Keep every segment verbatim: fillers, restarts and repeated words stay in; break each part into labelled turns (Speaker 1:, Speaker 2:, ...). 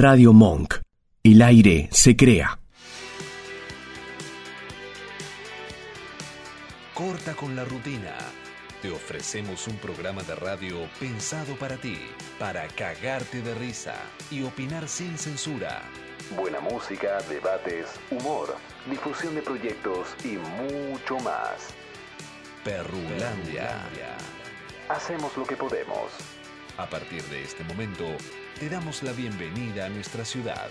Speaker 1: Radio Monk. El aire se crea.
Speaker 2: Corta con la rutina. Te ofrecemos un programa de radio pensado para ti, para cagarte de risa y opinar sin censura. Buena música, debates, humor, difusión de proyectos y mucho más. Perrulandia. Hacemos lo que podemos. A partir de este momento, te damos la bienvenida a nuestra ciudad.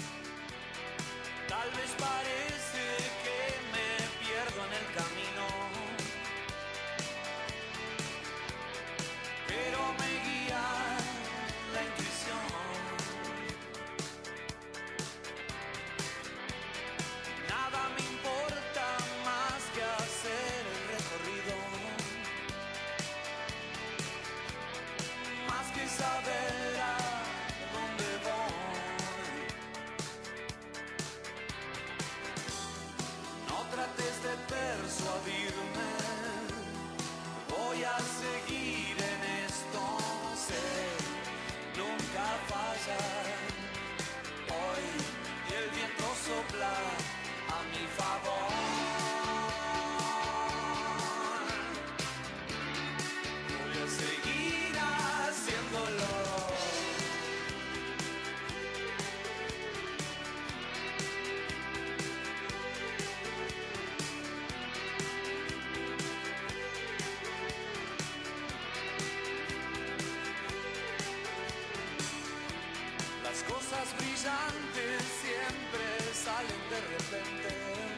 Speaker 3: Tal vez parece que me pierdo en el camino, pero me guía la intuición. Nada me importa más que hacer el recorrido, más que saber a dónde voy. No trates de persuadirme, voy a seguir en esto, sé, nunca fallar. Hoy y el viento sopla a mi favor. Voy a seguir haciéndolo. Las cosas brillantes siempre salen de repente,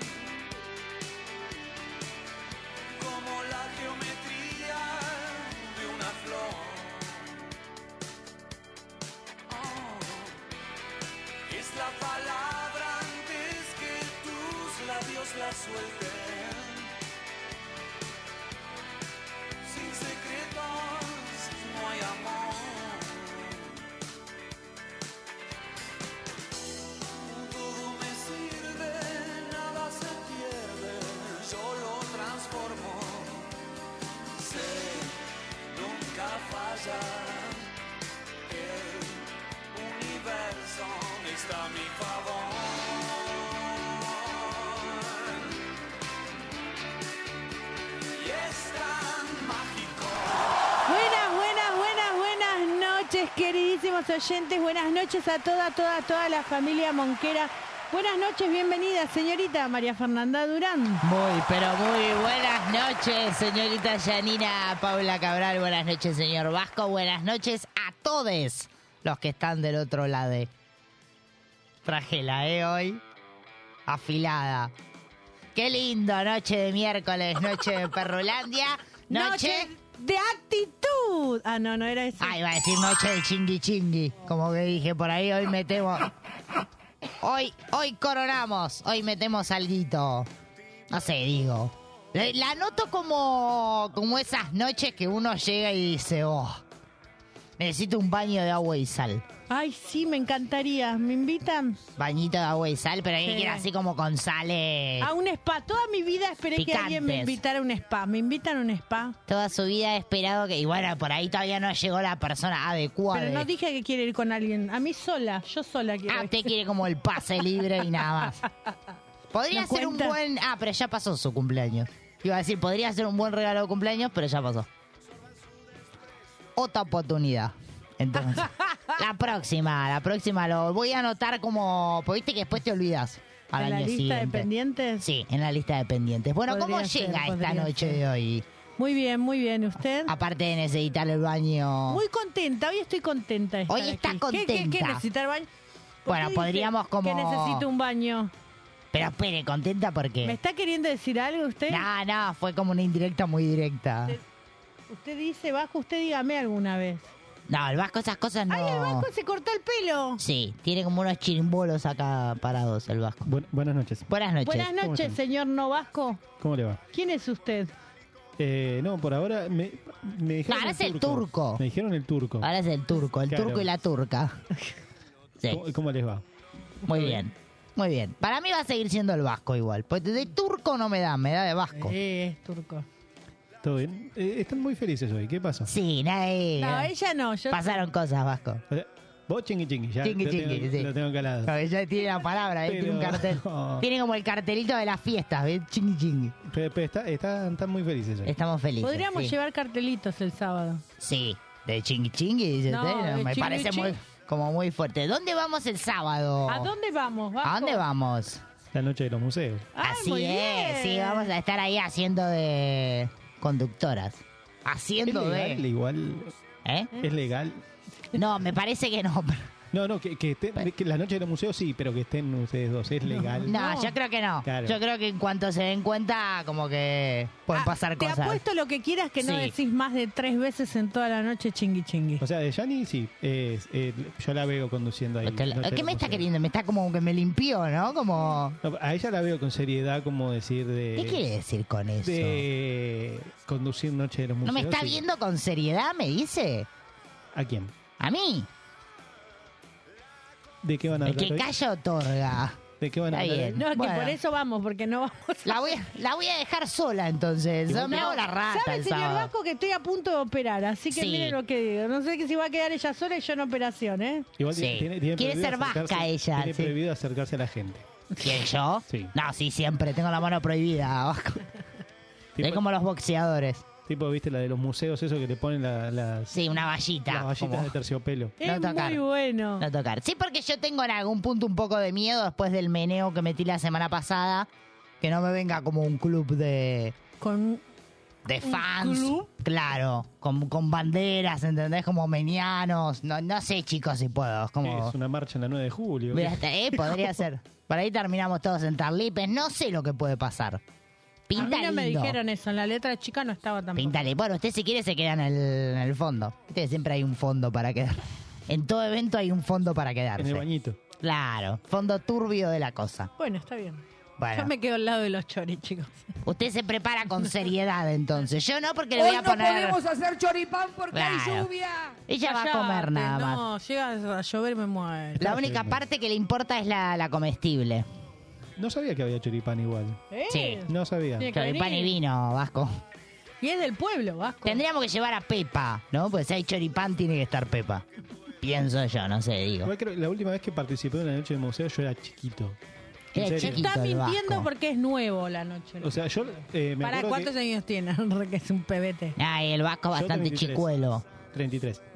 Speaker 3: como la geometría de una flor. Oh, es la palabra antes que tus labios la suelten. Sin secretos no hay amor. Todo me sirve, nada se pierde, yo lo transformo. Sé, nunca falla, el universo está a mi favor. Y es tan mágico.
Speaker 4: Buenas, buenas, buenas, buenas noches, queridísimos oyentes. Buenas noches a toda, toda, toda la familia monquera. Buenas noches, bienvenida, señorita María Fernanda Durán.
Speaker 5: Muy, pero muy buenas noches, señorita Yanina Paula Cabral. Buenas noches, señor Vasco. Buenas noches a todos los que están del otro lado. Trajela, ¿eh? Hoy. Afilada. Qué lindo, noche de miércoles, noche de Perrulandia. Noche...
Speaker 4: de actitud. Ah, no, no era eso.
Speaker 5: Ah, iba a decir noche de chingui chingui. Como que dije, por ahí hoy metemos... Hoy, hoy coronamos, hoy metemos alguito. No sé, digo. La, la noto como, como esas noches que uno llega y dice, oh, necesito un baño de agua y sal.
Speaker 4: Ay, sí, me encantaría. ¿Me invitan?
Speaker 5: Bañito de agua y sal, pero hay
Speaker 4: Sí.
Speaker 5: que ir así como con sales.
Speaker 4: A un spa. Toda mi vida esperé que alguien me
Speaker 5: Picantes.
Speaker 4: invitara a un spa. ¿Me invitan a un spa?
Speaker 5: Toda su vida he esperado que... Y bueno, por ahí todavía no llegó la persona adecuada.
Speaker 4: Pero no dije que quiero ir con alguien. A mí sola. Yo sola quiero
Speaker 5: Ah,
Speaker 4: ir.
Speaker 5: usted quiere como el pase libre y nada más. Podría
Speaker 4: ¿No
Speaker 5: ser un
Speaker 4: cuenta?
Speaker 5: buen... Ah, pero ya pasó su cumpleaños. Iba a decir, podría ser un buen regalo de cumpleaños, pero ya pasó. Otra oportunidad. Entonces, la próxima, la próxima lo voy a anotar como... Porque viste que después te olvidas al
Speaker 4: ¿En la
Speaker 5: año
Speaker 4: lista
Speaker 5: siguiente.
Speaker 4: de pendientes?
Speaker 5: Sí, en la lista de pendientes. Bueno, ¿cómo
Speaker 4: Podría ser,
Speaker 5: llega esta
Speaker 4: podría
Speaker 5: noche
Speaker 4: ser.
Speaker 5: de hoy?
Speaker 4: Muy bien, muy bien. ¿Usted?
Speaker 5: Aparte de necesitar el baño...
Speaker 4: Muy contenta. Hoy estoy contenta de estar
Speaker 5: Hoy está
Speaker 4: aquí. ¿Qué- ¿Qué, qué,
Speaker 5: contenta.
Speaker 4: necesitar baño? ¿Por
Speaker 5: Bueno,
Speaker 4: qué dice
Speaker 5: podríamos como-
Speaker 4: Que necesito un baño.
Speaker 5: Pero espere, ¿contenta porque
Speaker 4: ¿Me está queriendo decir algo usted?
Speaker 5: No, no, fue como una indirecta muy directa.
Speaker 4: Usted, usted dice, Vasco, usted dígame alguna vez.
Speaker 5: No, el Vasco esas cosas no...
Speaker 4: ¡Ay, el Vasco se cortó el pelo!
Speaker 5: Sí, tiene como unos chirimbolos acá parados el Vasco.
Speaker 6: Bu- buenas noches.
Speaker 5: Buenas noches.
Speaker 4: Buenas
Speaker 6: ¿Cómo
Speaker 4: noches,
Speaker 6: están?
Speaker 4: señor No Vasco.
Speaker 6: ¿Cómo le va?
Speaker 4: ¿Quién es usted?
Speaker 6: Eh, no, por ahora me, me dijeron
Speaker 5: No, ahora es el turco.
Speaker 6: Me dijeron el turco.
Speaker 5: Ahora es el turco, el
Speaker 6: Claro.
Speaker 5: turco y la turca. Sí,
Speaker 6: ¿Cómo, cómo les va?
Speaker 5: muy bien. Muy bien. Para mí va a seguir siendo el Vasco igual. Porque de turco no me da, me da de Vasco.
Speaker 4: Eh, es turco.
Speaker 6: ¿Todo bien? Eh, están muy felices hoy. ¿Qué pasó?
Speaker 5: Sí, nadie...
Speaker 4: No, ella no. Yo...
Speaker 5: Pasaron cosas, Vasco.
Speaker 6: O sea, Vos chingui chingui, ya
Speaker 5: Chingui
Speaker 6: lo,
Speaker 5: chingui,
Speaker 6: tengo,
Speaker 5: sí.
Speaker 6: lo tengo calado.
Speaker 5: No, ella tiene la palabra, ¿eh?
Speaker 6: Pero-
Speaker 5: Tiene un cartel.
Speaker 6: no.
Speaker 5: Tiene como el cartelito de las fiestas, ¿ves? Chingui chingui.
Speaker 6: Pero, pero está, está, están muy felices. hoy.
Speaker 5: Estamos felices.
Speaker 4: Podríamos
Speaker 5: sí.
Speaker 4: llevar cartelitos el sábado.
Speaker 5: Sí, de chingui chingui, dice
Speaker 4: No,
Speaker 5: usted.
Speaker 4: de
Speaker 5: Me
Speaker 4: chingui
Speaker 5: parece
Speaker 4: chingui.
Speaker 5: muy, como muy fuerte. ¿Dónde vamos el sábado?
Speaker 4: ¿A dónde vamos, Vasco?
Speaker 5: ¿A dónde vamos?
Speaker 6: La noche de los museos.
Speaker 4: Ay,
Speaker 5: Así
Speaker 4: muy
Speaker 5: es,
Speaker 4: bien.
Speaker 5: sí, vamos a estar ahí haciendo de conductoras.
Speaker 6: ¿Es
Speaker 5: Haciendo
Speaker 6: legal?
Speaker 5: de...
Speaker 6: Igual,
Speaker 5: ¿Eh?
Speaker 6: ¿es legal?
Speaker 5: No, me parece que no.
Speaker 6: No, no, que, que, estén- que la noche de los museos sí, pero que estén ustedes dos, ¿es legal?
Speaker 5: No,
Speaker 4: No.
Speaker 5: yo creo que no.
Speaker 6: Claro.
Speaker 5: Yo creo que en cuanto se den cuenta, como que pueden
Speaker 4: Ah,
Speaker 5: pasar
Speaker 4: te
Speaker 5: cosas.
Speaker 4: apuesto lo que quieras que no
Speaker 5: Sí.
Speaker 4: decís más de tres veces en toda la noche chingui chingui.
Speaker 6: O sea, de Yani sí, es, eh, yo la veo conduciendo ahí.
Speaker 5: Usted-
Speaker 6: Noche de
Speaker 5: ¿Qué
Speaker 6: los
Speaker 5: me está
Speaker 6: museos.
Speaker 5: queriendo? Me está como que me limpió, ¿no? Como...
Speaker 6: No, a ella la veo con seriedad, como decir de...
Speaker 5: ¿Qué quiere decir con eso?
Speaker 6: De conducir Noche de los
Speaker 5: ¿No
Speaker 6: Museos.
Speaker 5: me está
Speaker 6: sí.
Speaker 5: viendo con seriedad, me dice?
Speaker 6: ¿A quién?
Speaker 5: ¿A mí?
Speaker 6: ¿De qué van a
Speaker 5: El
Speaker 6: hablar
Speaker 5: que
Speaker 6: hoy?
Speaker 5: calla otorga.
Speaker 6: ¿De qué van a
Speaker 5: Está
Speaker 6: hablar
Speaker 5: bien.
Speaker 6: hoy?
Speaker 4: No, es
Speaker 5: Bueno.
Speaker 4: que por eso vamos, porque no vamos a...
Speaker 5: La voy, a, la voy a dejar sola entonces.
Speaker 6: Igual
Speaker 5: Yo me
Speaker 6: que-
Speaker 5: hago la rata
Speaker 4: ¿Sabe,
Speaker 5: el
Speaker 4: señor
Speaker 5: sábado.
Speaker 4: Vasco, que estoy a punto de operar? Así que
Speaker 5: Sí.
Speaker 4: miren lo que digo. No sé que si va a quedar ella sola y yo en operación, ¿eh?
Speaker 6: Igual
Speaker 5: Sí.
Speaker 6: tiene, tiene
Speaker 5: Quiere
Speaker 6: prohibido
Speaker 5: ser vasca
Speaker 6: acercarse-
Speaker 5: ella,
Speaker 6: Tiene
Speaker 5: sí.
Speaker 6: prohibido acercarse a la gente.
Speaker 5: ¿Quién, yo?
Speaker 6: Sí.
Speaker 5: No, sí, siempre. Tengo la mano prohibida. Vasco.
Speaker 6: Tipo,
Speaker 5: Es como los boxeadores.
Speaker 6: tipo, viste, la de los museos, eso que te ponen la- las,
Speaker 5: Sí, una vallita.
Speaker 6: las vallitas
Speaker 5: como-
Speaker 6: de terciopelo.
Speaker 5: No
Speaker 4: Es
Speaker 5: tocar.
Speaker 4: muy bueno.
Speaker 5: No tocar. Sí, porque yo tengo en algún punto un poco de miedo después del meneo que metí la semana pasada. Que no me venga como un club de,
Speaker 4: Con...
Speaker 5: de
Speaker 4: ¿Un
Speaker 5: fans.
Speaker 4: club?
Speaker 5: Claro, con, con banderas, ¿entendés? Como menianos. No, no sé, chicos, si puedo. Es como...
Speaker 6: Es una marcha en la nueve de julio.
Speaker 5: Mira, hasta- eh, podría ser. Por ahí terminamos todos en Tarlipes. No sé lo que puede pasar.
Speaker 4: A
Speaker 5: Pinta
Speaker 4: mí no me
Speaker 5: lindo.
Speaker 4: dijeron eso, en la letra chica no estaba tampoco.
Speaker 5: Píntale. Bueno, usted si quiere se queda en el, en el fondo. Viste que siempre hay un fondo para quedar. En todo evento hay un fondo para quedarse.
Speaker 6: En el bañito.
Speaker 5: Claro, fondo turbio de la cosa.
Speaker 4: Bueno, está bien.
Speaker 5: Bueno,
Speaker 4: Yo me quedo al lado de los choris, chicos.
Speaker 5: usted se prepara con seriedad entonces. Yo no, porque le voy
Speaker 7: Hoy
Speaker 5: a
Speaker 7: no
Speaker 5: poner...
Speaker 7: podemos hacer choripán porque hay
Speaker 5: Claro.
Speaker 7: lluvia.
Speaker 5: Ella va a
Speaker 4: Cállate,
Speaker 5: comer nada más.
Speaker 4: No, llega a llover y me muero.
Speaker 5: La única parte que le importa es la, la comestible.
Speaker 6: No sabía que había choripán igual.
Speaker 4: ¿Eh?
Speaker 5: Sí.
Speaker 6: No sabía.
Speaker 4: Tiene que
Speaker 5: Choripán y
Speaker 4: venir.
Speaker 5: vino, Vasco.
Speaker 4: Y es del pueblo, Vasco.
Speaker 5: Tendríamos que llevar a Pepa, ¿no? Pues si hay choripán tiene que estar Pepa. Pienso yo, no sé, digo.
Speaker 6: Igual creo que la última vez que participé en la noche de museo yo era chiquito. En
Speaker 5: Era
Speaker 6: serio.
Speaker 5: chiquito.
Speaker 4: Está
Speaker 5: el
Speaker 4: mintiendo
Speaker 5: Vasco.
Speaker 4: porque es nuevo la noche.
Speaker 6: O sea, yo eh, me
Speaker 4: ¿Para
Speaker 6: acuerdo
Speaker 4: cuántos
Speaker 6: que...
Speaker 4: años tiene? Que es un pebete.
Speaker 5: Ay, el Vasco bastante
Speaker 6: treinta y tres.
Speaker 5: chicuelo.
Speaker 6: treinta y tres.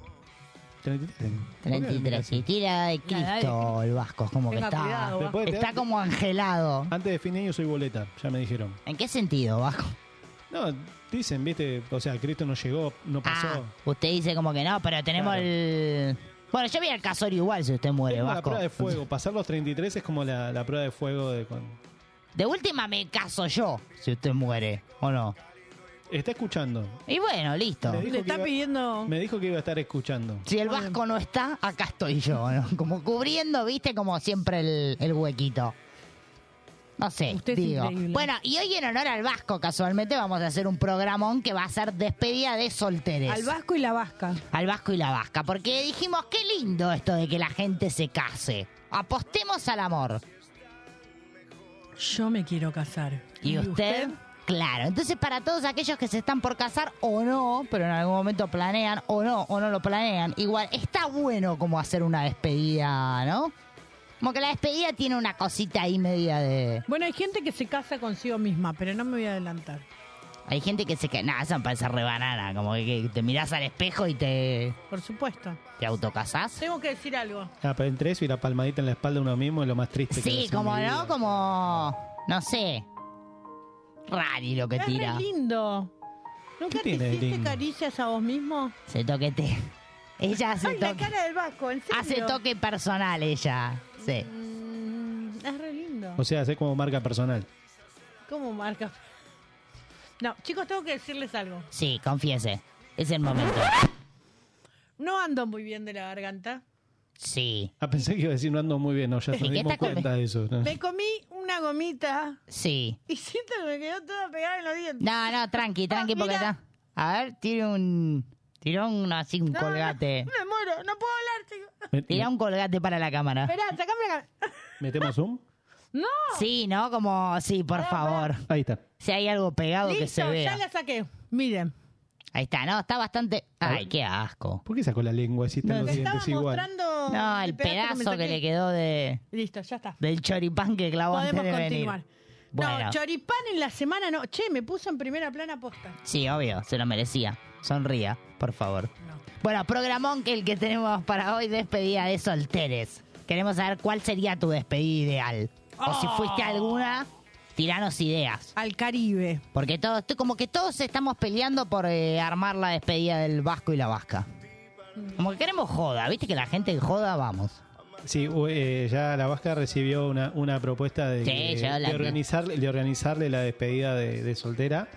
Speaker 6: treinta y tres.
Speaker 5: treinta y tres. Y tira de
Speaker 4: La edad de
Speaker 5: Cristo el Vasco. Es como que
Speaker 4: Tenga
Speaker 5: está...
Speaker 4: cuidado,
Speaker 6: Después de
Speaker 5: Está
Speaker 6: teatro-
Speaker 5: como angelado.
Speaker 6: Antes de fin de año soy boleta, ya me dijeron.
Speaker 5: ¿En qué sentido, Vasco?
Speaker 6: No, dicen, viste, o sea, Cristo no llegó, no pasó.
Speaker 5: Ah, usted dice como que no, pero tenemos
Speaker 6: Claro.
Speaker 5: el... Bueno, yo voy al casorio igual si usted muere,
Speaker 6: es como la
Speaker 5: Vasco.
Speaker 6: prueba de fuego. Pasar los treinta y tres es como la, la prueba de fuego de cuando...
Speaker 5: De última me caso yo si usted muere, ¿o no?
Speaker 6: Está escuchando.
Speaker 5: Y bueno, listo.
Speaker 6: Me dijo
Speaker 4: Le
Speaker 6: que
Speaker 4: está
Speaker 6: iba-
Speaker 4: pidiendo...
Speaker 6: Me dijo que iba a estar escuchando.
Speaker 5: Si el Vasco no está, acá estoy yo, ¿no? Como cubriendo, viste, como siempre el, el huequito. No sé,
Speaker 4: Usted es
Speaker 5: digo.
Speaker 4: increíble.
Speaker 5: Bueno, y hoy en honor al Vasco, casualmente, vamos a hacer un programón que va a ser despedida de solteres.
Speaker 4: Al Vasco y la Vasca.
Speaker 5: Al Vasco y la Vasca. Porque dijimos, qué lindo esto de que la gente se case. Apostemos al amor.
Speaker 4: Yo me quiero casar.
Speaker 5: ¿Y usted? Claro, entonces para todos aquellos que se están por casar o no, pero en algún momento planean o no, o no lo planean, igual está bueno como hacer una despedida, ¿no? Como que la despedida tiene una cosita ahí media de...
Speaker 4: Bueno, hay gente que se casa consigo misma, pero no me voy a adelantar.
Speaker 5: Hay gente que se... que Nada, eso me parece re banana, como que, que te mirás al espejo y te,
Speaker 4: Por supuesto.
Speaker 5: te autocasás.
Speaker 4: Tengo que decir algo.
Speaker 6: Ah, pero entre eso y la palmadita en la espalda de uno mismo es lo más triste que
Speaker 5: Sí,
Speaker 6: ves en
Speaker 5: como
Speaker 6: mi
Speaker 5: no,
Speaker 6: vida.
Speaker 5: como... no sé. Rari lo que
Speaker 4: Es
Speaker 5: tira.
Speaker 4: re lindo. ¿Nunca
Speaker 6: ¿Qué
Speaker 4: te
Speaker 6: tiene de
Speaker 4: hiciste
Speaker 6: lindo?
Speaker 4: caricias a vos mismo?
Speaker 5: Se toquete. Ella hace
Speaker 4: Ay, la
Speaker 5: toque...
Speaker 4: cara del Vasco, ¿en serio?
Speaker 5: Hace toque personal ella. Sí.
Speaker 4: Mm, es re lindo.
Speaker 6: O sea, sé como marca personal.
Speaker 4: ¿Cómo marca? No, chicos, tengo que decirles algo.
Speaker 5: Sí, confiese. Es el momento.
Speaker 4: No ando muy bien de la garganta.
Speaker 5: Sí,
Speaker 6: Ah, pensé que iba a decir no ando muy bien, no, ya
Speaker 5: ¿Y
Speaker 6: nos
Speaker 5: qué
Speaker 6: dimos
Speaker 5: está comi-
Speaker 6: cuenta de eso. ¿no?
Speaker 4: Me comí una gomita
Speaker 5: sí.
Speaker 4: y siento que me quedó toda pegada en los dientes.
Speaker 5: No, no, tranqui, tranqui,
Speaker 4: Ah,
Speaker 5: porque
Speaker 4: mira.
Speaker 5: está. A ver, tire un. Tira un así, un
Speaker 4: No,
Speaker 5: colgate.
Speaker 4: Me, me muero, no puedo hablar, chicos.
Speaker 6: Me-
Speaker 5: Tira un colgate para la cámara.
Speaker 4: Esperá, sacame la cámara.
Speaker 6: ¿Metemos zoom?
Speaker 4: No,
Speaker 5: Sí, ¿no? Como, sí, por
Speaker 4: Pará,
Speaker 5: favor.
Speaker 6: Ahí está.
Speaker 5: Si hay algo pegado que se
Speaker 4: listo,
Speaker 5: vea.
Speaker 4: ya la saqué. Miren,
Speaker 5: Ahí está, ¿no? Está bastante... Ay, qué asco.
Speaker 6: ¿Por qué sacó la lengua si están
Speaker 4: Te
Speaker 6: los
Speaker 4: estaba
Speaker 6: dientes igual?
Speaker 4: mostrando
Speaker 5: No, el pedazo que,
Speaker 4: saqué.
Speaker 5: le quedó de
Speaker 4: Listo, ya está.
Speaker 5: del choripán que clavó
Speaker 4: Podemos
Speaker 5: antes de
Speaker 4: continuar.
Speaker 5: venir. Bueno,
Speaker 4: No, choripán en la semana no. Che, me puso en primera plana posta.
Speaker 5: sí, obvio, se lo merecía. Sonría, por favor. Bueno, programón que el que tenemos para hoy, despedida de solteres. Queremos saber cuál sería tu despedida ideal. O si fuiste a alguna, tiranos ideas.
Speaker 4: Al Caribe.
Speaker 5: Porque todos, como que todos estamos peleando por eh, armar la despedida del Vasco y la Vasca. Como que queremos joda, ¿viste? Que la gente joda, vamos.
Speaker 6: Sí, u- eh, ya la Vasca recibió una, una propuesta de,
Speaker 5: Sí,
Speaker 6: que-
Speaker 5: yo la
Speaker 6: de,
Speaker 5: vi.
Speaker 6: organizarle, de organizarle la despedida de, de soltera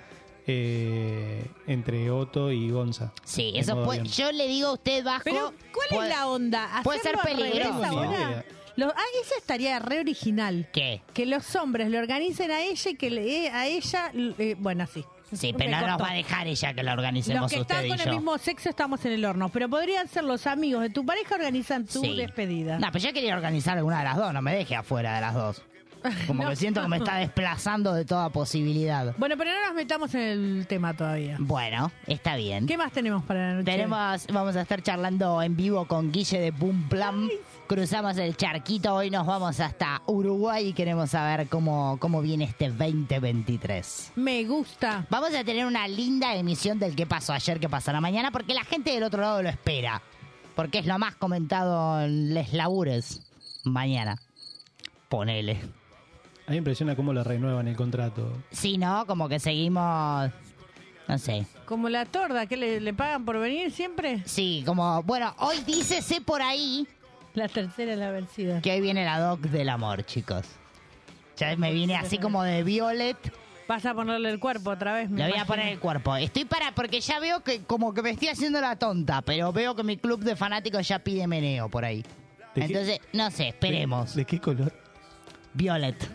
Speaker 6: eh, entre Otto y Gonza.
Speaker 5: Sí,
Speaker 6: En
Speaker 5: eso
Speaker 6: modo
Speaker 5: puede,
Speaker 6: avión.
Speaker 5: yo le digo a usted, Vasco...
Speaker 4: Pero, ¿cuál
Speaker 5: puede-
Speaker 4: es la onda?
Speaker 5: puede ser
Speaker 4: ¿Hacerlo al revés
Speaker 5: peligroso.
Speaker 6: No tengo ni
Speaker 4: ahora?
Speaker 6: idea.
Speaker 4: Lo- ah, esa estaría re original.
Speaker 5: ¿Qué?
Speaker 4: Que los hombres le organicen a ella y que le, a ella... eh, bueno, así.
Speaker 5: Sí, pero
Speaker 4: Me
Speaker 5: no nos
Speaker 4: cortó.
Speaker 5: va a dejar ella que la
Speaker 4: Los
Speaker 5: organicemos
Speaker 4: que
Speaker 5: usted
Speaker 4: están
Speaker 5: y
Speaker 4: con
Speaker 5: yo.
Speaker 4: el mismo sexo estamos en el horno, pero podrían ser los amigos de tu pareja organizan tu
Speaker 5: Sí.
Speaker 4: despedida.
Speaker 5: No, pero yo quería organizar alguna de las dos, no me deje afuera de las dos. Como
Speaker 4: No.
Speaker 5: que siento que me está desplazando de toda posibilidad.
Speaker 4: Bueno, pero no nos metamos en el tema todavía.
Speaker 5: Bueno, está bien.
Speaker 4: ¿Qué más tenemos para la noche?
Speaker 5: Tenemos, vamos a estar charlando en vivo con Guille de Boom Plan. Cruzamos el charquito, hoy nos vamos hasta Uruguay y queremos saber cómo, cómo viene este veinte veintitrés.
Speaker 4: Me gusta.
Speaker 5: Vamos a tener una linda emisión del qué pasó ayer, qué pasará mañana, porque la gente del otro lado lo espera. Porque es lo más comentado en les labures mañana. Ponele.
Speaker 6: A mí me impresiona cómo le renuevan el contrato.
Speaker 5: Sí, ¿no? Como que seguimos... No sé.
Speaker 4: Como la torda, que le, le pagan por venir siempre.
Speaker 5: Sí, como... Bueno, hoy dícese por ahí
Speaker 4: La tercera es la vencida.
Speaker 5: que hoy viene la doc del amor, chicos. Ya me viene así como de Violet.
Speaker 4: Vas a ponerle el cuerpo otra vez. me
Speaker 5: Le voy a
Speaker 4: imagino.
Speaker 5: poner el cuerpo. Estoy para... Porque ya veo que como que me estoy haciendo la tonta, pero veo que mi club de fanáticos ya pide meneo por ahí.
Speaker 6: ¿De qué?
Speaker 5: Entonces, no sé, esperemos.
Speaker 6: ¿De, de qué color?
Speaker 5: Violet.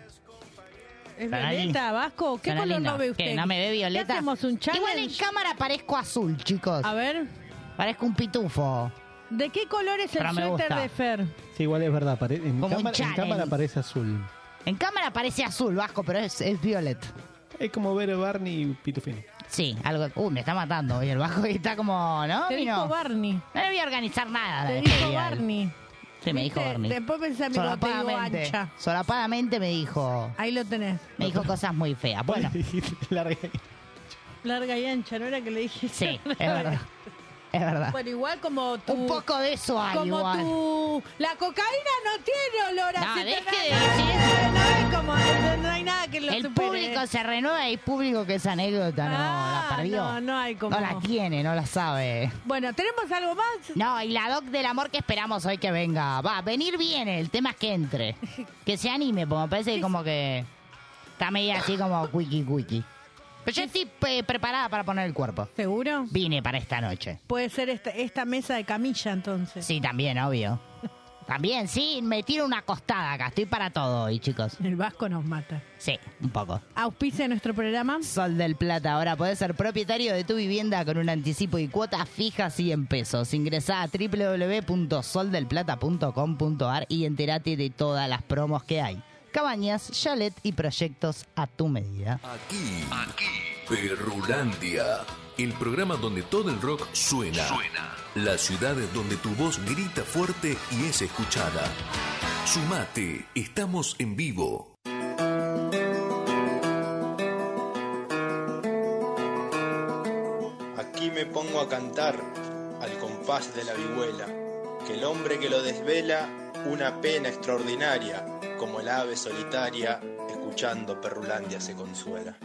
Speaker 4: ¿Es
Speaker 5: Para
Speaker 4: violeta, Vasco? ¿Qué
Speaker 5: Suena
Speaker 4: color
Speaker 5: lindo.
Speaker 4: no ve
Speaker 5: ¿Qué,
Speaker 4: usted?
Speaker 5: ¿No me ve violeta?
Speaker 4: ¿Qué hacemos un challenge?
Speaker 5: Igual en cámara parezco azul, chicos.
Speaker 4: A ver,
Speaker 5: Parezco un pitufo.
Speaker 4: ¿de qué color es el
Speaker 5: Pero me
Speaker 4: suéter
Speaker 5: gusta.
Speaker 4: de Fer?
Speaker 6: Sí, igual es verdad. pare- en,
Speaker 5: Como un
Speaker 6: cámara, en
Speaker 5: challenge.
Speaker 6: cámara parece azul.
Speaker 5: En cámara parece azul, Vasco, pero es, es violet.
Speaker 6: Es como ver a Barney y Pitufino.
Speaker 5: Sí, algo... Uh, me está matando hoy el Vasco y está como... ¿No?
Speaker 4: Te
Speaker 5: Vino.
Speaker 4: dijo Barney.
Speaker 5: No le voy a organizar nada.
Speaker 4: Te
Speaker 5: de
Speaker 4: dijo
Speaker 5: despedida.
Speaker 4: Barney.
Speaker 5: Sí, me dijo
Speaker 4: ¿Viste?
Speaker 5: Barney.
Speaker 4: Después pensé a mi digo
Speaker 5: Solapadamente.
Speaker 4: ancha.
Speaker 5: Solapadamente me dijo...
Speaker 4: Ahí lo tenés.
Speaker 5: Me dijo cosas muy feas. Bueno,
Speaker 6: Larga.
Speaker 4: Larga y ancha, ¿no era que le dijiste?
Speaker 5: sí, es verdad. Es verdad.
Speaker 4: Bueno, igual como tu...
Speaker 5: Un poco de eso hay
Speaker 4: Como
Speaker 5: igual.
Speaker 4: tu... La cocaína no tiene olor a
Speaker 5: No,
Speaker 4: aceite.
Speaker 5: deje de
Speaker 4: No,
Speaker 5: decir eso.
Speaker 4: No es como... No, no hay nada que lo
Speaker 5: El
Speaker 4: supere.
Speaker 5: público se renueva y público que esa anécdota no
Speaker 4: Ah,
Speaker 5: la perdió.
Speaker 4: no, no hay como-
Speaker 5: No la tiene, no la sabe.
Speaker 4: Bueno, ¿tenemos algo más?
Speaker 5: No, y la doc del amor que esperamos hoy que venga. Va, venir viene, el tema es que entre. Que se anime, porque me parece que como que está media así como wiki wiki. Pero yo estoy eh, preparada para poner el cuerpo.
Speaker 4: ¿Seguro?
Speaker 5: Vine para esta noche.
Speaker 4: Puede ser esta, esta mesa de camilla, entonces.
Speaker 5: Sí, también, obvio. También, sí, me tiro una acostada acá. Estoy para todo hoy, chicos.
Speaker 4: El Vasco nos mata.
Speaker 5: Sí, un poco.
Speaker 4: Auspicia nuestro programa.
Speaker 5: Sol del Plata, ahora podés ser propietario de tu vivienda con un anticipo y cuota fija cien pesos. Ingresá a doble u doble u doble u punto sol del plata punto com punto a r y entérate de todas las promos que hay. Cabañas, chalet y proyectos a tu medida.
Speaker 2: Aquí, aquí, Perrulandia, el programa donde todo el rock suena. Suena. La ciudad donde tu voz grita fuerte y es escuchada. Sumate, estamos en vivo.
Speaker 8: Aquí me pongo a cantar al compás de la vihuela, que el hombre que lo desvela una pena extraordinaria, como el ave solitaria, escuchando Perrulandia se consuela.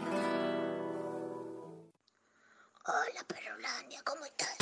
Speaker 9: Hola, Perrulandia, ¿cómo estás?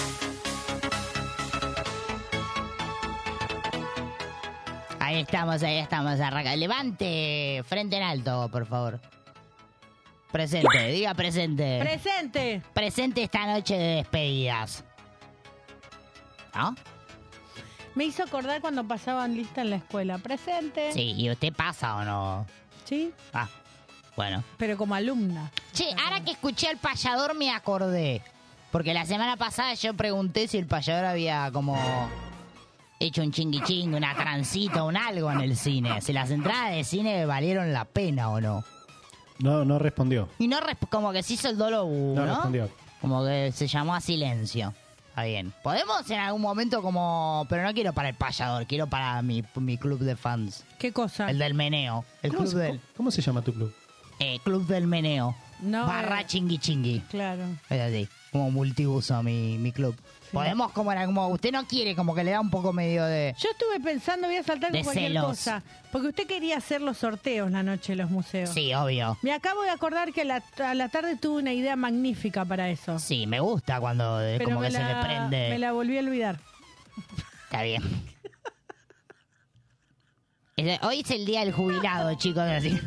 Speaker 5: Ahí estamos, ahí estamos, arranca. Levante, frente en alto, por favor. Presente, diga presente.
Speaker 4: ¡Presente!
Speaker 5: Presente esta noche de despedidas. ¿No?
Speaker 4: Me hizo acordar cuando pasaban lista en la escuela. ¡Presente!
Speaker 5: Sí, ¿y usted pasa o no?
Speaker 4: Sí,
Speaker 5: Ah, bueno.
Speaker 4: pero como alumna.
Speaker 5: Che, ahora que escuché al payador me acordé. Porque la semana pasada yo pregunté si el payador había como hecho un chingui ching, una trancita, un algo en el cine. Si las entradas de cine valieron la pena o no.
Speaker 6: No, no respondió.
Speaker 5: Y no resp- como que se hizo el dolo,
Speaker 6: No,
Speaker 5: ¿no?
Speaker 6: respondió.
Speaker 5: Como que se llamó a silencio. Está bien. Podemos en algún momento como... Pero no quiero para el payador, quiero para mi, mi club de fans.
Speaker 4: ¿Qué cosa?
Speaker 5: El del meneo. El
Speaker 6: ¿Cómo
Speaker 5: club
Speaker 6: se,
Speaker 5: del...
Speaker 6: ¿Cómo se llama tu club?
Speaker 5: Eh, club del meneo.
Speaker 4: No,
Speaker 5: Barra
Speaker 4: eh,
Speaker 5: chingui chingui.
Speaker 4: Claro.
Speaker 5: Es así. Como multiuso mi, mi club. Podemos como era como... Usted no quiere, como que le da un poco medio de...
Speaker 4: Yo estuve pensando, voy a saltar
Speaker 5: De
Speaker 4: con cualquier
Speaker 5: celos.
Speaker 4: cosa. Porque usted quería hacer los sorteos la noche de los museos.
Speaker 5: Sí, obvio.
Speaker 4: Me acabo de acordar que a la, a la tarde tuve una idea magnífica para eso.
Speaker 5: Sí, me gusta cuando eh,
Speaker 4: Pero
Speaker 5: como
Speaker 4: me
Speaker 5: que
Speaker 4: la,
Speaker 5: se le prende.
Speaker 4: me la volví a olvidar.
Speaker 5: Está bien. Es- Hoy es el día del jubilado, chicos, así.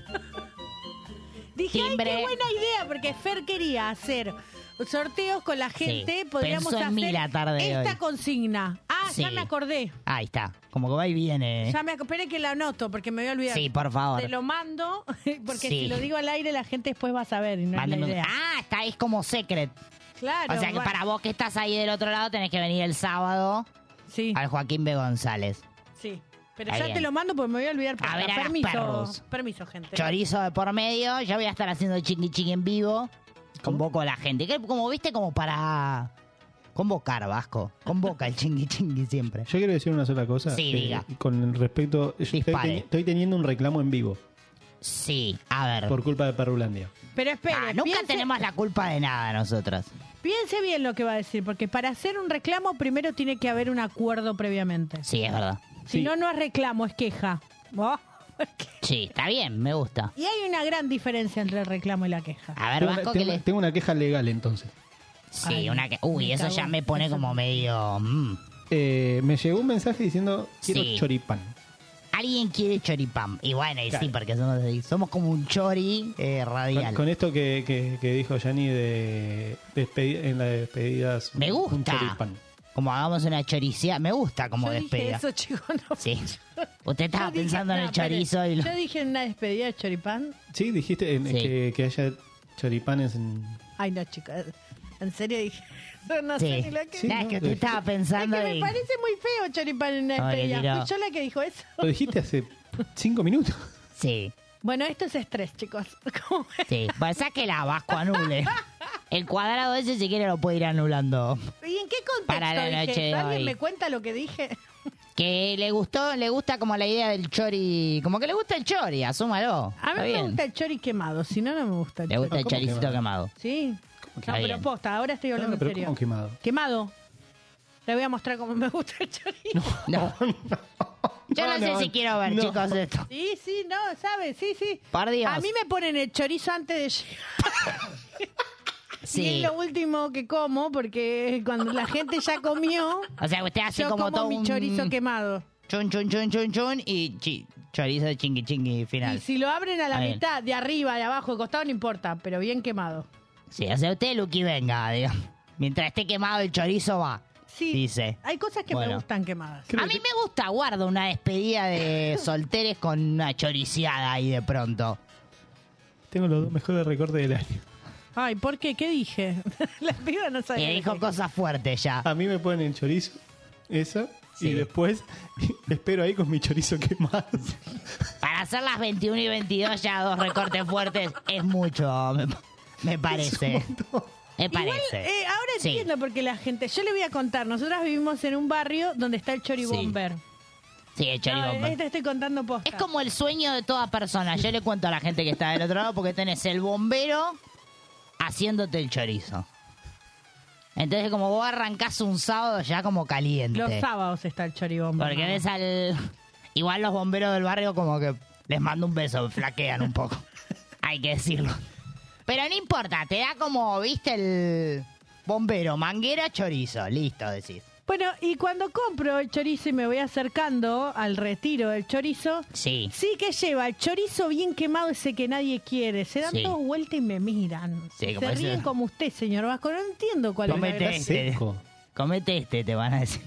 Speaker 4: Dije,
Speaker 5: Timbre.
Speaker 4: ay, qué buena idea, porque Fer quería hacer sorteos con la gente.
Speaker 5: Sí,
Speaker 4: Podríamos
Speaker 5: pensó en
Speaker 4: hacer
Speaker 5: mí la tarde de
Speaker 4: esta
Speaker 5: hoy.
Speaker 4: consigna. Ah, ya
Speaker 5: Sí.
Speaker 4: me acordé.
Speaker 5: Ahí está. Como que va y viene.
Speaker 4: Ya me ac- Espere que la anoto, porque me voy a olvidar.
Speaker 5: Sí, por favor.
Speaker 4: Te lo mando, porque
Speaker 5: Sí.
Speaker 4: si lo digo al aire, la gente después va a saber y no es la
Speaker 5: Mándeme-
Speaker 4: idea.
Speaker 5: Ah, está, es como secret.
Speaker 4: Claro.
Speaker 5: O sea que
Speaker 4: bueno.
Speaker 5: para vos que estás ahí del otro lado tenés que venir el sábado
Speaker 4: Sí,
Speaker 5: al Joaquín B. González.
Speaker 4: sí. Pero
Speaker 5: Está
Speaker 4: ya
Speaker 5: bien.
Speaker 4: te lo mando porque me voy a olvidar.
Speaker 5: A ver a las
Speaker 4: permiso,
Speaker 5: perros.
Speaker 4: permiso, gente.
Speaker 5: Chorizo de por medio. Yo voy a estar haciendo chingui chingui en vivo. Convoco a la gente. Que como viste, como para convocar, Vasco. Convoca el chingui chingui siempre.
Speaker 6: Yo quiero decir una sola cosa.
Speaker 5: Sí, diga.
Speaker 6: Con respecto... yo Estoy,
Speaker 5: Dispare.
Speaker 6: teni- estoy teniendo un reclamo en vivo
Speaker 5: Sí, a ver.
Speaker 6: por culpa de Perrulandia.
Speaker 4: Pero espere,
Speaker 5: Ah, nunca
Speaker 4: piense,
Speaker 5: tenemos la culpa de nada nosotros.
Speaker 4: piense bien lo que va a decir, porque para hacer un reclamo primero tiene que haber un acuerdo previamente.
Speaker 5: Sí, es verdad.
Speaker 4: Si
Speaker 6: Sí.
Speaker 4: no, no es reclamo, es queja. Oh,
Speaker 5: Sí, está bien, me gusta.
Speaker 4: Y hay una gran diferencia entre el reclamo y la queja.
Speaker 5: A ver,
Speaker 6: Tengo, una,
Speaker 5: Vasco, que
Speaker 6: tengo-
Speaker 5: le...
Speaker 6: tengo una queja legal entonces.
Speaker 5: Sí,
Speaker 4: Ay,
Speaker 5: una que... Uy,
Speaker 4: me
Speaker 5: eso
Speaker 4: cago.
Speaker 5: ya me pone
Speaker 4: Eso-
Speaker 5: como medio... mm.
Speaker 6: Eh, me llegó un mensaje diciendo quiero
Speaker 5: Sí.
Speaker 6: choripán.
Speaker 5: Alguien quiere choripán. Y bueno, y
Speaker 6: Claro.
Speaker 5: sí, porque somos, somos como un chori eh, radial.
Speaker 6: Con, con esto que, que- que dijo Yanni de despedi- en las despedidas.
Speaker 5: Me
Speaker 6: un
Speaker 5: gusta.
Speaker 6: choripán.
Speaker 5: Como hagamos una choricía. Me gusta como
Speaker 4: Yo dije
Speaker 5: despedida.
Speaker 4: eso, chicos. No.
Speaker 5: Sí. Usted estaba
Speaker 4: Yo dije-
Speaker 5: pensando en
Speaker 4: no,
Speaker 5: el
Speaker 4: espere.
Speaker 5: chorizo y lo...
Speaker 4: Yo dije en una despedida de choripán.
Speaker 6: Sí, dijiste en-
Speaker 5: Sí.
Speaker 6: Que, que haya choripanes en...
Speaker 4: Ay, no, chicos. En serio dije. Yo no
Speaker 5: Sí.
Speaker 4: sé ni lo que
Speaker 6: Sí,
Speaker 5: Nah,
Speaker 6: no,
Speaker 5: es que usted
Speaker 6: lo
Speaker 5: estaba
Speaker 4: Es
Speaker 5: pensando
Speaker 4: que me
Speaker 5: y...
Speaker 4: parece muy feo choripán en una
Speaker 5: Ay,
Speaker 4: despedida.
Speaker 5: tiró.
Speaker 4: Fui yo la que dijo eso.
Speaker 6: Lo dijiste hace cinco minutos.
Speaker 5: Sí,
Speaker 4: Bueno, esto es estrés, chicos. ¿Cómo es?
Speaker 5: sí. Pues sáquela, Vasco, anule. El cuadrado ese si quiere lo puede ir anulando.
Speaker 4: ¿Y en qué contexto
Speaker 5: Para la
Speaker 4: dije
Speaker 5: noche de
Speaker 4: eso? ¿Alguien
Speaker 5: hoy.
Speaker 4: me cuenta lo que dije?
Speaker 5: Que le gustó, le gusta como la idea del chori... Como que le gusta el chori, asúmalo.
Speaker 4: A mí
Speaker 5: Está
Speaker 4: me
Speaker 5: bien.
Speaker 4: gusta el chori quemado, si no, no me gusta el
Speaker 5: Le
Speaker 4: chori.
Speaker 5: gusta el
Speaker 6: ¿Cómo
Speaker 5: choricito
Speaker 6: quemado?
Speaker 5: quemado.
Speaker 4: ¿Sí? No,
Speaker 5: Está
Speaker 4: pero
Speaker 5: bien.
Speaker 4: posta, ahora estoy hablando
Speaker 6: No, pero
Speaker 4: en serio.
Speaker 6: ¿cómo quemado?
Speaker 4: Quemado. Le voy a mostrar cómo me gusta el chorizo.
Speaker 5: No. Yo no,
Speaker 6: No,
Speaker 5: sé
Speaker 6: no,
Speaker 5: si quiero ver,
Speaker 6: no.
Speaker 5: chicos, esto.
Speaker 4: Sí, sí, no, ¿sabes? Sí, sí.
Speaker 5: Por Dios.
Speaker 4: A mí me ponen el chorizo antes de llegar. Y
Speaker 5: Sí.
Speaker 4: es lo último que como, porque cuando la gente ya comió,
Speaker 5: O sea, usted hace
Speaker 4: yo
Speaker 5: como
Speaker 4: como
Speaker 5: todo
Speaker 4: mi
Speaker 5: un...
Speaker 4: chorizo quemado.
Speaker 5: Chun, chun, chun, chun, chun y chi- chorizo de chingui chingui final.
Speaker 4: Y si lo abren a la
Speaker 5: Está bien.
Speaker 4: mitad, de arriba, de abajo, de costado, no importa, pero bien quemado.
Speaker 5: Sí, o sea, usted Luqui venga, digamos. Mientras esté quemado el chorizo va,
Speaker 4: Sí,
Speaker 5: dice.
Speaker 4: hay cosas que me
Speaker 5: Bueno.
Speaker 4: gustan quemadas.
Speaker 5: A mí me gusta, guardo una despedida de solteres con una choriciada ahí de pronto.
Speaker 6: Tengo los dos mejores recortes del año.
Speaker 4: Ay, ¿por qué? ¿Qué dije? La piba no sabe.
Speaker 5: Y
Speaker 4: lo
Speaker 5: dijo
Speaker 4: que-
Speaker 5: cosas fuertes ya.
Speaker 6: A mí me ponen el chorizo, eso,
Speaker 5: Sí.
Speaker 6: y después espero ahí con mi chorizo quemado.
Speaker 5: Para hacer las veintiuno y veintidós ya dos recortes fuertes es mucho, me, me parece. Me
Speaker 4: Igual,
Speaker 5: parece.
Speaker 4: eh, ahora
Speaker 5: Sí.
Speaker 4: entiendo por qué la gente... Yo le voy a contar, nosotras vivimos en un barrio donde está el choribomber.
Speaker 5: Sí, el
Speaker 4: No,
Speaker 5: choribomber.
Speaker 4: este estoy contando posta.
Speaker 5: Es como el sueño de toda persona. Yo le cuento a la gente que está del otro lado porque tenés el bombero haciéndote el chorizo. Entonces, como vos arrancás un sábado ya como caliente.
Speaker 4: Los sábados está el choribomber.
Speaker 5: Porque
Speaker 4: mamá.
Speaker 5: ves al... Igual los bomberos del barrio como que les mando un beso, flaquean un poco. Hay que decirlo. Pero no importa, te da como, viste, el bombero, manguera, chorizo. Listo, decís.
Speaker 4: Bueno, y cuando compro el chorizo y me voy acercando al retiro del chorizo,
Speaker 5: Sí.
Speaker 4: sí que lleva el chorizo bien quemado ese que nadie quiere. Se dan
Speaker 5: Sí.
Speaker 4: todos vuelta y me miran.
Speaker 5: Sí,
Speaker 4: Se
Speaker 5: como
Speaker 4: ríen
Speaker 5: ese-
Speaker 4: como usted, señor Vasco. No entiendo cuál
Speaker 5: Comete
Speaker 4: es la gracia.
Speaker 5: este.
Speaker 6: Seco.
Speaker 5: Comete este, te van a decir.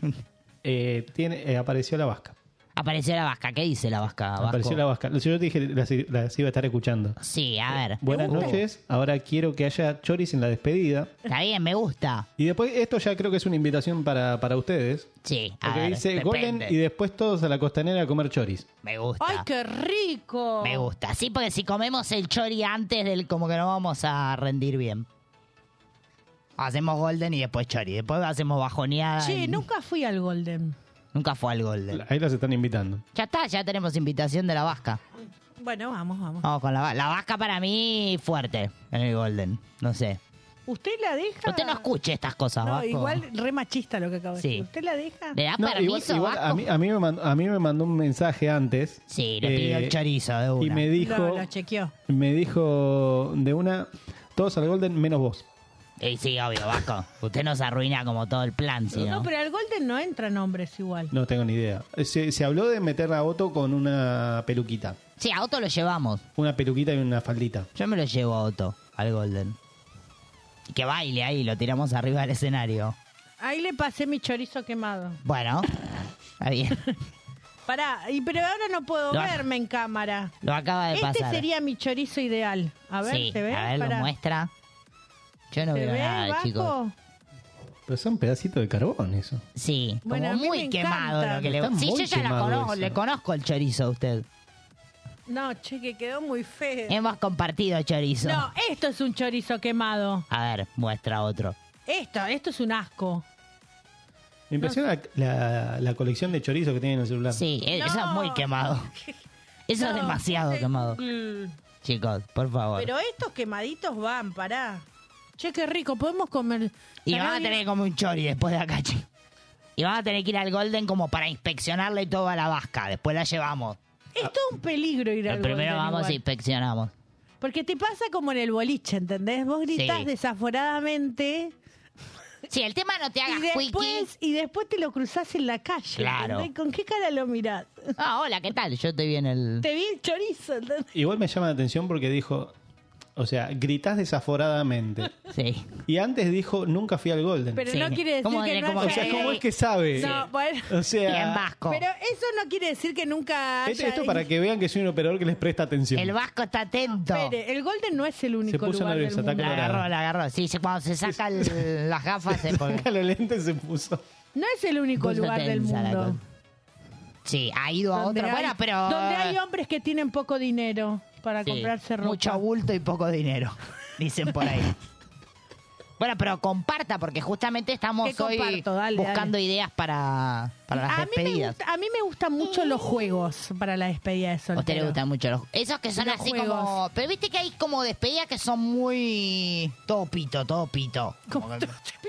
Speaker 6: Eh, tiene, eh, apareció la vasca.
Speaker 5: Apareció la vasca. ¿Qué dice la vasca, Vasco?
Speaker 6: Apareció la vasca. Yo te dije, las, las iba a estar escuchando.
Speaker 5: Sí, a ver.
Speaker 6: Buenas
Speaker 5: Uh,
Speaker 6: noches. Ahora quiero que haya choris en la despedida.
Speaker 5: Está bien, me gusta.
Speaker 6: Y después, esto ya creo que es una invitación para, para ustedes.
Speaker 5: Sí, a
Speaker 6: Porque
Speaker 5: ver,
Speaker 6: dice Golem
Speaker 5: depende.
Speaker 6: y después todos a la costanera a comer choris.
Speaker 5: Me gusta.
Speaker 4: ¡Ay, qué rico!
Speaker 5: Me gusta. Sí, porque si comemos el chori antes del... Como que no vamos a rendir bien. Hacemos Golden y después Chori. Después hacemos bajoneada.
Speaker 4: Che,
Speaker 5: y-
Speaker 4: nunca fui al Golden.
Speaker 5: Nunca fue al Golden.
Speaker 6: Ahí los están invitando.
Speaker 5: Ya está, ya tenemos invitación de la Vasca.
Speaker 4: Bueno, vamos, vamos.
Speaker 5: Vamos con la Vasca. La Vasca para mí fuerte en el Golden. No sé.
Speaker 4: ¿Usted la deja?
Speaker 5: Usted no escuche estas cosas,
Speaker 4: No,
Speaker 5: Vasco.
Speaker 4: igual re machista lo que acabo de
Speaker 5: Sí.
Speaker 4: decir. ¿Usted la deja?
Speaker 5: ¿Le da
Speaker 6: No, igual,
Speaker 5: permiso,
Speaker 6: igual
Speaker 5: Vasco?
Speaker 6: a, mí, a, mí me mandó, a mí me mandó un mensaje antes.
Speaker 5: Sí, le pidió
Speaker 6: eh,
Speaker 5: el chorizo de una.
Speaker 6: Y me dijo,
Speaker 4: Lo, lo chequeó.
Speaker 6: me dijo de una, todos al Golden menos vos.
Speaker 5: Y sí, obvio, Vasco. Usted nos arruina como todo el plan, ¿sí,
Speaker 4: No,
Speaker 5: no?
Speaker 4: pero al Golden no entran hombres igual.
Speaker 6: No tengo ni idea. Se, se habló de meter a Otto con una peluquita.
Speaker 5: Sí, a Otto lo llevamos.
Speaker 6: Una peluquita y una faldita.
Speaker 5: Yo me lo llevo a Otto, al Golden. Y que baile ahí, lo tiramos arriba del escenario.
Speaker 4: Ahí le pasé mi chorizo quemado.
Speaker 5: Bueno, está bien.
Speaker 4: Pará, y, pero ahora no puedo
Speaker 5: Lo-
Speaker 4: verme en cámara.
Speaker 5: Lo acaba de
Speaker 4: Este
Speaker 5: pasar.
Speaker 4: sería mi chorizo ideal. A ver,
Speaker 5: sí,
Speaker 4: ¿se ve?
Speaker 5: a ver,
Speaker 4: Pará.
Speaker 5: lo muestra. Yo no
Speaker 4: ¿Se
Speaker 5: veo
Speaker 4: ve,
Speaker 5: nada,
Speaker 4: Vasco?
Speaker 5: chicos.
Speaker 6: Pero son pedacitos de carbón eso.
Speaker 5: Sí,
Speaker 4: Bueno, a
Speaker 5: como
Speaker 4: mí
Speaker 5: muy
Speaker 4: me
Speaker 5: quemado
Speaker 4: encanta.
Speaker 5: lo que le
Speaker 6: Está
Speaker 5: Sí,
Speaker 6: muy
Speaker 5: yo ya la
Speaker 6: quemado
Speaker 5: conozco,
Speaker 6: eso.
Speaker 5: le conozco el chorizo a usted.
Speaker 4: No, che, que quedó muy feo.
Speaker 5: Hemos compartido chorizo.
Speaker 4: No, esto es un chorizo quemado.
Speaker 5: A ver, muestra otro.
Speaker 4: Esto, esto es un asco.
Speaker 6: Me impresiona la, la colección de chorizo que tiene en el celular.
Speaker 5: Sí, eh, eso es
Speaker 4: No.
Speaker 5: muy quemado. Eso es
Speaker 4: No,
Speaker 5: demasiado
Speaker 4: eh,
Speaker 5: quemado.
Speaker 4: mm.
Speaker 5: Chicos, por favor.
Speaker 4: Pero estos quemaditos van, pará. Che, qué rico, podemos comer.
Speaker 5: Y
Speaker 4: Sacá
Speaker 5: van a
Speaker 4: bien-
Speaker 5: tener como un chori después de acá, che. Y van a tener que ir al Golden como para inspeccionarle toda la vasca. Después la llevamos.
Speaker 4: Es todo un peligro ir al
Speaker 5: Pero primero
Speaker 4: Golden
Speaker 5: vamos
Speaker 4: igual.
Speaker 5: y inspeccionamos.
Speaker 4: Porque te pasa como en el boliche, ¿entendés? Vos gritás
Speaker 5: Sí.
Speaker 4: desaforadamente
Speaker 5: Sí, el tema no te hagas
Speaker 4: y
Speaker 5: quickie.
Speaker 4: después, y después te lo cruzás en la calle.
Speaker 5: Claro.
Speaker 4: ¿entendés? ¿Con qué cara lo mirás?
Speaker 5: Ah, hola, ¿qué tal? Yo estoy bien el...
Speaker 4: Te vi el chorizo, ¿entendés?
Speaker 6: Igual me llama la atención porque dijo, o sea, gritás desaforadamente.
Speaker 5: Sí.
Speaker 6: Y antes dijo, nunca fui al Golden.
Speaker 4: Pero
Speaker 5: Sí.
Speaker 4: no quiere decir
Speaker 5: ¿Cómo
Speaker 4: que
Speaker 5: de-
Speaker 4: no
Speaker 5: cómo
Speaker 4: haya
Speaker 6: o sea,
Speaker 5: que-
Speaker 6: ¿cómo
Speaker 4: ido.
Speaker 6: es que sabe?
Speaker 4: No, bueno,
Speaker 6: O sea,
Speaker 5: Y en vasco.
Speaker 4: pero eso no quiere decir que nunca
Speaker 6: esto,
Speaker 4: haya
Speaker 6: esto para que vean que soy un operador que les presta atención.
Speaker 5: El vasco está atento.
Speaker 4: Espere, el Golden no es el único
Speaker 6: puso
Speaker 4: lugar
Speaker 6: nervioso,
Speaker 4: del
Speaker 6: está
Speaker 4: mundo.
Speaker 5: La
Speaker 6: colorado.
Speaker 5: agarró, la agarró. Sí, sí, cuando se saca el- las gafas se pone...
Speaker 6: Saca los lentes se puso.
Speaker 4: No es el único
Speaker 5: puso
Speaker 4: lugar del
Speaker 5: tensa la
Speaker 4: mundo.
Speaker 5: cosa. Sí, ha ido a
Speaker 4: Donde
Speaker 5: otro.
Speaker 4: hay-
Speaker 5: Bueno, pero...
Speaker 4: Donde hay hombres que tienen poco dinero para
Speaker 5: Sí,
Speaker 4: comprarse ropa.
Speaker 5: mucho bulto y poco dinero, dicen por ahí. Bueno, pero comparta, porque justamente estamos
Speaker 4: ¿Qué
Speaker 5: hoy
Speaker 4: comparto? Dale,
Speaker 5: buscando
Speaker 4: dale.
Speaker 5: ideas para, para las
Speaker 4: a, mí me
Speaker 5: despedidas.
Speaker 4: gusta, a mí me gustan mucho los juegos para la despedida de
Speaker 5: A usted
Speaker 4: soltero.
Speaker 5: le gustan mucho los... Esos que son
Speaker 4: Los
Speaker 5: así
Speaker 4: juegos.
Speaker 5: como... Pero viste que hay como despedidas que son muy... Todo pito, todo pito.
Speaker 4: ¿Cómo?
Speaker 5: Como que-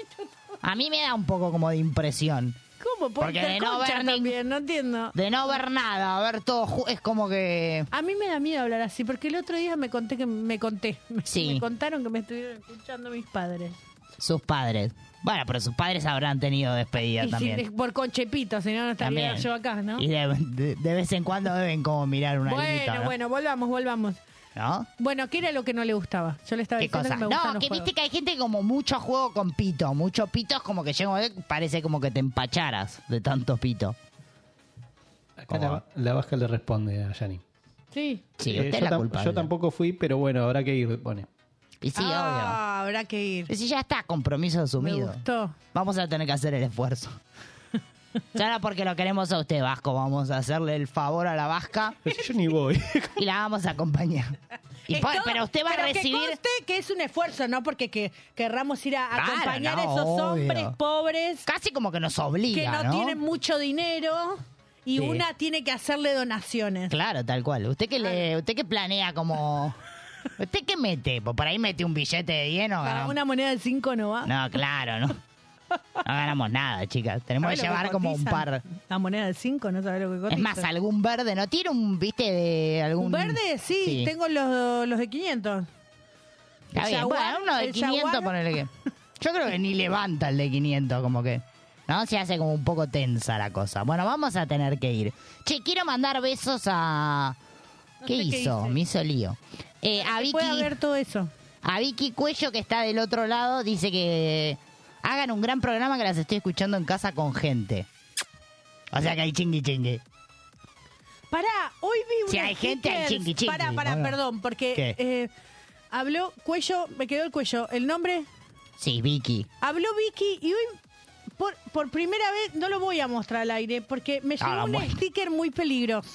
Speaker 5: A mí me da un poco como de impresión.
Speaker 4: ¿Cómo?
Speaker 5: Porque de no
Speaker 4: Concha
Speaker 5: ver ni-
Speaker 4: también, no entiendo.
Speaker 5: De no ver nada, ver todo... ju- Es como que...
Speaker 4: A mí me da miedo hablar así, porque el otro día me conté que me conté. Me,
Speaker 5: Sí.
Speaker 4: me contaron que me estuvieron escuchando mis padres.
Speaker 5: Sus padres. Bueno, pero sus padres habrán tenido despedida
Speaker 4: Y si-
Speaker 5: también.
Speaker 4: por conchepito, si no, no estaría
Speaker 5: También.
Speaker 4: yo acá, ¿no?
Speaker 5: Y de, de- de vez en cuando deben como mirar una
Speaker 4: Bueno,
Speaker 5: alguito, ¿no?
Speaker 4: bueno, volvamos, volvamos.
Speaker 5: ¿No?
Speaker 4: Bueno, ¿qué era lo que no le gustaba? Yo le estaba
Speaker 5: ¿Qué
Speaker 4: diciendo
Speaker 5: cosa?
Speaker 4: que me gustan
Speaker 5: No,
Speaker 4: los
Speaker 5: que
Speaker 4: juegos.
Speaker 5: viste que hay gente como mucho juego con pito. Mucho pito es como que llega un momento que parece como que te empacharas de tanto pito.
Speaker 6: Acá la, la vasca le responde a Yani.
Speaker 4: Sí.
Speaker 5: Sí,
Speaker 6: Eh,
Speaker 5: usted
Speaker 6: yo,
Speaker 5: es la
Speaker 6: tam-
Speaker 5: culpable.
Speaker 6: yo tampoco fui, pero bueno, habrá que ir, pone.
Speaker 5: Y sí,
Speaker 4: ah, habrá que ir.
Speaker 5: obvio. Y si ya está, compromiso
Speaker 4: Me
Speaker 5: asumido.
Speaker 4: gustó.
Speaker 5: Vamos a tener que hacer el esfuerzo. Ya no porque lo queremos a usted, Vasco. Vamos a hacerle el favor a la vasca
Speaker 6: Pero si yo ni voy.
Speaker 5: y la vamos a acompañar. Y
Speaker 4: Es
Speaker 5: po-
Speaker 4: todo-
Speaker 5: pero usted va a
Speaker 4: pero
Speaker 5: recibir...
Speaker 4: Que conste que es un esfuerzo, ¿no? Porque que querramos ir a
Speaker 5: Claro,
Speaker 4: acompañar
Speaker 5: no,
Speaker 4: a esos
Speaker 5: obvio.
Speaker 4: hombres pobres
Speaker 5: Casi como que nos obliga,
Speaker 4: que no,
Speaker 5: ¿no?
Speaker 4: tienen mucho dinero y
Speaker 5: Sí.
Speaker 4: una tiene que hacerle donaciones.
Speaker 5: Claro, tal cual. ¿Usted que le, usted que planea como... ¿Usted qué mete? Pues por ahí mete un billete de diez, no
Speaker 4: Ah,
Speaker 5: ganamos.
Speaker 4: una moneda de cinco no va.
Speaker 5: No, claro, no. No ganamos nada, chicas. Tenemos que
Speaker 4: ¿Sabe lo
Speaker 5: llevar como un
Speaker 4: cotizan?
Speaker 5: par...
Speaker 4: La moneda de cinco, no sabe lo que cotiza.
Speaker 5: Es más, algún verde, ¿no tiene un, viste, de algún...
Speaker 4: ¿Un verde? Sí, tengo los, los de quinientos.
Speaker 5: Está
Speaker 4: el
Speaker 5: bien,
Speaker 4: jaguar,
Speaker 5: bueno, uno de
Speaker 4: el
Speaker 5: quinientos,
Speaker 4: jaguar.
Speaker 5: ponele que... Yo creo que ni levanta el de quinientos, como que... ¿No? Se hace como un poco tensa la cosa. Bueno, vamos a tener que ir. Che, quiero mandar besos a...
Speaker 4: No
Speaker 5: ¿Qué
Speaker 4: sé qué
Speaker 5: hizo?
Speaker 4: hice.
Speaker 5: Me hizo lío. Eh, a Vicky...
Speaker 4: Puede haber todo eso.
Speaker 5: A Vicky Cuello, que está del otro lado, dice que hagan un gran programa que las estoy escuchando en casa con gente. O sea que hay chingui chingui.
Speaker 4: Pará, hoy vi un
Speaker 5: Si hay gente, hay chingui chingui,
Speaker 4: Pará, pará,
Speaker 5: ¿o no?
Speaker 4: perdón, porque
Speaker 5: ¿Qué?
Speaker 4: eh, habló Cuello, me quedó el cuello. ¿El nombre?
Speaker 5: Sí, Vicky.
Speaker 4: Habló Vicky y hoy, por, por primera vez, no lo voy a mostrar al aire, porque me llegó
Speaker 5: Ah,
Speaker 4: un
Speaker 5: bueno.
Speaker 4: sticker muy peligroso.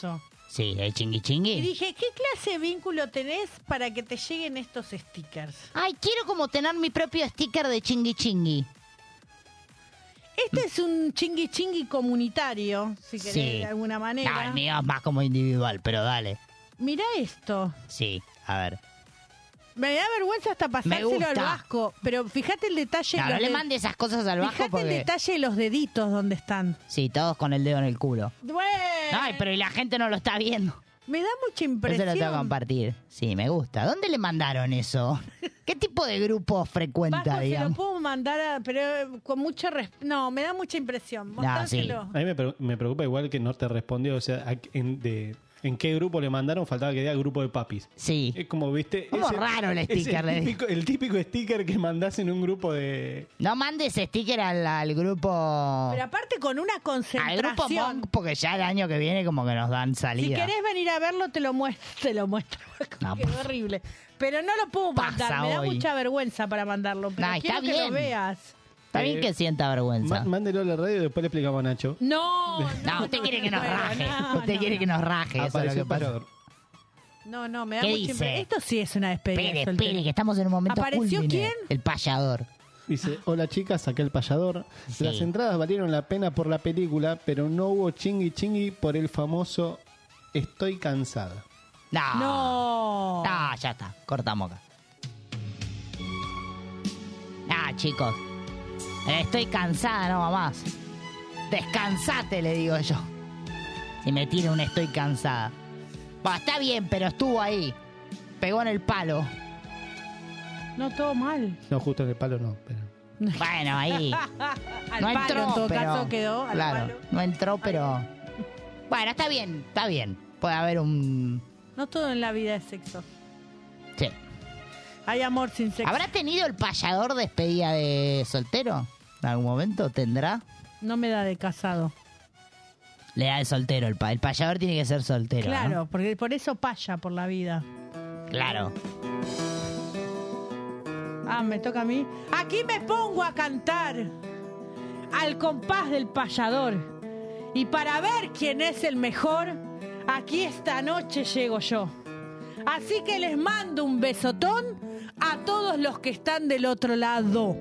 Speaker 5: Sí, el chingui
Speaker 4: Y
Speaker 5: chingui.
Speaker 4: dije, ¿qué clase de vínculo tenés para que te lleguen estos stickers?
Speaker 5: Ay, quiero como tener mi propio sticker de chingui chingui.
Speaker 4: Este es un chingui chingui comunitario, si querés,
Speaker 5: Sí.
Speaker 4: de alguna manera.
Speaker 5: No, el mío es más como individual, pero dale.
Speaker 4: Mirá esto.
Speaker 5: Sí, a ver.
Speaker 4: Me da vergüenza hasta pasárselo al
Speaker 5: gusta.
Speaker 4: Vasco, pero fíjate el detalle.
Speaker 5: No,
Speaker 4: los
Speaker 5: no le
Speaker 4: de-
Speaker 5: mande esas cosas al Vasco
Speaker 4: Fíjate el
Speaker 5: porque...
Speaker 4: detalle de los deditos donde están.
Speaker 5: Sí, todos con el dedo en el culo.
Speaker 4: Bueno,
Speaker 5: Ay, pero y la gente no lo está viendo.
Speaker 4: me da mucha
Speaker 5: Eso
Speaker 4: impresión.
Speaker 5: lo tengo que compartir. Sí, me gusta. ¿Dónde le mandaron eso? ¿Qué tipo de grupo frecuenta,
Speaker 4: Vasco, se lo
Speaker 5: digamos?
Speaker 4: puedo mandar, a- pero eh, con mucha... res- No, me da mucha impresión. Mostrárselo.
Speaker 6: A mí me, pre- me preocupa igual que no te respondió, o sea, a- en, de, en qué grupo le mandaron, faltaba que diga grupo de papis.
Speaker 5: Sí.
Speaker 6: Es como, viste...
Speaker 5: Como raro el sticker, le
Speaker 6: el,
Speaker 5: digo.
Speaker 6: típico, el típico sticker que mandás en un grupo de...
Speaker 5: No mandes sticker al, al grupo...
Speaker 4: Pero aparte con una
Speaker 5: Al grupo
Speaker 4: concentración.
Speaker 5: Monk, porque ya el año que viene como que nos dan
Speaker 4: Si
Speaker 5: salida.
Speaker 4: querés venir a verlo, te lo muestro. Te lo muestro.
Speaker 5: No,
Speaker 4: Quedó horrible. Pero no lo puedo
Speaker 5: Pasa
Speaker 4: mandar. Me da
Speaker 5: hoy.
Speaker 4: mucha vergüenza para mandarlo. Pero
Speaker 5: No, está
Speaker 4: quiero que
Speaker 5: bien.
Speaker 4: lo veas.
Speaker 5: Está bien
Speaker 6: Eh,
Speaker 5: que sienta vergüenza.
Speaker 6: Ma- mándelo a la radio y después le explicamos a Nacho.
Speaker 4: No, no,
Speaker 5: No, usted
Speaker 4: no,
Speaker 5: quiere que nos
Speaker 4: bueno,
Speaker 5: raje.
Speaker 4: no,
Speaker 5: Usted
Speaker 4: no,
Speaker 5: quiere
Speaker 4: no.
Speaker 5: que nos raje. Eso es lo
Speaker 6: Apareció
Speaker 5: que
Speaker 6: el
Speaker 5: pasa.
Speaker 6: payador.
Speaker 4: No, no, me da
Speaker 5: ¿Qué
Speaker 4: mucha
Speaker 5: dice?
Speaker 4: impresión. Esto sí es una despedida.
Speaker 5: Espere,
Speaker 4: soltera.
Speaker 5: espere, que estamos en un momento
Speaker 4: ¿Apareció
Speaker 5: culmine.
Speaker 4: quién?
Speaker 5: El payador.
Speaker 6: Dice, hola chicas, saqué el payador.
Speaker 5: Sí.
Speaker 6: Las entradas valieron la pena por la película, pero no hubo chingui chingui por el famoso Estoy cansada.
Speaker 5: No.
Speaker 4: No.
Speaker 5: Ah, ya está. Cortamos acá. Ah, chicos. Estoy cansada, no va más. Descansate, le digo yo. Y me tira un estoy cansada. Bah, está bien, pero estuvo ahí. Pegó en el palo.
Speaker 4: No, todo mal.
Speaker 6: No, justo en el palo no, pero...
Speaker 5: Bueno, ahí.
Speaker 4: Al
Speaker 5: No
Speaker 4: palo,
Speaker 5: entró,
Speaker 4: en todo
Speaker 5: pero...
Speaker 4: caso, quedó. Al
Speaker 5: claro,
Speaker 4: palo.
Speaker 5: no entró, pero... Bueno, está bien, está bien. Puede haber un...
Speaker 4: No todo en la vida es sexo.
Speaker 5: Sí.
Speaker 4: Hay amor sin sexo.
Speaker 5: ¿Habrá tenido el payador despedida de soltero? ¿En algún momento tendrá?
Speaker 4: No me da de casado.
Speaker 5: Le da de soltero. El, pa el payador tiene que ser soltero, ¿no?
Speaker 4: Claro, porque por eso paya por la vida.
Speaker 5: Claro.
Speaker 4: Ah, me toca a mí. Aquí me pongo a cantar al compás del payador. Y para ver quién es el mejor, aquí esta noche llego yo. Así que les mando un besotón a todos los que están del otro lado.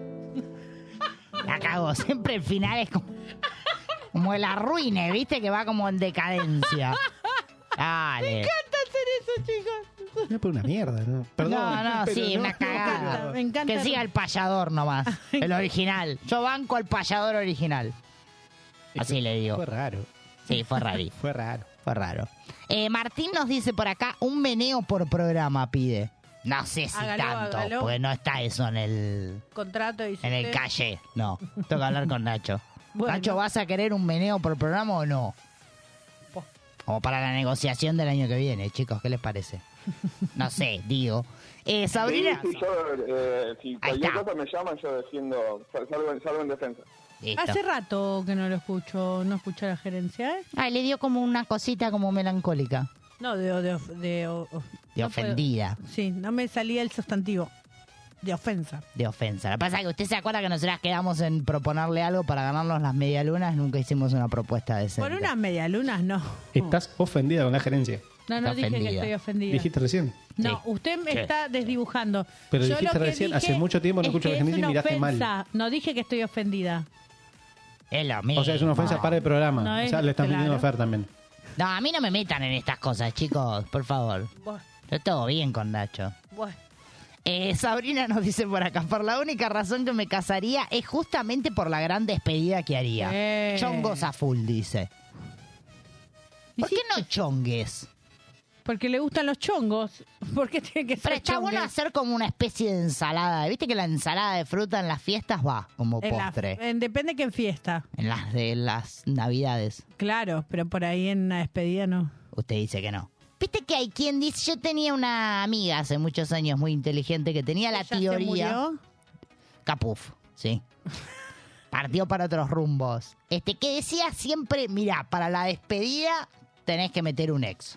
Speaker 5: La cago. Siempre el final es como... Como el arruine, ¿viste? Que va como en decadencia. Dale.
Speaker 4: Me encanta hacer eso, chicos.
Speaker 6: No, pero una mierda, ¿no? Perdón.
Speaker 5: No, no,
Speaker 6: pero
Speaker 5: sí,
Speaker 6: no,
Speaker 5: una cagada.
Speaker 6: no,
Speaker 4: Me encanta.
Speaker 5: Que siga el payador nomás. El original. Yo banco al payador original. Así le digo.
Speaker 6: Fue raro.
Speaker 5: Sí, fue raro.
Speaker 6: Fue raro.
Speaker 5: Fue raro. Eh, Martín nos dice por acá, un meneo por programa pide. No sé si
Speaker 4: Hágalo,
Speaker 5: tanto,
Speaker 4: hágalo.
Speaker 5: porque no está eso en el
Speaker 4: Contrato y
Speaker 5: en el calle. No, tengo que hablar con Nacho.
Speaker 4: Bueno.
Speaker 5: Nacho, ¿vas a querer un meneo por programa o no?
Speaker 4: Po.
Speaker 5: Como para la negociación del año que viene, chicos, ¿qué les parece? No sé, digo. Eh, Sabrina...
Speaker 10: Sí, sí, yo, eh, si
Speaker 5: Ahí
Speaker 10: cualquier
Speaker 5: está.
Speaker 10: cosa me llaman, yo defiendo, sal- salgo, en- salgo en defensa.
Speaker 5: Listo.
Speaker 4: Hace rato que no lo escucho, no escucho a la gerencia, ¿eh?
Speaker 5: Ay, le dio como una cosita como melancólica.
Speaker 4: No, de... De, de, o- o-
Speaker 5: De
Speaker 4: no
Speaker 5: ofendida.
Speaker 4: puedo- Sí, no me salía el sustantivo. De ofensa.
Speaker 5: De ofensa. Lo que pasa es que usted se acuerda que nosotras quedamos en proponerle algo para ganarnos las medialunas, nunca hicimos una propuesta decente.
Speaker 4: Por unas medialunas, no.
Speaker 6: Estás ofendida con la gerencia.
Speaker 4: No, no
Speaker 5: Está
Speaker 4: dije que
Speaker 5: ofendida.
Speaker 4: estoy ofendida.
Speaker 6: Dijiste recién.
Speaker 4: No,
Speaker 5: Sí.
Speaker 4: usted me
Speaker 5: Sí.
Speaker 4: está desdibujando.
Speaker 6: Pero
Speaker 4: Yo
Speaker 6: dijiste
Speaker 4: lo que
Speaker 6: recién,
Speaker 4: dije
Speaker 6: hace mucho tiempo no
Speaker 4: es
Speaker 6: escucho
Speaker 4: que
Speaker 6: la gerencia
Speaker 4: es
Speaker 6: y
Speaker 4: una
Speaker 6: miraste mal.
Speaker 4: ofensa. No dije que estoy ofendida.
Speaker 5: Es lo mismo.
Speaker 6: O sea, es una ofensa para el programa.
Speaker 4: No,
Speaker 6: o
Speaker 4: es-
Speaker 6: sea, le estás
Speaker 4: claro.
Speaker 6: mintiendo a Fer también.
Speaker 5: No, a mí no me metan en estas cosas, chicos, por favor.
Speaker 4: Bueno,
Speaker 5: Yo todo bien con Nacho.
Speaker 4: bueno.
Speaker 5: Eh, Sabrina nos dice por acá, por la única razón que me casaría es justamente por la gran despedida que haría.
Speaker 4: Eh.
Speaker 5: Chongos a full, dice.
Speaker 4: ¿Y
Speaker 5: ¿Por
Speaker 4: sí?
Speaker 5: qué no chongues?
Speaker 4: Porque le gustan los chongos. ¿Por qué tiene que ser
Speaker 5: Pero está
Speaker 4: chongue?
Speaker 5: bueno hacer como una especie de ensalada. ¿Viste que la ensalada de fruta en las fiestas va como
Speaker 4: En la-
Speaker 5: postre?
Speaker 4: en- depende que en fiesta.
Speaker 5: En las de las navidades.
Speaker 4: Claro, pero por ahí en una despedida no.
Speaker 5: Usted dice que no. Viste que hay quien dice, yo tenía una amiga hace muchos años muy inteligente que tenía la
Speaker 4: ¿Ya se
Speaker 5: teoría.
Speaker 4: murió?
Speaker 5: Capuf, sí. Partió para otros rumbos. Este, que decía siempre, mira, para la despedida tenés que meter un ex.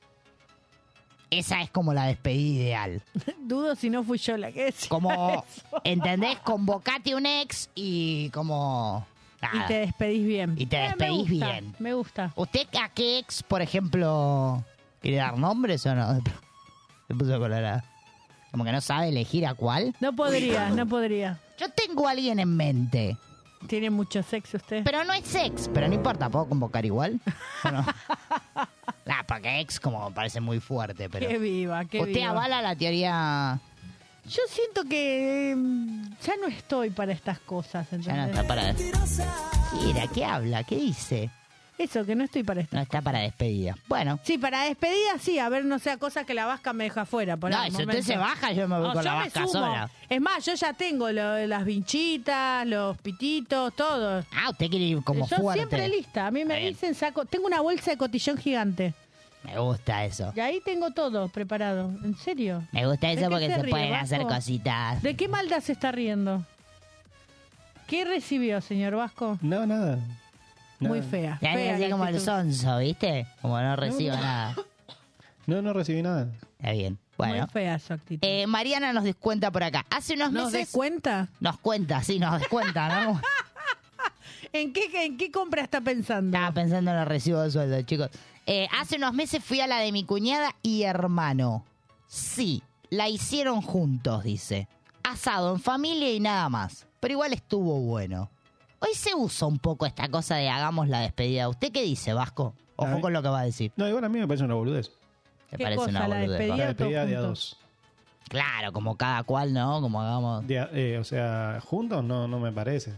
Speaker 5: Esa es como la despedida ideal.
Speaker 4: Dudo si no fui yo la que decía
Speaker 5: Como,
Speaker 4: eso.
Speaker 5: ¿entendés? Convocate un ex y como Nada.
Speaker 4: Y te despedís bien.
Speaker 5: Y te
Speaker 4: Eh, me
Speaker 5: despedís
Speaker 4: gusta,
Speaker 5: bien.
Speaker 4: Me gusta.
Speaker 5: ¿Usted a qué ex, por ejemplo, quiere dar nombres o no? Se puso colorada. Como que no sabe elegir a cuál.
Speaker 4: No podría, no podría.
Speaker 5: Yo tengo a alguien en mente.
Speaker 4: Tiene mucho sexo usted.
Speaker 5: Pero no es ex, pero no importa, ¿puedo convocar igual? ¿O no? Nah, porque ex como me parece muy fuerte, pero...
Speaker 4: Qué viva, qué
Speaker 5: ¿Usted
Speaker 4: viva.
Speaker 5: avala la teoría?
Speaker 4: Yo siento que mm, ya no estoy para estas cosas,
Speaker 5: Ya
Speaker 4: ¿entendés?
Speaker 5: no está para... Mira, ¿qué habla? ¿Qué dice?
Speaker 4: Eso, que no estoy para estas
Speaker 5: No está para despedida. Bueno.
Speaker 4: Sí, para despedida sí, a ver, no sea cosa que la vasca me deja fuera. Por
Speaker 5: No,
Speaker 4: el
Speaker 5: si usted
Speaker 4: momento.
Speaker 5: se baja, yo me voy
Speaker 4: No,
Speaker 5: con
Speaker 4: yo
Speaker 5: la
Speaker 4: me
Speaker 5: vasca
Speaker 4: sumo.
Speaker 5: sola.
Speaker 4: Es más, yo ya tengo lo- las vinchitas, los pititos, todo.
Speaker 5: Ah, usted quiere ir como
Speaker 4: yo
Speaker 5: fuerte.
Speaker 4: siempre lista. A mí me
Speaker 5: Está bien.
Speaker 4: dicen, saco, tengo una bolsa de cotillón gigante.
Speaker 5: Me gusta eso.
Speaker 4: Y ahí tengo todo preparado. ¿En serio?
Speaker 5: Me gusta
Speaker 4: ¿De
Speaker 5: eso
Speaker 4: qué
Speaker 5: porque
Speaker 4: se
Speaker 5: se,
Speaker 4: ríe,
Speaker 5: pueden
Speaker 4: Vasco?
Speaker 5: hacer cositas.
Speaker 4: ¿De qué maldad se está riendo? ¿Qué recibió, señor Vasco?
Speaker 6: No, nada.
Speaker 4: Muy
Speaker 6: Nada.
Speaker 4: fea.
Speaker 5: Ya
Speaker 4: fea
Speaker 5: así
Speaker 4: la
Speaker 5: como el
Speaker 4: actitud.
Speaker 5: sonso, ¿viste? Como no recibo
Speaker 6: no.
Speaker 5: nada.
Speaker 6: No, no recibí nada.
Speaker 5: Está bien. Bueno.
Speaker 4: Muy fea su actitud.
Speaker 5: Eh, Mariana nos descuenta por acá. Hace unos
Speaker 4: ¿Nos
Speaker 5: meses...
Speaker 4: descuenta?
Speaker 5: Nos cuenta, sí, nos descuenta, ¿no?
Speaker 4: ¿En qué, ¿En qué compra está pensando?
Speaker 5: Estaba pensando en el recibo de sueldo, chicos. Eh, hace unos meses fui a la de mi cuñada y hermano. Sí, la hicieron juntos, dice. Asado en familia y nada más. Pero igual estuvo bueno. Hoy se usa un poco esta cosa de hagamos la despedida. ¿Usted qué dice, Vasco?
Speaker 6: A
Speaker 5: Ojo
Speaker 6: mí-
Speaker 5: con lo que va a decir.
Speaker 6: No, igual a mí me parece una boludez.
Speaker 5: Me
Speaker 4: ¿Qué
Speaker 5: parece
Speaker 4: cosa,
Speaker 5: una
Speaker 4: la
Speaker 5: boludez.
Speaker 4: despedida?
Speaker 6: La
Speaker 4: todos
Speaker 6: despedida de a
Speaker 4: juntos.
Speaker 6: dos.
Speaker 5: Claro, como cada cual, ¿no? Como hagamos...
Speaker 6: De a- eh, o sea, juntos no, no me parece.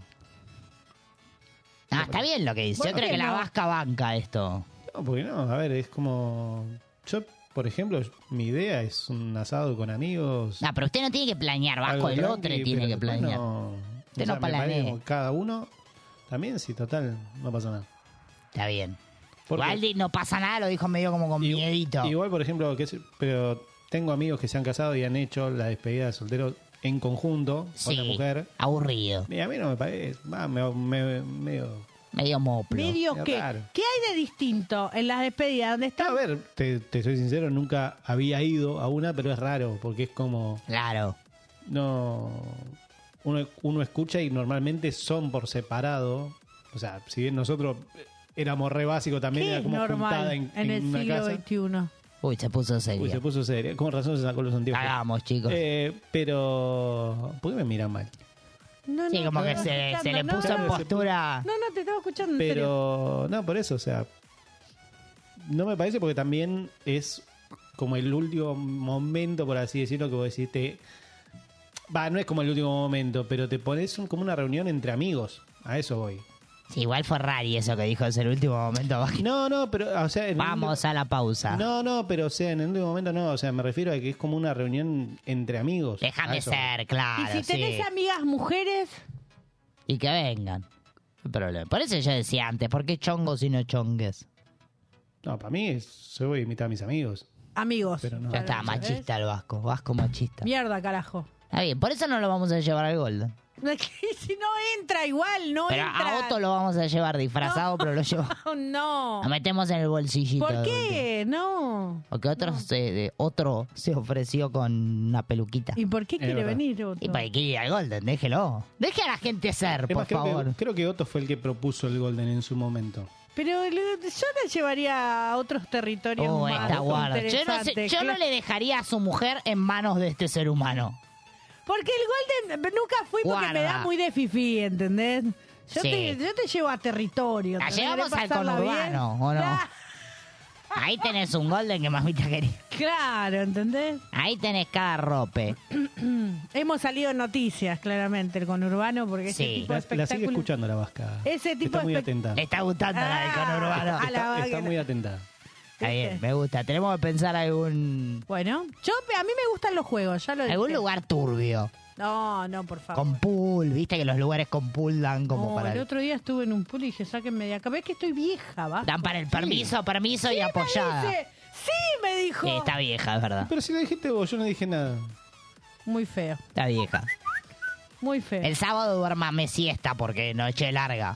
Speaker 5: Ah, está bien lo que dice. Yo
Speaker 6: Bueno,
Speaker 5: creo que
Speaker 4: ¿por qué
Speaker 5: la
Speaker 4: no?
Speaker 5: vasca banca esto.
Speaker 6: No, porque no, a ver, es como... Yo, por ejemplo, mi idea es un asado con amigos.
Speaker 5: No, pero usted no tiene que planear, Vasco.
Speaker 6: algo
Speaker 5: El
Speaker 6: tranqui,
Speaker 5: otro tiene
Speaker 6: pero
Speaker 5: que
Speaker 6: después
Speaker 5: planear.
Speaker 6: No,
Speaker 5: Usted
Speaker 6: o sea,
Speaker 5: no
Speaker 6: me parece
Speaker 5: planee.
Speaker 6: como cada uno, también, sí, total, no pasa nada.
Speaker 5: Está bien.
Speaker 6: Porque-
Speaker 5: Igual di- no pasa nada, lo dijo medio como con
Speaker 6: Igu-
Speaker 5: miedito.
Speaker 6: Igual, por ejemplo, que es- pero tengo amigos que se han casado y han hecho la despedida de soltero en conjunto con la
Speaker 5: Sí,
Speaker 6: mujer.
Speaker 5: aburrido.
Speaker 6: Y a mí no me parece, va, me, me- medio...
Speaker 5: Medio moplo.
Speaker 4: ¿Medio
Speaker 6: Medio
Speaker 4: qué?
Speaker 6: raro.
Speaker 4: ¿Qué hay de distinto en las despedidas? ¿Dónde está?
Speaker 6: A ver, te, te soy sincero, nunca había ido a una, pero es raro, porque es como...
Speaker 5: Claro.
Speaker 6: No... Uno, uno escucha y normalmente son por separado. O sea, si bien nosotros éramos re básicos, también
Speaker 4: ¿Qué
Speaker 6: era
Speaker 4: es
Speaker 6: como juntada
Speaker 4: normal
Speaker 6: en,
Speaker 4: en,
Speaker 6: en
Speaker 4: el
Speaker 6: una
Speaker 4: siglo
Speaker 6: casa.
Speaker 4: veintiuno?
Speaker 5: Uy, se puso serio.
Speaker 6: Uy, se puso serio. Con razón se sacó los anteojos.
Speaker 5: Hagamos, chicos.
Speaker 6: Eh, pero... ¿Por qué me miran mal?
Speaker 4: No,
Speaker 5: sí,
Speaker 4: no,
Speaker 5: como
Speaker 4: te
Speaker 5: que
Speaker 4: estaba
Speaker 5: se, se
Speaker 4: escuchando,
Speaker 5: le
Speaker 4: no,
Speaker 5: puso
Speaker 4: no,
Speaker 5: en
Speaker 6: no.
Speaker 5: postura.
Speaker 4: No, no, te estaba escuchando, en serio.
Speaker 6: Pero... No, por eso, o sea... No me parece porque también es como el último momento, por así decirlo, que vos decís, te... Va, no es como el último momento, pero te pones un- como una reunión entre amigos. A eso voy.
Speaker 5: Sí, igual fue rari eso que dijo, es el último momento.
Speaker 6: No, no, pero, o sea... en el-
Speaker 5: Vamos a la pausa.
Speaker 6: No, no, pero o sea, en el último momento no, o sea, me refiero a que es como una reunión entre amigos. A
Speaker 5: Déjame
Speaker 6: eso
Speaker 5: ser, claro.
Speaker 4: Y si tenés
Speaker 5: sí.
Speaker 4: amigas mujeres,
Speaker 5: Y que vengan. No hay problema. Por eso yo decía antes, ¿por qué chongos y no chongues?
Speaker 6: No, para mí es, yo voy a invitar a mis amigos.
Speaker 4: amigos.
Speaker 6: Pero no.
Speaker 5: Ya está,
Speaker 4: ¿sabés?
Speaker 5: machista el Vasco. Vasco machista.
Speaker 4: Mierda, carajo.
Speaker 5: Está bien, por eso no lo vamos a llevar al Golden.
Speaker 4: Si no entra igual, no
Speaker 5: Pero
Speaker 4: entra.
Speaker 5: a Otto lo vamos a llevar disfrazado, pero lo llevamos.
Speaker 4: No.
Speaker 5: Lo metemos en el bolsillito.
Speaker 4: ¿Por
Speaker 5: de
Speaker 4: qué? No.
Speaker 5: última. Porque otro, se, de- otro se ofreció con una peluquita.
Speaker 4: ¿Y por qué quiere
Speaker 6: verdad.
Speaker 4: venir Otto?
Speaker 5: Y para que ir al Golden, déjelo. Deje a la gente ser,
Speaker 6: Es
Speaker 5: por
Speaker 6: más, creo
Speaker 5: favor.
Speaker 6: que, creo que Otto fue el que propuso el Golden en su momento.
Speaker 4: Pero le- yo la llevaría a otros territorios
Speaker 5: Oh,
Speaker 4: más
Speaker 5: esta guarda. Yo, no, sé-
Speaker 4: interesantes.
Speaker 5: yo no
Speaker 4: Cla-
Speaker 5: le dejaría a su mujer en manos de este ser humano.
Speaker 4: Porque el Golden nunca fui porque me
Speaker 5: Guarda.
Speaker 4: da muy de fifí, ¿entendés? Yo,
Speaker 5: Sí.
Speaker 4: te, yo te llevo a territorio.
Speaker 5: La
Speaker 4: ¿entendés?
Speaker 5: llevamos al
Speaker 4: Pasarla bien.
Speaker 5: conurbano, ¿o no?
Speaker 4: Cla-
Speaker 5: Ahí tenés un Golden que mamita quería.
Speaker 4: Claro, ¿entendés?
Speaker 5: Ahí tenés cada rope.
Speaker 4: Hemos salido en noticias, claramente, el conurbano, porque ese
Speaker 5: Sí.
Speaker 4: tipo
Speaker 6: La,
Speaker 4: de
Speaker 6: la sigue
Speaker 4: espectáculo...
Speaker 6: escuchando la vasca.
Speaker 4: Ese tipo
Speaker 6: Está
Speaker 4: de
Speaker 6: muy
Speaker 4: espect-
Speaker 6: atenta.
Speaker 5: Le está gustando la del
Speaker 4: Ah,
Speaker 5: conurbano.
Speaker 4: a la
Speaker 6: Está,
Speaker 4: vaga.
Speaker 6: está muy atenta.
Speaker 5: Está bien, me gusta. Tenemos que pensar algún
Speaker 4: Bueno, yo a mí me gustan los juegos, ya lo dije.
Speaker 5: algún lugar turbio.
Speaker 4: No, no, por favor.
Speaker 5: Con pool, viste que los lugares con pool dan como
Speaker 4: No,
Speaker 5: para
Speaker 4: el
Speaker 5: el,
Speaker 4: otro día estuve en un pool y dije, sáquenme de acá. ¿Ves que estoy vieja, va?
Speaker 5: dan para el permiso, permiso y
Speaker 4: Sí, me
Speaker 5: apoyada.
Speaker 4: dice. Sí, me dijo.
Speaker 5: Sí, está vieja, es verdad.
Speaker 6: Pero si lo dijiste vos, yo no dije nada.
Speaker 4: Muy feo,
Speaker 5: Está vieja.
Speaker 4: muy feo.
Speaker 5: El sábado duérmame siesta porque noche larga.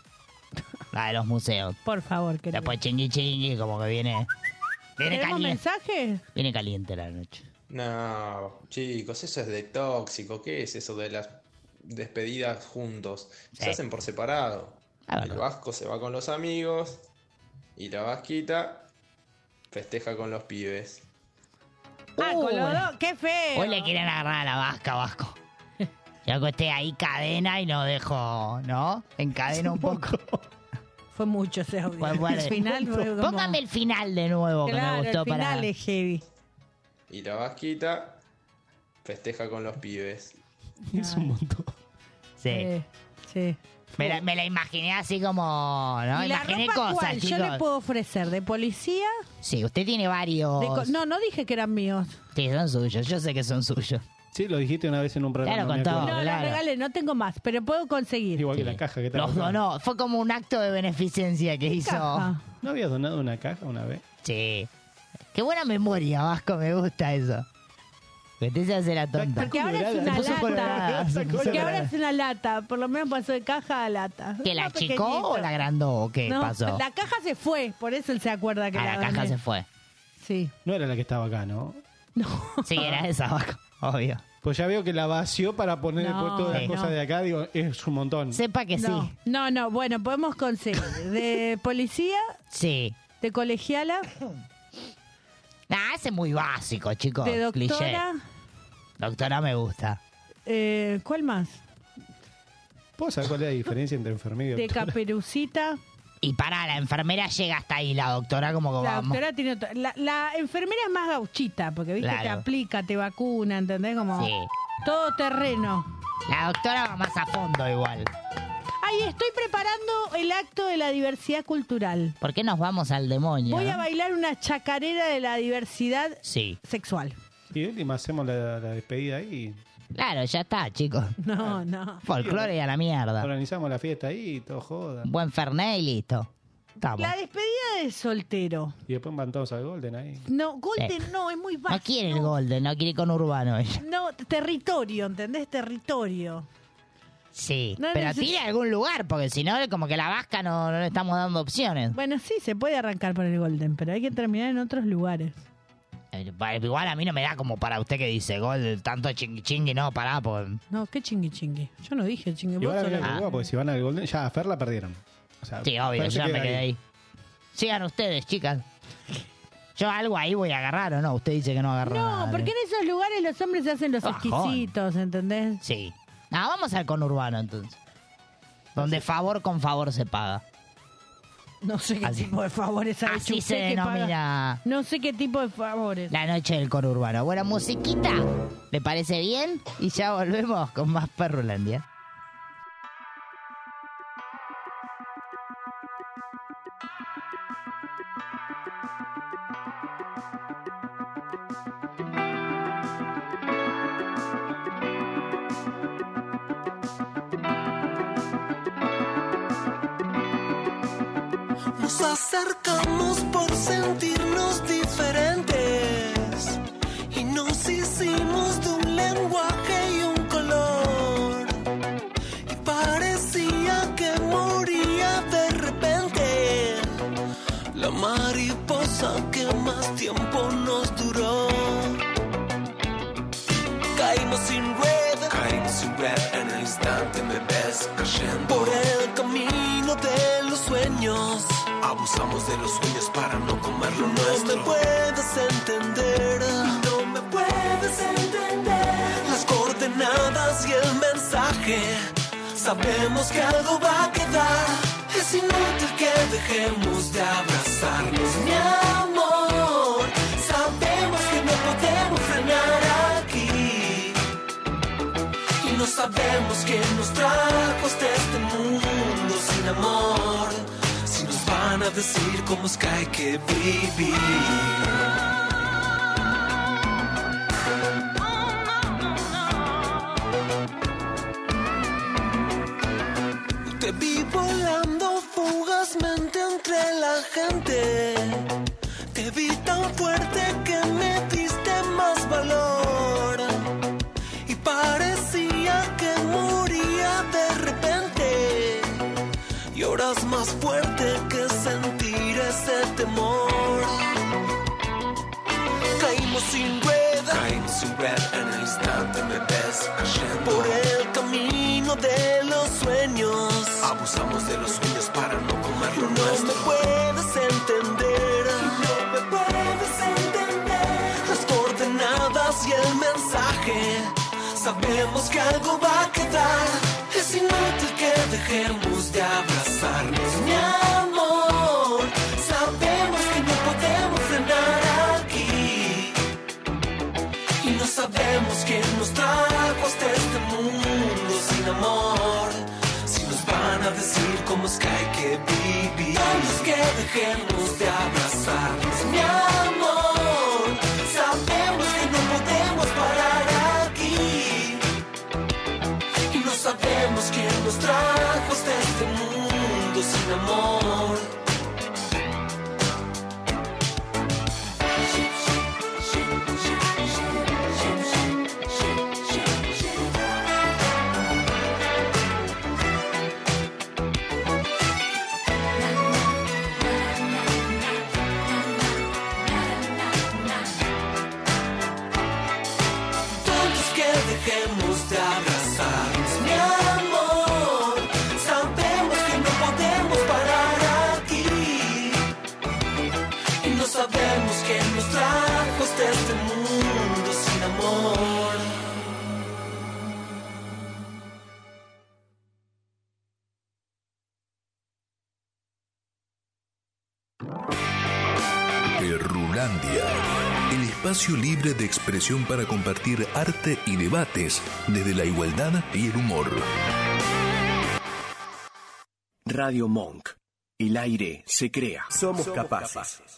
Speaker 5: La de los museos.
Speaker 4: Por favor, querido.
Speaker 5: Después chingui chingui, como que viene. Viene
Speaker 4: ¿Tenemos
Speaker 5: caliente.
Speaker 4: mensaje?
Speaker 5: Viene caliente la noche.
Speaker 8: No, chicos, eso es de tóxico. ¿Qué es eso de las despedidas juntos.
Speaker 5: Sí.
Speaker 8: Se hacen por separado.
Speaker 5: Ah,
Speaker 8: El
Speaker 5: bueno.
Speaker 8: Vasco se va con los amigos y la Vasquita festeja con los pibes.
Speaker 4: Ah, con los
Speaker 5: Uh,
Speaker 4: dos, qué feo.
Speaker 5: Hoy le quieren agarrar a la vasca, Vasco. Yo que esté ahí cadena y no dejo, ¿no? Encadena un poco.
Speaker 4: Fue mucho ese audio.
Speaker 5: Bueno, bueno.
Speaker 4: El final fue como...
Speaker 5: Póngame el final de nuevo, que
Speaker 4: Claro,
Speaker 5: me gustó
Speaker 4: el final
Speaker 5: para...
Speaker 4: es heavy.
Speaker 8: Y la Vasquita festeja con los pibes.
Speaker 6: Es un montón.
Speaker 5: Sí.
Speaker 4: Sí, sí.
Speaker 5: Me la, me la imaginé así como, ¿no?
Speaker 4: ¿Y la
Speaker 5: Imaginé
Speaker 4: ropa
Speaker 5: cosas,
Speaker 4: cuál?
Speaker 5: chicos.
Speaker 4: Yo le puedo ofrecer de policía.
Speaker 5: Sí, usted tiene varios...
Speaker 4: de co- no, no dije que eran míos.
Speaker 5: Sí, son suyos. Yo sé que son suyos.
Speaker 6: Sí, lo dijiste una vez en un programa.
Speaker 5: Ya lo
Speaker 6: me
Speaker 5: contó.
Speaker 6: acuerdo.
Speaker 4: No,
Speaker 5: claro.
Speaker 4: los regalé, no tengo más, pero puedo conseguir.
Speaker 6: Igual
Speaker 5: Sí.
Speaker 6: que la caja que te
Speaker 5: Los
Speaker 6: acá.
Speaker 5: donó. Fue como un acto de beneficencia que hizo.
Speaker 4: Caja.
Speaker 6: ¿No habías donado una caja una vez?
Speaker 5: Sí. Qué buena memoria, Vasco. Me gusta eso. Que usted se hace la tonta.
Speaker 4: Porque ahora es una
Speaker 5: Se puso colorada,
Speaker 4: lata.
Speaker 5: se puso
Speaker 4: Porque ahora
Speaker 5: colorada.
Speaker 4: es una lata. Por lo menos pasó de caja a lata.
Speaker 5: ¿Que la
Speaker 4: Una
Speaker 5: achicó
Speaker 4: pequeñita.
Speaker 5: o la agrandó o qué
Speaker 4: No,
Speaker 5: pasó?
Speaker 4: La caja se fue, por eso él se acuerda que
Speaker 5: Ah,
Speaker 4: la
Speaker 5: la caja
Speaker 4: doné.
Speaker 5: se fue.
Speaker 4: Sí.
Speaker 6: No era la que estaba acá, ¿no?
Speaker 5: Sí, era esa, Vasco. Obvio.
Speaker 6: Pues ya veo que la vació para poner
Speaker 4: No,
Speaker 6: después todas las
Speaker 5: sí.
Speaker 6: cosas
Speaker 4: no.
Speaker 6: de acá. Digo, es un montón.
Speaker 5: Sepa que
Speaker 4: No,
Speaker 5: sí.
Speaker 4: no, no, bueno, podemos conseguir de policía,
Speaker 5: Sí.
Speaker 4: de colegiala,
Speaker 5: Ah, ese es muy básico, chicos.
Speaker 4: de
Speaker 5: Cliché.
Speaker 4: doctora,
Speaker 5: Doctora me gusta.
Speaker 4: eh, ¿cuál más?
Speaker 6: ¿Puedo saber cuál es la diferencia entre enfermera y
Speaker 4: De
Speaker 6: doctora?
Speaker 4: caperucita.
Speaker 5: Y para, la enfermera llega hasta ahí, la doctora como que
Speaker 4: La
Speaker 5: vamos.
Speaker 4: doctora tiene otra- la, la enfermera es más gauchita, porque viste
Speaker 5: Claro.
Speaker 4: te aplica, te vacuna, ¿entendés? Como
Speaker 5: Sí.
Speaker 4: todo terreno.
Speaker 5: La doctora va más a fondo igual.
Speaker 4: Ay, estoy preparando el acto de la diversidad cultural.
Speaker 5: ¿Por qué nos vamos al demonio?
Speaker 4: Voy
Speaker 5: no?
Speaker 4: a bailar una chacarera de la diversidad
Speaker 5: Sí.
Speaker 4: sexual.
Speaker 6: Y de última hacemos la, la despedida ahí.
Speaker 5: Claro, ya está, chicos.
Speaker 4: No, no.
Speaker 5: Folclore y a la mierda.
Speaker 6: Organizamos la fiesta ahí y todo joda.
Speaker 5: Buen Fernet y listo. Estamos.
Speaker 4: La despedida de soltero.
Speaker 6: Y después van todos al Golden ahí.
Speaker 4: No, Golden
Speaker 5: Sí.
Speaker 4: no, es muy bajo.
Speaker 5: No quiere el Golden, no quiere con Urbano ella.
Speaker 4: No, territorio, ¿entendés? Territorio.
Speaker 5: Sí,
Speaker 4: No
Speaker 5: pero
Speaker 4: neces-
Speaker 5: tire algún lugar, porque si no, como que la vasca no, no le estamos dando opciones.
Speaker 4: Bueno, sí, se puede arrancar por el Golden, pero hay que terminar en otros lugares.
Speaker 5: Eh, pa- Igual a mí no me da como para usted que dice Golden, tanto chingui chingui, no, pará, pues.
Speaker 4: No, qué chingui chingui. Yo no dije chingui. vos
Speaker 6: Igual a mí
Speaker 4: solo-
Speaker 6: me preocupa porque si van al Golden, ya a Fer la perdieron. O sea,
Speaker 5: Sí, obvio,
Speaker 6: Fer se
Speaker 5: yo me
Speaker 6: queda
Speaker 5: quedé ahí. Sigan ustedes, chicas. Yo algo ahí voy a agarrar, ¿o no? Usted dice que no agarra nada.
Speaker 4: No, porque en esos lugares los hombres se hacen los
Speaker 5: Bajón.
Speaker 4: exquisitos, ¿entendés?
Speaker 5: Sí. Ah, vamos al conurbano entonces. Donde favor con favor se paga.
Speaker 4: No sé qué
Speaker 5: Así-
Speaker 4: tipo de favores ha
Speaker 5: Así
Speaker 4: hecho
Speaker 5: se
Speaker 4: usted que paga.
Speaker 5: denomina
Speaker 4: No sé qué tipo de favores.
Speaker 5: la noche del conurbano. Bueno, musiquita, ¿le parece bien? Y ya volvemos con más Perrulandia.
Speaker 3: Nos acercamos por sentirnos diferentes y nos hicimos de un lenguaje y un color y parecía que moría de repente la mariposa que más tiempo nos duró. Caímos sin red, caímos sin red, en el instante me ves cayendo por el camino de los sueños. Abusamos de los sueños para no comer lo nuestro. No me puedes entender, no me puedes entender. Las coordenadas y el mensaje, sabemos que algo va a quedar. Es inútil que dejemos de abrazarnos, mi amor. Sabemos que no podemos frenar aquí y no sabemos quién nos trajo hasta este mundo sin amor. Si nos van a decir cómo es que hay que vivir. Te vi volando fugazmente entre la gente. Te vi tan fuerte que me diste más valor. Y parecía que moría de repente. Y ahora es más fuerte que sentir ese temor. Caímos sin ruedas, Caen sin ver, en el instante me ves cayendo. Por el camino de los sueños. Abusamos de los sueños para no comer lo nuestro. No me puedes entender. No me puedes entender. Las coordenadas y el mensaje. Sabemos que algo va a quedar. Es inútil que dejemos de abrazarnos, mi amor. Sabemos que no podemos frenar aquí. Y no sabemos quién nos trajo hasta este mundo sin amor. Si nos van a decir cómo es que hay que vivir. Vamos que dejemos de abrazarnos, mi amor. Sabemos que no podemos parar aquí. Y no sabemos quién nos trajo hasta este mundo sin amor. Dejemos de abrazarnos, mi amor. Sabemos que no podemos parar aquí. Y no sabemos quién nos trajo hasta este mundo sin amor.
Speaker 2: Perrulandia. El espacio libre de expresión para compartir arte y debates desde la igualdad y el humor.
Speaker 1: Radio Monk. El aire se crea.
Speaker 11: Somos, Somos capaces. capaces.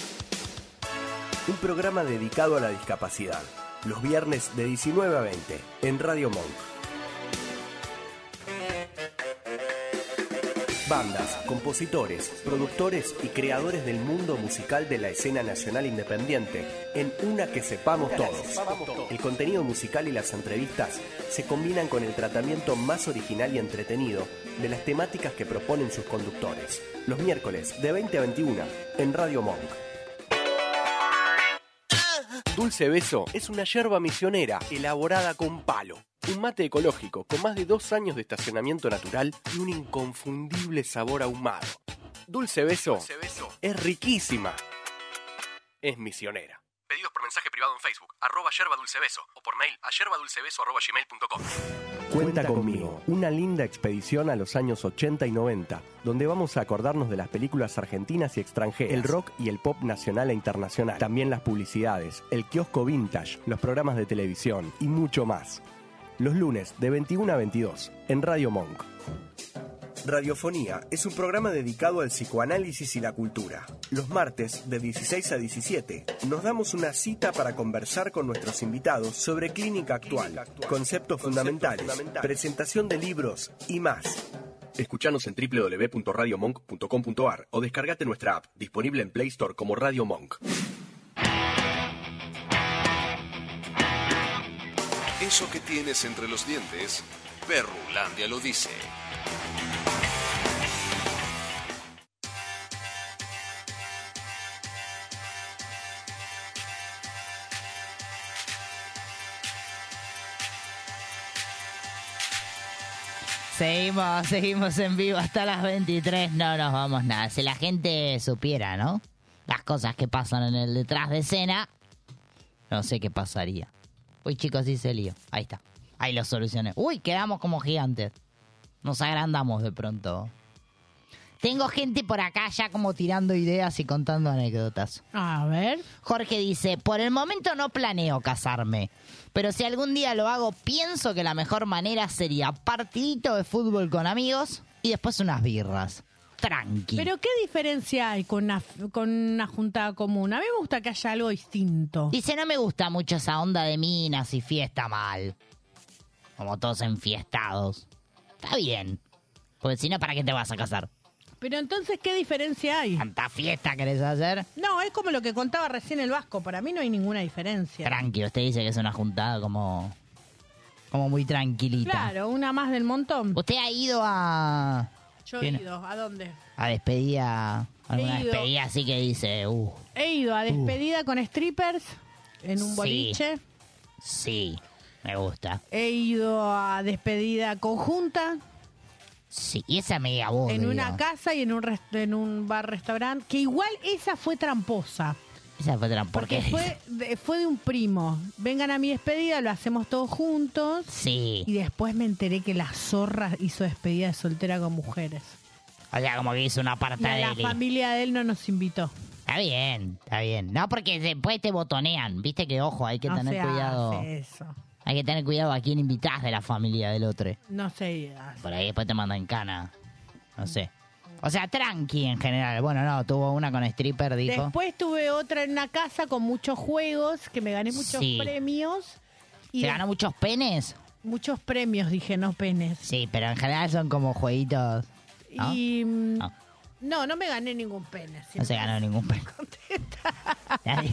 Speaker 11: Un programa dedicado a la discapacidad. Los viernes de diecinueve a veinte en Radio Monk. Bandas, compositores, productores y creadores del mundo musical de la escena nacional independiente, en una que sepamos todos. El contenido musical y las entrevistas se combinan con el tratamiento más original y entretenido de las temáticas que proponen sus conductores. Los miércoles de veinte a veintiuno en Radio Monk. Dulce Beso es una yerba misionera elaborada con palo. Un mate ecológico con más de dos años de estacionamiento natural y un inconfundible sabor ahumado. Dulce Beso, Dulce Beso es riquísima. Es misionera. Pedidos por mensaje privado en Facebook, arroba yerba dulce beso, o por mail a yerbadulcebeso arroba gmail punto com. Cuenta conmigo, una linda expedición a los años ochenta y noventa, donde vamos a acordarnos de las películas argentinas y extranjeras, el rock y el pop nacional e internacional, también las publicidades, el kiosco vintage, los programas de televisión y mucho más. Los lunes de veintiuno a veintidós en Radio Monk. Radiofonía es un programa dedicado al psicoanálisis y la cultura. Los martes de dieciséis a diecisiete nos damos una cita para conversar con nuestros invitados sobre clínica actual, clínica actual conceptos, conceptos fundamentales, fundamentales, presentación de libros y más. Escuchanos en doble u doble u doble u punto radio monk punto com punto a r o descargate nuestra app, disponible en Play Store como Radio Monk.
Speaker 2: Eso que tienes entre los dientes, Perrulandia lo dice.
Speaker 5: Seguimos, seguimos en vivo hasta las veintitrés, no nos vamos nada. Si la gente supiera, ¿no? Las cosas que pasan en el detrás de escena, no sé qué pasaría. Uy, chicos, hice lío. Ahí está. Ahí lo solucioné. Uy, quedamos como gigantes. Nos agrandamos de pronto. Tengo gente por acá ya como tirando ideas y contando anécdotas.
Speaker 4: A ver.
Speaker 5: Jorge dice, por el momento no planeo casarme, pero si algún día lo hago, pienso que la mejor manera sería partidito de fútbol con amigos y después unas birras. Tranqui.
Speaker 4: Pero ¿qué diferencia hay con una, con una juntada común? A mí me gusta que haya algo distinto.
Speaker 5: Dice, no me gusta mucho esa onda de minas y fiesta mal. Como todos enfiestados. Está bien. Porque si no, ¿para qué te vas a casar?
Speaker 4: Pero entonces, ¿qué diferencia hay?
Speaker 5: ¿Tanta fiesta querés hacer?
Speaker 4: No, es como lo que contaba recién el Vasco. Para mí no hay ninguna diferencia.
Speaker 5: Tranqui, usted dice que es una juntada como... Como muy tranquilita.
Speaker 4: Claro, una más del montón.
Speaker 5: ¿Usted ha ido a...?
Speaker 4: Yo he ido. ¿A dónde?
Speaker 5: A despedida... Alguna despedida así que dice... Uh,
Speaker 4: He ido a despedida uh. con strippers. en un
Speaker 5: Sí.
Speaker 4: boliche.
Speaker 5: Sí, me gusta.
Speaker 4: He ido a despedida conjunta
Speaker 5: Sí, y esa me aburre.
Speaker 4: en una casa y en un rest- en un bar-restaurante, que igual esa fue tramposa.
Speaker 5: Esa fue tramposa.
Speaker 4: Porque fue de, fue de un primo. Vengan a mi despedida, lo hacemos todos juntos.
Speaker 5: Sí.
Speaker 4: Y después me enteré que la zorra hizo despedida de soltera con mujeres.
Speaker 5: O sea, como que hizo una
Speaker 4: Y a
Speaker 5: apartadela.
Speaker 4: la familia de él no nos invitó.
Speaker 5: Está bien, está bien. No, porque después te botonean. Viste que, ojo, hay que
Speaker 4: No
Speaker 5: tener
Speaker 4: se
Speaker 5: cuidado.
Speaker 4: hace eso.
Speaker 5: Hay que tener cuidado a quién invitás de la familia del otro.
Speaker 4: No sé.
Speaker 5: Por ahí después te mandan cana. No sé. O sea, tranqui en general. Bueno, no, tuvo una con stripper, dijo.
Speaker 4: Después tuve otra en una casa con muchos juegos, que me gané muchos
Speaker 5: Sí.
Speaker 4: premios. Y
Speaker 5: ¿Se
Speaker 4: de-
Speaker 5: ganó muchos penes?
Speaker 4: Muchos premios, dije, no penes.
Speaker 5: Sí, pero en general son como jueguitos. ¿No?
Speaker 4: Y... mm,
Speaker 5: No.
Speaker 4: No, no me gané ningún pene.
Speaker 5: No se ganó ningún pene. Nadie.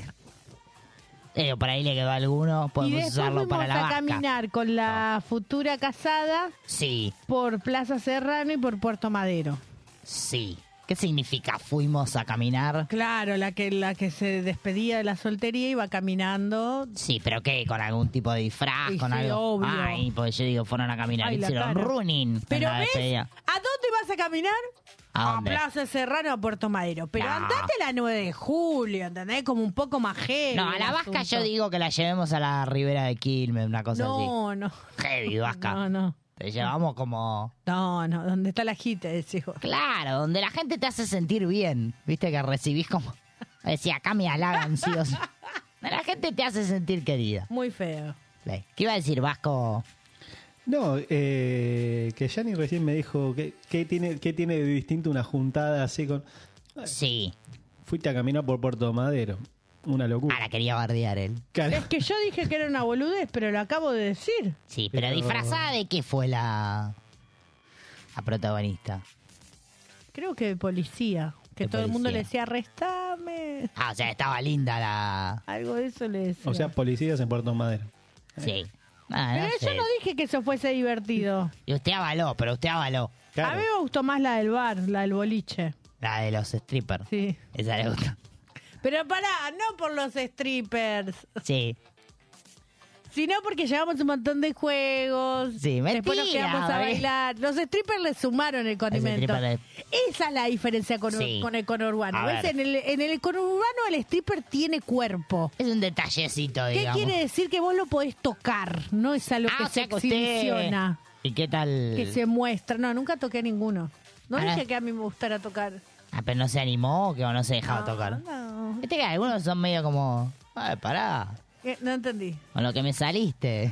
Speaker 5: Pero por ahí le quedó alguno,
Speaker 4: Y
Speaker 5: podemos
Speaker 4: después
Speaker 5: usarlo
Speaker 4: fuimos
Speaker 5: para la
Speaker 4: a
Speaker 5: vasca.
Speaker 4: caminar con la futura casada
Speaker 5: Sí,
Speaker 4: por Plaza Serrano y por Puerto Madero.
Speaker 5: sí. ¿Qué significa fuimos a caminar?
Speaker 4: Claro, la que la que se despedía de la soltería iba caminando.
Speaker 5: Sí, pero ¿qué? ¿Con algún tipo de disfraz?
Speaker 4: Y
Speaker 5: ¿Con
Speaker 4: sí,
Speaker 5: algo?
Speaker 4: obvio.
Speaker 5: Ay, pues yo digo, fueron a caminar.
Speaker 4: Ay, la
Speaker 5: Hicieron
Speaker 4: cara.
Speaker 5: running.
Speaker 4: Pero
Speaker 5: en la
Speaker 4: ¿ves?
Speaker 5: despedida.
Speaker 4: ¿A dónde vas a caminar?
Speaker 5: ¿A dónde?
Speaker 4: Plaza Serrano a Puerto Madero. Pero
Speaker 5: No.
Speaker 4: andate a la nueve de julio, ¿entendés? Como un poco más heavy.
Speaker 5: No, a la
Speaker 4: el
Speaker 5: vasca
Speaker 4: asunto.
Speaker 5: yo digo que la llevemos a la ribera de Quilmes, una cosa
Speaker 4: No, no.
Speaker 5: así. Heavy, vasca.
Speaker 4: No, no.
Speaker 5: Te llevamos como...
Speaker 4: No, no. ¿Dónde está la jite? Decís vos.
Speaker 5: Claro, donde la gente te hace sentir bien. Viste que recibís como... Decía, acá me halagan, sí o sí. La gente te hace sentir querida.
Speaker 4: Muy feo.
Speaker 5: Sí. ¿Qué iba a decir, Vasco?
Speaker 6: No, eh, que Yanni recién me dijo que, que tiene, que tiene de distinto una juntada así con...
Speaker 5: Sí.
Speaker 6: Fuiste a caminar por Puerto Madero. Una locura.
Speaker 5: Ah, la quería bardear él.
Speaker 6: Claro.
Speaker 4: Es que yo dije que era una boludez, pero lo acabo de decir.
Speaker 5: Sí, pero,
Speaker 6: Pero-
Speaker 5: disfrazada de qué fue la... La protagonista.
Speaker 4: Creo que de policía. Que
Speaker 5: De
Speaker 4: todo el mundo
Speaker 5: policía.
Speaker 4: le decía, arrestame.
Speaker 5: Ah, o sea, estaba linda la...
Speaker 4: Algo de eso le decía.
Speaker 6: O sea, policías en Puerto Madero.
Speaker 5: Sí. Ah,
Speaker 4: pero
Speaker 5: no
Speaker 4: yo
Speaker 5: sé.
Speaker 4: no dije que eso fuese divertido.
Speaker 5: Y usted avaló, pero usted avaló.
Speaker 6: Claro.
Speaker 4: A mí me gustó más la del bar, la del boliche.
Speaker 5: La de los strippers.
Speaker 4: Sí.
Speaker 5: Esa le gusta.
Speaker 4: Pero pará, no por los strippers,
Speaker 5: Sí.
Speaker 4: sino porque llevamos un montón de juegos.
Speaker 5: Sí,
Speaker 4: Después nos
Speaker 5: mentira,
Speaker 4: quedamos a
Speaker 5: ¿ves?
Speaker 4: bailar. Los strippers le sumaron el condimento.
Speaker 5: strippers le-
Speaker 4: Esa es la diferencia con,
Speaker 5: Sí.
Speaker 4: con el conurbano.
Speaker 5: A
Speaker 4: ¿Ves?
Speaker 5: ver.
Speaker 4: En el, en el conurbano el stripper tiene cuerpo.
Speaker 5: Es un detallecito,
Speaker 4: ¿Qué
Speaker 5: digamos.
Speaker 4: quiere decir? Que vos lo podés tocar, no es algo
Speaker 5: Ah,
Speaker 4: que
Speaker 5: o
Speaker 4: se
Speaker 5: sea que usted-
Speaker 4: exhibiciona,
Speaker 5: ¿Y qué tal?
Speaker 4: que se muestra. No, nunca toqué ninguno. No
Speaker 5: Ah,
Speaker 4: dije
Speaker 5: no.
Speaker 4: que a mí me gustara tocar.
Speaker 5: Ah, pero no se animó o que no se dejaba
Speaker 4: No,
Speaker 5: tocar.
Speaker 4: no.
Speaker 5: Viste que algunos son medio como... Ay, pará.
Speaker 4: Eh, No entendí.
Speaker 5: Con lo que me saliste.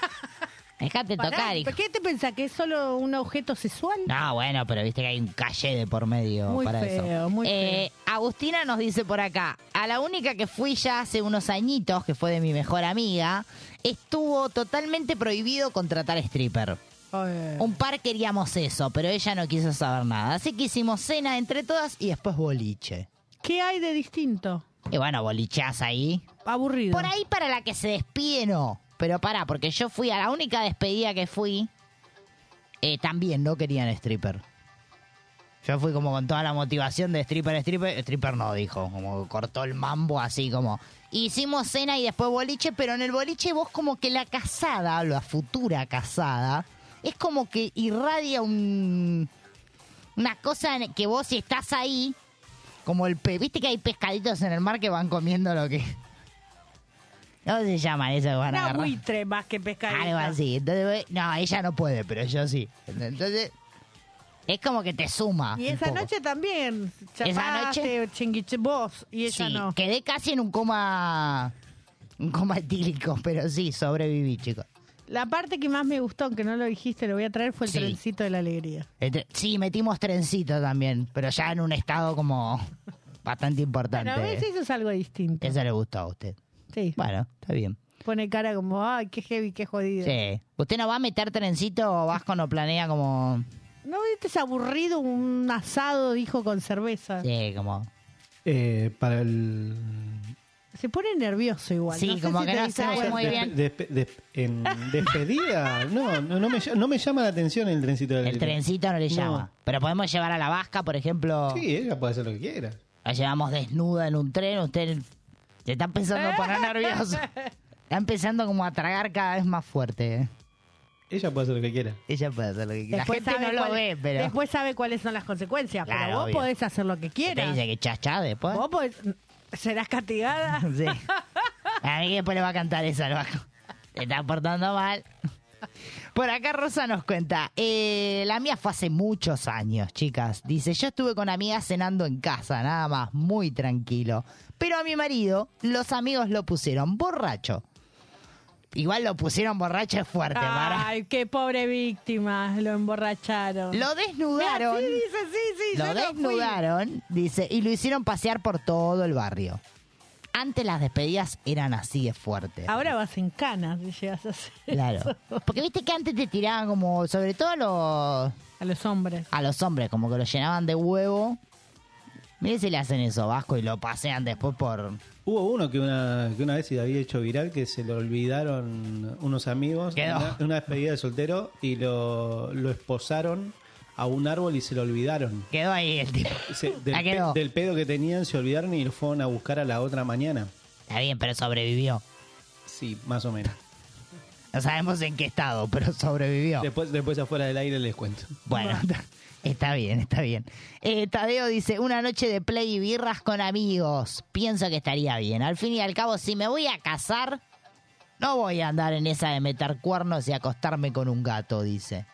Speaker 5: Dejate
Speaker 4: Pará,
Speaker 5: tocar, hijo.
Speaker 4: ¿por qué te pensás que es solo un objeto sexual?
Speaker 5: No, bueno, pero viste que hay un calle de por medio
Speaker 4: Muy
Speaker 5: para
Speaker 4: feo,
Speaker 5: eso.
Speaker 4: muy
Speaker 5: Eh, Agustina nos dice por acá, a la única que fui ya hace unos añitos, que fue de mi mejor amiga, estuvo totalmente prohibido contratar stripper.
Speaker 4: Ay.
Speaker 5: Un par queríamos eso, pero ella no quiso saber nada. Así que hicimos cena entre todas y después boliche.
Speaker 4: ¿Qué hay de distinto?
Speaker 5: Y bueno, bolichás ahí.
Speaker 4: Aburrido.
Speaker 5: Por ahí para la que se despide no. Pero pará, porque yo fui a la única despedida que fui, eh, también no querían stripper. Yo fui como con toda la motivación de stripper, stripper. Stripper no, dijo. Como cortó el mambo así como... Hicimos cena y después boliche, pero en el boliche vos como que la casada, la futura casada, es como que irradia un... Una cosa en que vos si estás ahí, como el pe... ¿Viste que hay pescaditos en el mar que van comiendo lo que... ¿Cómo se llama eso que van a
Speaker 4: Una
Speaker 5: agarrar?
Speaker 4: buitre más que pescadito.
Speaker 5: Algo así. Entonces, no, ella no puede, pero yo sí. Entonces, es como que te suma.
Speaker 4: Y
Speaker 5: un
Speaker 4: esa
Speaker 5: poco.
Speaker 4: noche también.
Speaker 5: ¿Esa
Speaker 4: Chapaste, chinguiche vos y ella
Speaker 5: Sí,
Speaker 4: no.
Speaker 5: quedé casi en un coma... Un coma etílico, pero sí, sobreviví, chicos.
Speaker 4: La parte que más me gustó, aunque no lo dijiste, lo voy a traer, fue el
Speaker 5: Sí.
Speaker 4: trencito de la alegría.
Speaker 5: Este- Sí, metimos trencito también, pero ya en un estado como bastante importante.
Speaker 4: Bueno, ¿ves? Eso es algo distinto.
Speaker 5: Eso le gustó a usted.
Speaker 4: Sí.
Speaker 5: Bueno, está bien.
Speaker 4: Pone cara como, ay, qué heavy, qué jodido.
Speaker 5: Sí. ¿Usted no va a meter trencito o Vasco no planea como...
Speaker 4: ¿No viste es aburrido un asado, dijo, con cerveza?
Speaker 5: Sí, como...
Speaker 6: Eh, para el...
Speaker 4: Se pone nervioso igual.
Speaker 5: Sí,
Speaker 4: no sé
Speaker 5: como
Speaker 4: si
Speaker 5: que
Speaker 4: te
Speaker 5: no
Speaker 4: distrae.
Speaker 5: sabe muy
Speaker 6: Despe-
Speaker 5: bien.
Speaker 6: despe- des- en despedida, no, no, no me, ll- no me llama la atención el trencito del
Speaker 5: El trencito no le
Speaker 6: No.
Speaker 5: llama. Pero podemos llevar a la vasca, por ejemplo.
Speaker 6: Sí, ella puede hacer lo que quiera.
Speaker 5: La llevamos desnuda en un tren, usted Se está empezando a poner nervioso. Está empezando como a tragar cada vez más fuerte. ¿eh?
Speaker 6: Ella puede hacer lo que quiera.
Speaker 5: Ella puede hacer lo que quiera.
Speaker 4: Después
Speaker 5: La gente
Speaker 4: sabe
Speaker 5: no lo
Speaker 4: cuál-
Speaker 5: ve, pero...
Speaker 4: Después sabe cuáles son las consecuencias,
Speaker 5: Claro,
Speaker 4: pero vos
Speaker 5: obvio.
Speaker 4: podés hacer lo que
Speaker 5: Te
Speaker 4: quieras.
Speaker 5: dice que chachá después.
Speaker 4: Vos podés... serás castigada.
Speaker 5: Sí. A mí después le va a cantar esa al bajo. Te estás portando mal. Por acá Rosa nos cuenta, eh, la mía fue hace muchos años, chicas. Dice, yo estuve con amigas cenando en casa, nada más, muy tranquilo. Pero a mi marido, los amigos lo pusieron borracho. Igual lo pusieron borracho es fuerte, Mara.
Speaker 4: Ay, qué pobre víctima, lo emborracharon.
Speaker 5: Lo desnudaron.
Speaker 4: Mira, sí, dice, sí, sí,
Speaker 5: Lo
Speaker 4: yo no fui.
Speaker 5: desnudaron, dice, y lo hicieron pasear por todo el barrio. Antes las despedidas eran así de fuertes.
Speaker 4: Ahora vas en canas si llegas a hacer
Speaker 5: Claro.
Speaker 4: eso.
Speaker 5: Porque viste que antes te tiraban como, sobre todo a los...
Speaker 4: A los hombres.
Speaker 5: A los hombres, como que los llenaban de huevo. Mire si le hacen eso, Vasco, y lo pasean después por...
Speaker 6: Hubo uno que una, que una vez se había hecho viral que se lo olvidaron unos amigos en
Speaker 5: Quedó.
Speaker 6: una, en una despedida de soltero y lo, lo esposaron a un árbol y se lo olvidaron.
Speaker 5: Quedó ahí el tipo.
Speaker 6: Se- del,
Speaker 5: Ah, quedó.
Speaker 6: pe- del pedo que tenían se olvidaron y lo fueron a buscar a la otra mañana.
Speaker 5: Está bien, pero sobrevivió.
Speaker 6: Sí, más o menos.
Speaker 5: No sabemos en qué estado, pero sobrevivió.
Speaker 6: Después, después afuera del aire les cuento.
Speaker 5: Bueno, está bien, está bien. Eh, Tadeo dice, una noche de play y birras con amigos. Pienso que estaría bien. Al fin y al cabo, si me voy a casar, no voy a andar en esa de meter cuernos y acostarme con un gato, dice.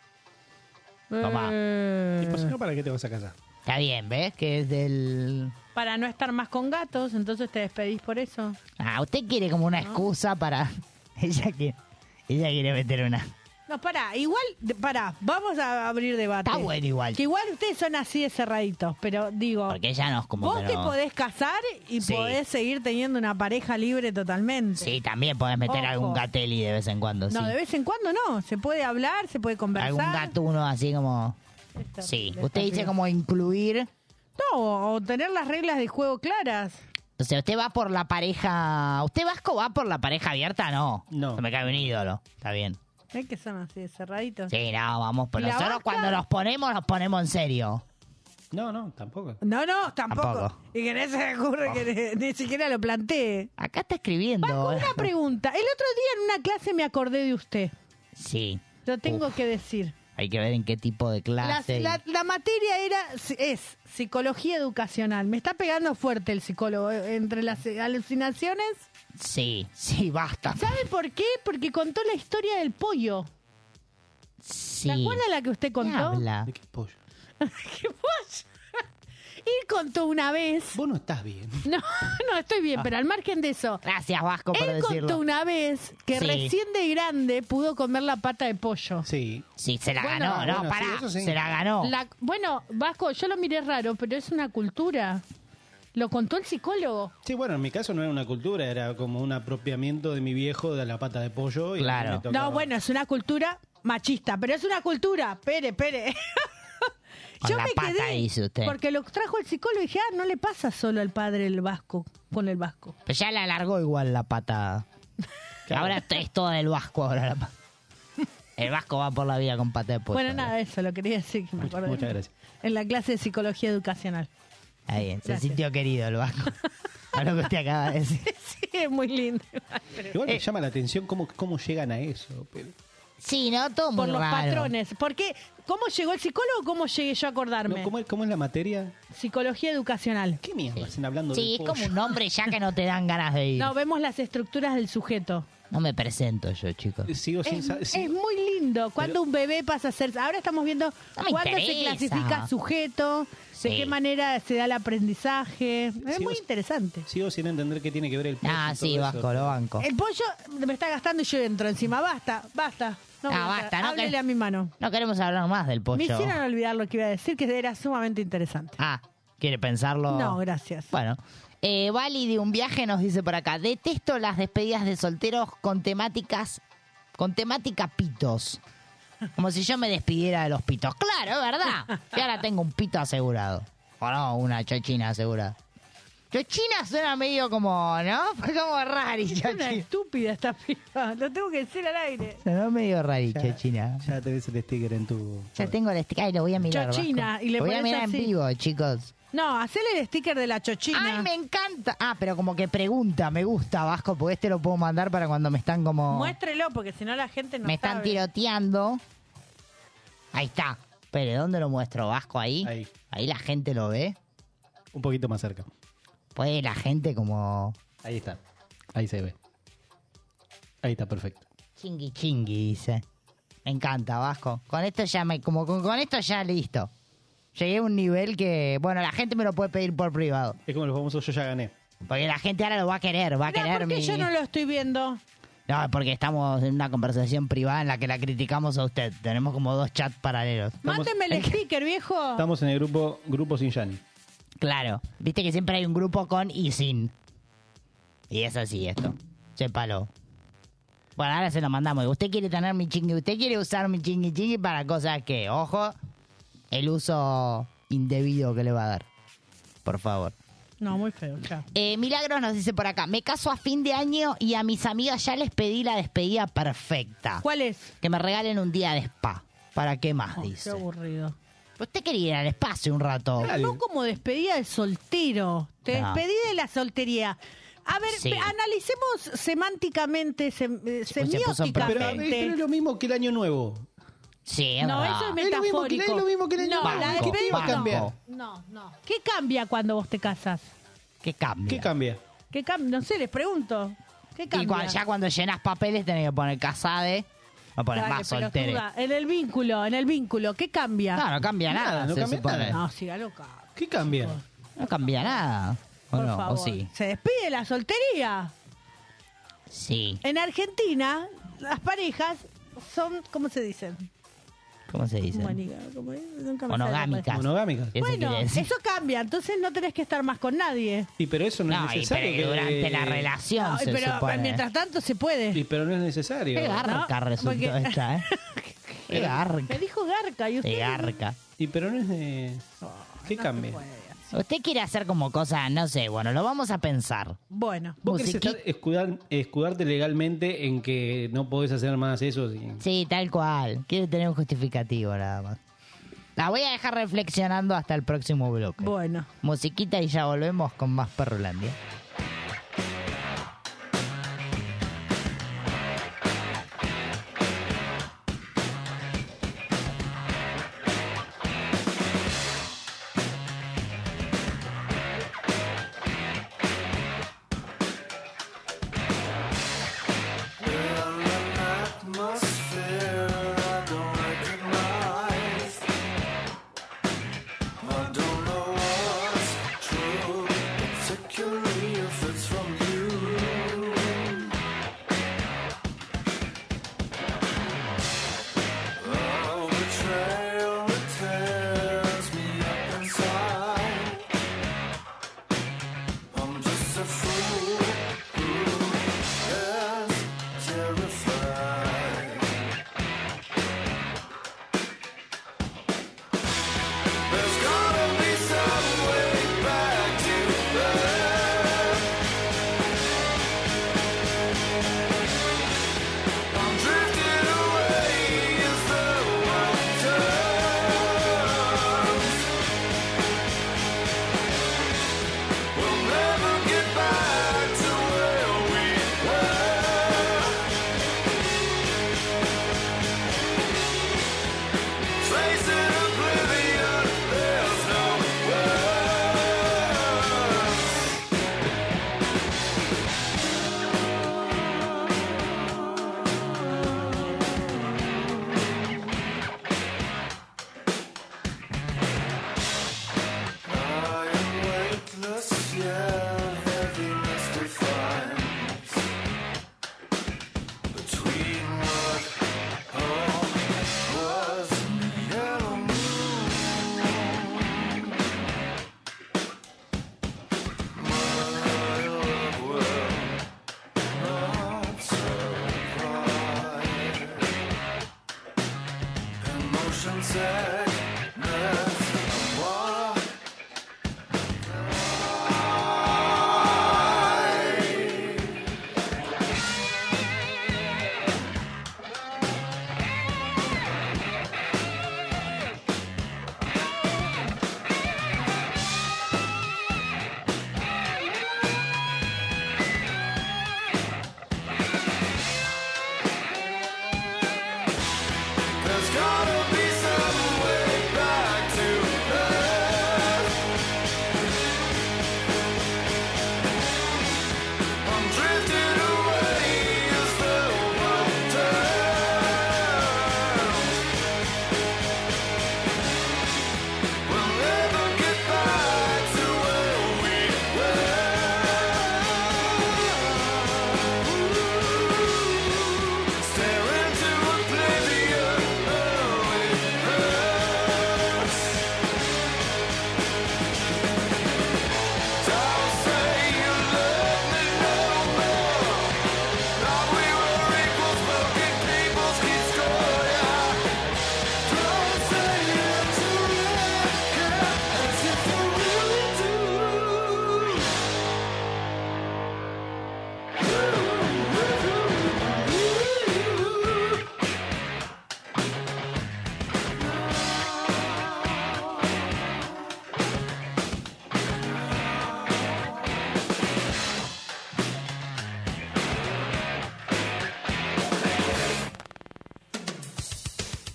Speaker 5: Tomá.
Speaker 4: Eh,
Speaker 6: Y pues, ¿no? ¿Para qué te vas a casar?
Speaker 5: Está bien, ¿ves? Que es del...
Speaker 4: Para no estar más con gatos, entonces te despedís por eso.
Speaker 5: Ah, usted quiere como una excusa para... ella quiere... Ella quiere meter una...
Speaker 4: No, pará, igual, de- pará, vamos a abrir debate.
Speaker 5: Está bueno igual.
Speaker 4: Que igual ustedes son así de cerraditos, pero digo,
Speaker 5: Porque ella no es como
Speaker 4: vos
Speaker 5: que
Speaker 4: te
Speaker 5: no...
Speaker 4: podés casar y
Speaker 5: Sí.
Speaker 4: podés seguir teniendo una pareja libre totalmente.
Speaker 5: Sí, también podés meter
Speaker 4: Ojo.
Speaker 5: algún gateli de vez en cuando,
Speaker 4: No,
Speaker 5: sí.
Speaker 4: de vez en cuando no, se puede hablar, se puede conversar.
Speaker 5: Algún gatuno así como...
Speaker 4: Está
Speaker 5: Sí,
Speaker 4: terrible,
Speaker 5: usted
Speaker 4: está
Speaker 5: dice
Speaker 4: terrible.
Speaker 5: como incluir...
Speaker 4: No, o tener las reglas de juego claras.
Speaker 5: O sea, usted va por la pareja... ¿Usted, Vasco, va por la pareja abierta? No.
Speaker 6: No.
Speaker 5: Se me cae un ídolo. Está bien.
Speaker 4: ¿Ves que son así de cerraditos?
Speaker 5: Sí, no, vamos. Pero
Speaker 4: ¿Y la
Speaker 5: nosotros
Speaker 4: Vasca?
Speaker 5: cuando nos ponemos, nos ponemos en serio.
Speaker 6: No, no, tampoco.
Speaker 4: No, no, tampoco.
Speaker 5: Tampoco.
Speaker 4: Y que no se me ocurre que ni, ni siquiera lo plantee.
Speaker 5: Acá está escribiendo.
Speaker 4: Vasco, una pregunta. El otro día en una clase me acordé de usted.
Speaker 5: Sí.
Speaker 4: Lo tengo
Speaker 5: Uf.
Speaker 4: que decir.
Speaker 5: Hay que ver en qué tipo de
Speaker 4: La,
Speaker 5: clase.
Speaker 4: la- la materia era es psicología educacional. Me está pegando fuerte el psicólogo. eh, Entre las eh, alucinaciones.
Speaker 5: Sí, sí, basta.
Speaker 4: ¿Sabe por qué? Porque contó la historia del pollo.
Speaker 5: Sí.
Speaker 4: ¿Se acuerda la que usted
Speaker 5: ¿Qué
Speaker 4: contó?
Speaker 5: habla?
Speaker 6: ¿De qué pollo?
Speaker 4: ¿Qué pollo? Él contó una vez.
Speaker 6: Vos no estás bien.
Speaker 4: No, no estoy bien, pero al margen de eso.
Speaker 5: Gracias, Vasco, por
Speaker 4: Él
Speaker 5: decirlo.
Speaker 4: contó una vez que
Speaker 5: Sí.
Speaker 4: recién de grande pudo comer la pata de pollo.
Speaker 6: Sí.
Speaker 5: Sí, se la
Speaker 4: Bueno,
Speaker 5: ganó. No,
Speaker 6: bueno,
Speaker 5: pará.
Speaker 6: sí, eso sí.
Speaker 5: Se la ganó.
Speaker 4: La- bueno, Vasco, yo lo miré raro, pero es una cultura. Lo contó el psicólogo.
Speaker 6: Sí, bueno, en mi caso no era una cultura, era como un apropiamiento de mi viejo de la pata de pollo. Y
Speaker 5: Claro.
Speaker 6: me tocaba-
Speaker 4: No, bueno, es una cultura machista, pero es una cultura. Pere, pere.
Speaker 5: Con la pata, dice usted.
Speaker 4: Porque lo trajo el psicólogo y dije, ah, no le pasa solo al padre el vasco, con el vasco.
Speaker 5: Pero ya la alargó igual la pata. Ahora es toda del Vasco ahora la pata. El Vasco va por la vida con pata de pollo.
Speaker 4: bueno, nada, eso lo quería decir. Que me
Speaker 6: Muchas,
Speaker 4: acordé.
Speaker 6: muchas gracias.
Speaker 4: En la clase de psicología educacional.
Speaker 5: Está bien, se
Speaker 4: Gracias.
Speaker 5: sintió querido el Vasco. A lo que usted acaba de decir.
Speaker 4: Sí, es muy lindo.
Speaker 6: Igual
Speaker 5: Eh.
Speaker 6: me llama la atención cómo, cómo llegan a eso. Pero...
Speaker 5: Sí, ¿no? Todo muy
Speaker 4: Por los
Speaker 5: raro.
Speaker 4: patrones. ¿Por qué? ¿Cómo llegó el psicólogo o cómo llegué yo a acordarme?
Speaker 6: No, ¿cómo, es, ¿Cómo es la materia?
Speaker 4: Psicología educacional.
Speaker 6: ¿Qué mierda hacen hablando
Speaker 5: Sí,
Speaker 6: del
Speaker 5: es
Speaker 6: pollo?
Speaker 5: como un nombre ya que no te dan ganas de ir.
Speaker 4: No,
Speaker 5: No,
Speaker 4: vemos las estructuras del sujeto.
Speaker 5: me presento yo, chicos.
Speaker 6: Sigo sin
Speaker 4: Es,
Speaker 6: sa-
Speaker 4: es
Speaker 6: sigo-
Speaker 4: muy lindo. Cuando
Speaker 6: Pero-
Speaker 4: un bebé pasa a ser... Ahora estamos viendo
Speaker 5: No me
Speaker 4: cuándo se
Speaker 5: interesa.
Speaker 4: clasifica sujeto,
Speaker 5: Sí.
Speaker 4: de qué manera se da el aprendizaje. Es
Speaker 6: Sí,
Speaker 4: muy
Speaker 6: vos-
Speaker 4: interesante.
Speaker 6: Sigo sin entender qué tiene que ver el pollo.
Speaker 5: Ah,
Speaker 6: en
Speaker 5: sí,
Speaker 6: todo
Speaker 5: Vasco,
Speaker 6: eso.
Speaker 5: lo banco.
Speaker 4: El pollo me está gastando y yo entro encima. Basta, basta. No,
Speaker 5: Ah,
Speaker 4: voy a
Speaker 5: basta,
Speaker 4: entrar.
Speaker 5: no
Speaker 4: Háblele
Speaker 5: querés-
Speaker 4: a mi mano.
Speaker 5: No queremos hablar más del pollo.
Speaker 4: Me hicieron olvidar lo que iba a decir, que era sumamente interesante.
Speaker 5: Ah, ¿quiere pensarlo?
Speaker 4: No, gracias.
Speaker 5: Bueno. Eh, Vali de un viaje nos dice por acá, detesto las despedidas de solteros con temáticas, con temática pitos. Como si yo me despidiera de los pitos. Claro, es verdad. Que ahora tengo un pito asegurado. O no, una chochina asegurada. Chochina suena medio como, ¿no? Como rari,
Speaker 4: Es una
Speaker 5: chochina.
Speaker 4: estúpida esta piba. Lo tengo que decir al aire.
Speaker 5: Sonó medio rari,
Speaker 6: Ya-
Speaker 5: chochina.
Speaker 6: Ya tenés el sticker en tu...
Speaker 5: Ya tengo el sticker. Ay, lo voy a mirar.
Speaker 4: Chochina,
Speaker 5: Vasco.
Speaker 4: y le
Speaker 5: Lo voy a
Speaker 4: pones
Speaker 5: mirar
Speaker 4: así.
Speaker 5: en vivo, chicos.
Speaker 4: No, hacele el sticker de la chochina.
Speaker 5: Ay, me encanta. Ah, pero como que pregunta, me gusta, Vasco, porque este lo puedo mandar para cuando me están como...
Speaker 4: Muéstrelo, porque si no la gente no
Speaker 5: me están
Speaker 4: sabe.
Speaker 5: tiroteando. Ahí está. Pero ¿dónde lo muestro, Vasco? Ahí.
Speaker 6: Ahí.
Speaker 5: Ahí la gente lo ve.
Speaker 6: Un poquito más cerca.
Speaker 5: Puede la gente como...
Speaker 6: Ahí está. Ahí se ve. Ahí está, perfecto.
Speaker 5: Chingui chingui, dice. Me encanta, Vasco. Con esto ya me... Como con, con esto ya listo. Llegué a un nivel que... Bueno, la gente me lo puede pedir por privado.
Speaker 6: Es como los famosos yo ya gané.
Speaker 5: Porque la gente ahora lo va a querer, va a
Speaker 4: No,
Speaker 5: querer
Speaker 4: ¿por qué
Speaker 5: mi...
Speaker 4: yo no lo estoy viendo?
Speaker 5: No, porque estamos en una conversación privada en la que la criticamos a usted. Tenemos como dos chats paralelos.
Speaker 4: Mándeme el sticker, viejo.
Speaker 6: Estamos en el grupo grupo sin Yani.
Speaker 5: Claro. Viste que siempre hay un grupo con y sin. Y es así esto. Sépalo. Bueno, ahora se lo mandamos. Usted quiere tener mi chingui. Usted quiere usar mi chingui chingui para cosas que, ojo, el uso indebido que le va a dar. Por favor.
Speaker 4: No, muy feo, chao.
Speaker 5: Eh, Milagros nos dice por acá, me caso a fin de año y a mis amigas ya les pedí la despedida perfecta.
Speaker 4: ¿Cuál es?
Speaker 5: Que me regalen un día de spa. ¿Para qué más?
Speaker 4: Oh,
Speaker 5: dice.
Speaker 4: qué aburrido.
Speaker 5: Usted quería ir al espacio un rato.
Speaker 4: No como despedida de soltero. Te
Speaker 5: No.
Speaker 4: despedí de la soltería. A ver,
Speaker 6: Sí.
Speaker 4: pe- analicemos semánticamente, sem- eh,
Speaker 6: Pero,
Speaker 4: semióticamente.
Speaker 6: pero es lo mismo que el año nuevo.
Speaker 5: Sí,
Speaker 4: No, eso es
Speaker 6: Es lo mismo que-
Speaker 4: metafórico.
Speaker 6: es lo mismo que el año
Speaker 4: No,
Speaker 6: nuevo.
Speaker 4: la
Speaker 6: Banco,
Speaker 4: despedida
Speaker 6: va a cambiar.
Speaker 4: no. No, no. ¿Qué cambia cuando vos te casas?
Speaker 5: ¿Qué cambia?
Speaker 6: ¿Qué cambia?
Speaker 4: ¿Qué cambia? No sé, les pregunto. ¿Qué cambia?
Speaker 5: Y cuando, ya cuando llenas papeles tenés que poner casade o poner
Speaker 4: Dale,
Speaker 5: más soltere.
Speaker 4: pelotuda. En el vínculo, en el vínculo, ¿qué cambia?
Speaker 5: No, no cambia nada,
Speaker 6: Nada, no
Speaker 5: se
Speaker 6: cambia
Speaker 5: supone.
Speaker 6: nada.
Speaker 4: No, siga loca.
Speaker 6: ¿Qué cambia?
Speaker 5: No cambia nada. ¿O
Speaker 4: Por
Speaker 5: no?
Speaker 4: favor.
Speaker 5: ¿O sí?
Speaker 4: Se despide la soltería.
Speaker 5: Sí.
Speaker 4: En Argentina, las parejas son, ¿cómo se dicen?
Speaker 5: ¿Cómo se dice?
Speaker 4: Monica, ¿cómo es? Nunca me sale la
Speaker 5: Monogámicas.
Speaker 4: palabra.
Speaker 6: Monogámicas.
Speaker 5: Eso
Speaker 4: Bueno,
Speaker 5: quiere decir.
Speaker 4: eso cambia, entonces no tenés que estar más con nadie.
Speaker 6: Y pero eso no,
Speaker 5: No,
Speaker 6: es
Speaker 5: y
Speaker 6: necesario.
Speaker 5: pero
Speaker 6: que-
Speaker 5: durante la relación
Speaker 4: No,
Speaker 5: se
Speaker 4: pero
Speaker 5: supone.
Speaker 4: mientras tanto se puede.
Speaker 6: Y pero no es necesario.
Speaker 5: Qué garca
Speaker 4: ¿no?
Speaker 5: resultó
Speaker 4: Porque-
Speaker 5: esta, ¿eh? Qué garca.
Speaker 4: Me dijo Garca y usted.
Speaker 5: Qué garca.
Speaker 6: Y pero no es de... ¿Qué cambia?
Speaker 5: Usted quiere hacer como cosas, no sé, bueno, lo vamos a pensar.
Speaker 4: Bueno.
Speaker 6: Vos querés
Speaker 5: Musiqui-
Speaker 6: estar- escudar- escudarte legalmente en que no podés hacer más eso. sí.
Speaker 5: Sí, tal cual. Quiere tener un justificativo nada más. La voy a dejar reflexionando hasta el próximo bloque.
Speaker 4: Bueno.
Speaker 5: Musiquita y ya volvemos con más Perrolandia.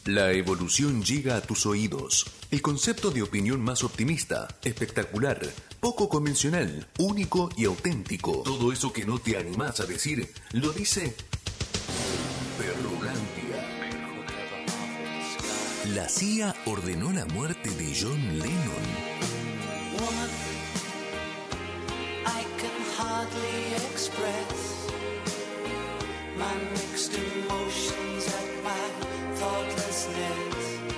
Speaker 2: La evolución llega a tus oídos. El concepto de opinión más optimista, espectacular, poco convencional, único y auténtico. Todo eso que no te animás a decir, lo dice Perrulandia. La C I A ordenó la muerte de John Lennon.
Speaker 3: Woman, I can hardly express my mixed emotions at my thoughtlessness.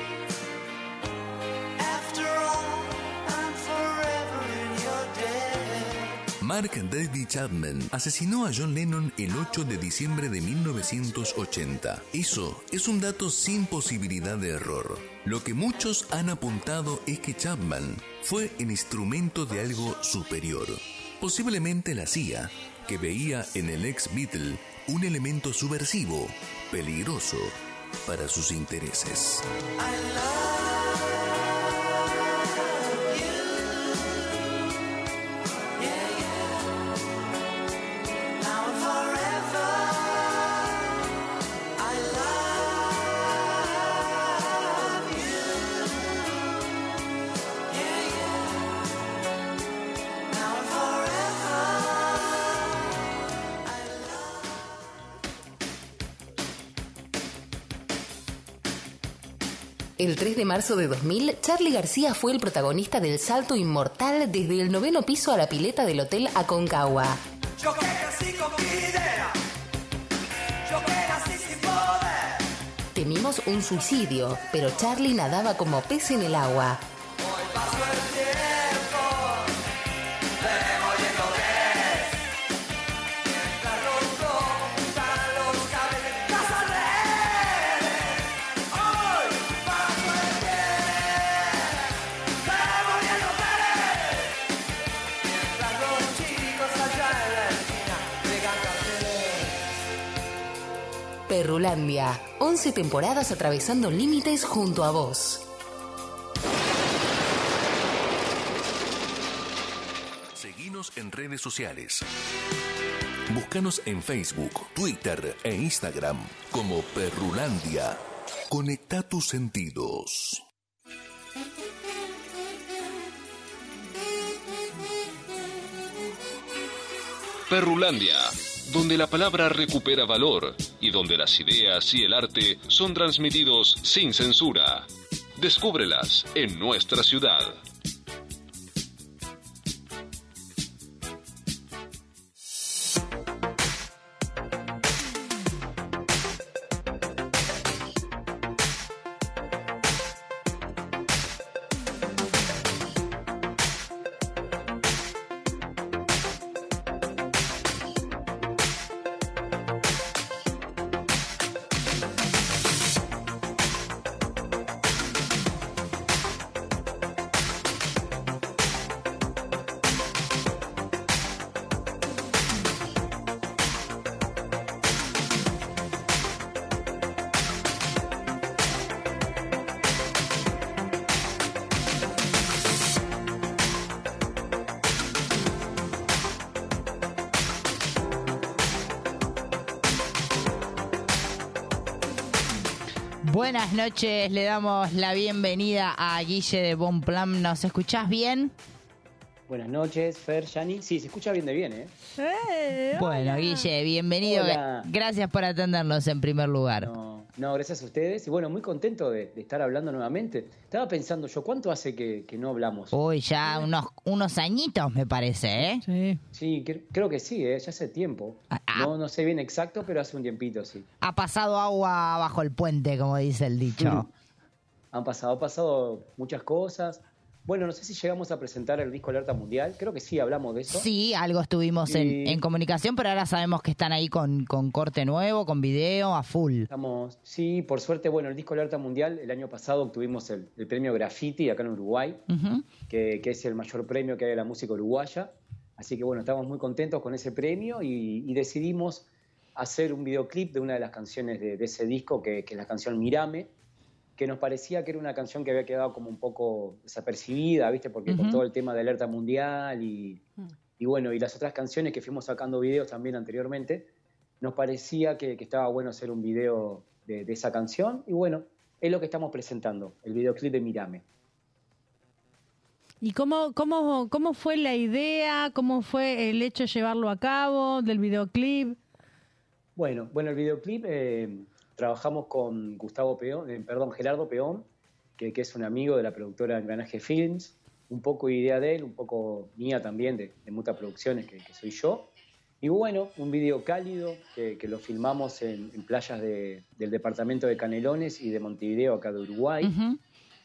Speaker 3: After all, I'm forever in your debt.
Speaker 2: Mark David Chapman asesinó a John Lennon el ocho de diciembre de mil novecientos ochenta. Eso es un dato sin posibilidad de error. Lo que muchos han apuntado es que Chapman fue el instrumento de algo superior. Posiblemente la C I A, que veía en el ex Beatle un elemento subversivo, peligroso para sus intereses.
Speaker 12: El tres de marzo de dos mil, Charly García fue el protagonista del salto inmortal desde el noveno piso a la pileta del Hotel Aconcagua.
Speaker 3: Yo que nací con mi idea, yo que nací sin poder.
Speaker 12: Temimos un suicidio, pero Charly nadaba como pez en el agua.
Speaker 3: Hoy pasó el tiempo, veremos y otra vez. Mientras los dos dan los cabezas las redes. Hoy pasó el tiempo, veremos y otra vez. Mientras los chicos allá en la esquina llegan carteles.
Speaker 12: Perrulandia, once temporadas atravesando límites junto a vos.
Speaker 2: Seguinos en redes sociales. Búscanos en Facebook, Twitter e Instagram como Perrulandia. Conecta tus sentidos.
Speaker 13: Perrulandia, donde la palabra recupera valor y donde las ideas y el arte son transmitidos sin censura. Descúbrelas en nuestra ciudad.
Speaker 5: Buenas noches, le damos la bienvenida a Guille de Bonplan. ¿Nos escuchás bien?
Speaker 14: Buenas noches, Fer, Yani. Sí, se escucha bien de bien, ¿eh?
Speaker 5: Eh, bueno, Guille, bienvenido.
Speaker 14: Hola.
Speaker 5: Gracias por atendernos en primer lugar.
Speaker 14: No, no, gracias a ustedes. Y bueno, muy contento de, de estar hablando nuevamente. Estaba pensando yo, ¿cuánto hace que, que no hablamos?
Speaker 5: Uy, ya unos, unos añitos me parece, ¿eh?
Speaker 4: Sí.
Speaker 14: Sí, cre- creo que sí, ¿eh? Ya hace tiempo. No, no sé bien exacto, pero hace un tiempito, sí.
Speaker 5: Ha pasado agua bajo el puente, como dice el dicho.
Speaker 14: Han pasado, han pasado muchas cosas. Bueno, no sé si llegamos a presentar el disco Alerta Mundial. Creo que sí, hablamos de eso.
Speaker 5: Sí, algo estuvimos en,
Speaker 14: Y-
Speaker 5: en comunicación, pero ahora sabemos que están ahí con, con corte nuevo, con video, a full.
Speaker 14: Estamos, sí, por suerte, bueno, el disco Alerta Mundial, el año pasado obtuvimos el, el premio Graffiti acá en Uruguay,
Speaker 5: Ujú.
Speaker 14: que, que es el mayor premio que hay de la música uruguaya. Así que bueno, estamos muy contentos con ese premio y, y decidimos hacer un videoclip de una de las canciones de, de ese disco, que, que es la canción Mírame, que nos parecía que era una canción que había quedado como un poco desapercibida, ¿viste? Porque con
Speaker 15: Ujú.
Speaker 14: todo el tema de alerta mundial y, y bueno, y las otras canciones que fuimos sacando videos también anteriormente, nos parecía que, que estaba bueno hacer un video de, de esa canción. Y bueno, es lo que estamos presentando, el videoclip de Mírame.
Speaker 4: ¿Y cómo, cómo, cómo fue la idea? ¿Cómo fue el hecho de llevarlo a cabo, del videoclip?
Speaker 14: Bueno, bueno, el videoclip eh, trabajamos con Gustavo Peón, eh, perdón, Gerardo Peón, que, que es un amigo de la productora Engranaje Films, un poco idea de él, un poco mía también, de, de Muta Producciones, que, que soy yo. Y bueno, un video cálido que, que lo filmamos en, en playas de, del departamento de Canelones y de Montevideo, acá de Uruguay. Uh-huh.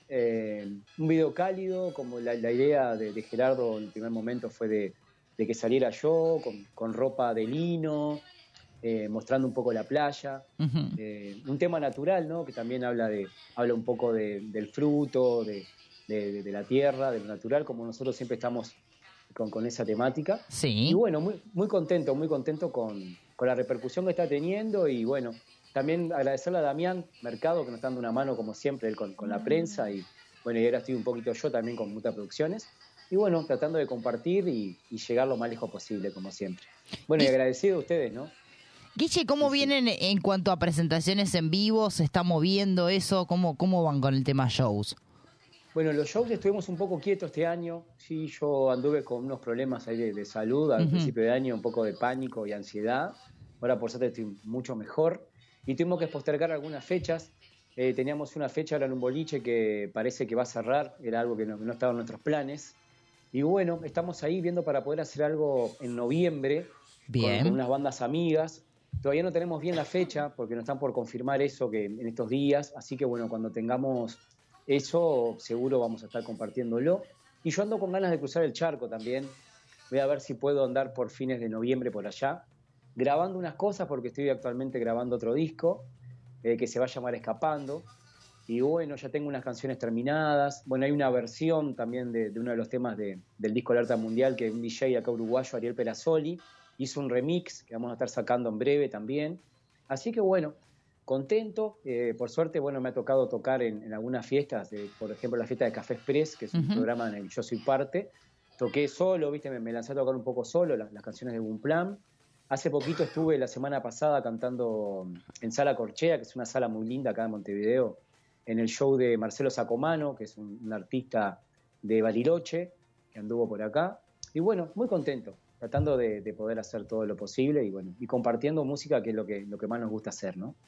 Speaker 14: Eh, un video cálido, como la, la idea de, de Gerardo en el primer momento fue de, de que saliera yo con, con ropa de lino, eh, mostrando un poco la playa. Uh-huh. Eh, un tema natural, ¿no? Que también habla, de, habla un poco de, del fruto, de, de, de, de la tierra, de lo natural, como nosotros siempre estamos con, con esa temática.
Speaker 5: Sí.
Speaker 14: Y bueno, muy, muy contento, muy contento con, con la repercusión que está teniendo y bueno, también agradecerle a Damián Mercado que nos está dando una mano como siempre él con, con la prensa y bueno, y ahora estoy un poquito yo también con Muta Producciones y bueno, tratando de compartir y, y llegar lo más lejos posible como siempre. Bueno, y agradecido a ustedes, ¿no?
Speaker 5: Guille, ¿cómo sí, vienen sí. en cuanto a presentaciones en vivo? ¿Se está moviendo eso? ¿Cómo, cómo van con el tema shows?
Speaker 14: Bueno, los shows estuvimos un poco quietos este año. Sí, yo anduve con unos problemas ahí de, de salud al uh-huh. principio de año, un poco de pánico y ansiedad. Ahora por suerte estoy mucho mejor. Y tuvimos que postergar algunas fechas. Eh, teníamos una fecha ahora en un boliche que parece que va a cerrar. Era algo que no, no estaba en nuestros planes. Y bueno, estamos ahí viendo para poder hacer algo en noviembre.
Speaker 5: Bien.
Speaker 14: Con, con unas bandas amigas. Todavía no tenemos bien la fecha porque nos están por confirmar eso que en estos días. Así que bueno, cuando tengamos eso seguro vamos a estar compartiéndolo. Y yo ando con ganas de cruzar el charco también. Voy a ver si puedo andar por fines de noviembre por allá, grabando unas cosas porque estoy actualmente grabando otro disco eh, que se va a llamar Escapando. Y bueno, ya tengo unas canciones terminadas. Bueno, hay una versión también de, de uno de los temas de, del disco Alerta Mundial que un D J acá uruguayo, Ariel Perazzoli, hizo un remix que vamos a estar sacando en breve también. Así que bueno, contento, eh, por suerte, bueno, me ha tocado tocar en, en algunas fiestas, de, por ejemplo la fiesta de Café Express, que es un uh-huh. programa en el que yo soy parte. Toqué solo, viste, me, me lancé a tocar un poco solo las, las canciones de Bumplan. Hace poquito estuve la semana pasada cantando en Sala Corchea, que es una sala muy linda acá en Montevideo, en el show de Marcelo Sacomano, que es un, un artista de Bariloche, que anduvo por acá. Y bueno, muy contento, tratando de, de poder hacer todo lo posible y bueno, y compartiendo música, que es lo que, lo que más nos gusta hacer, ¿no?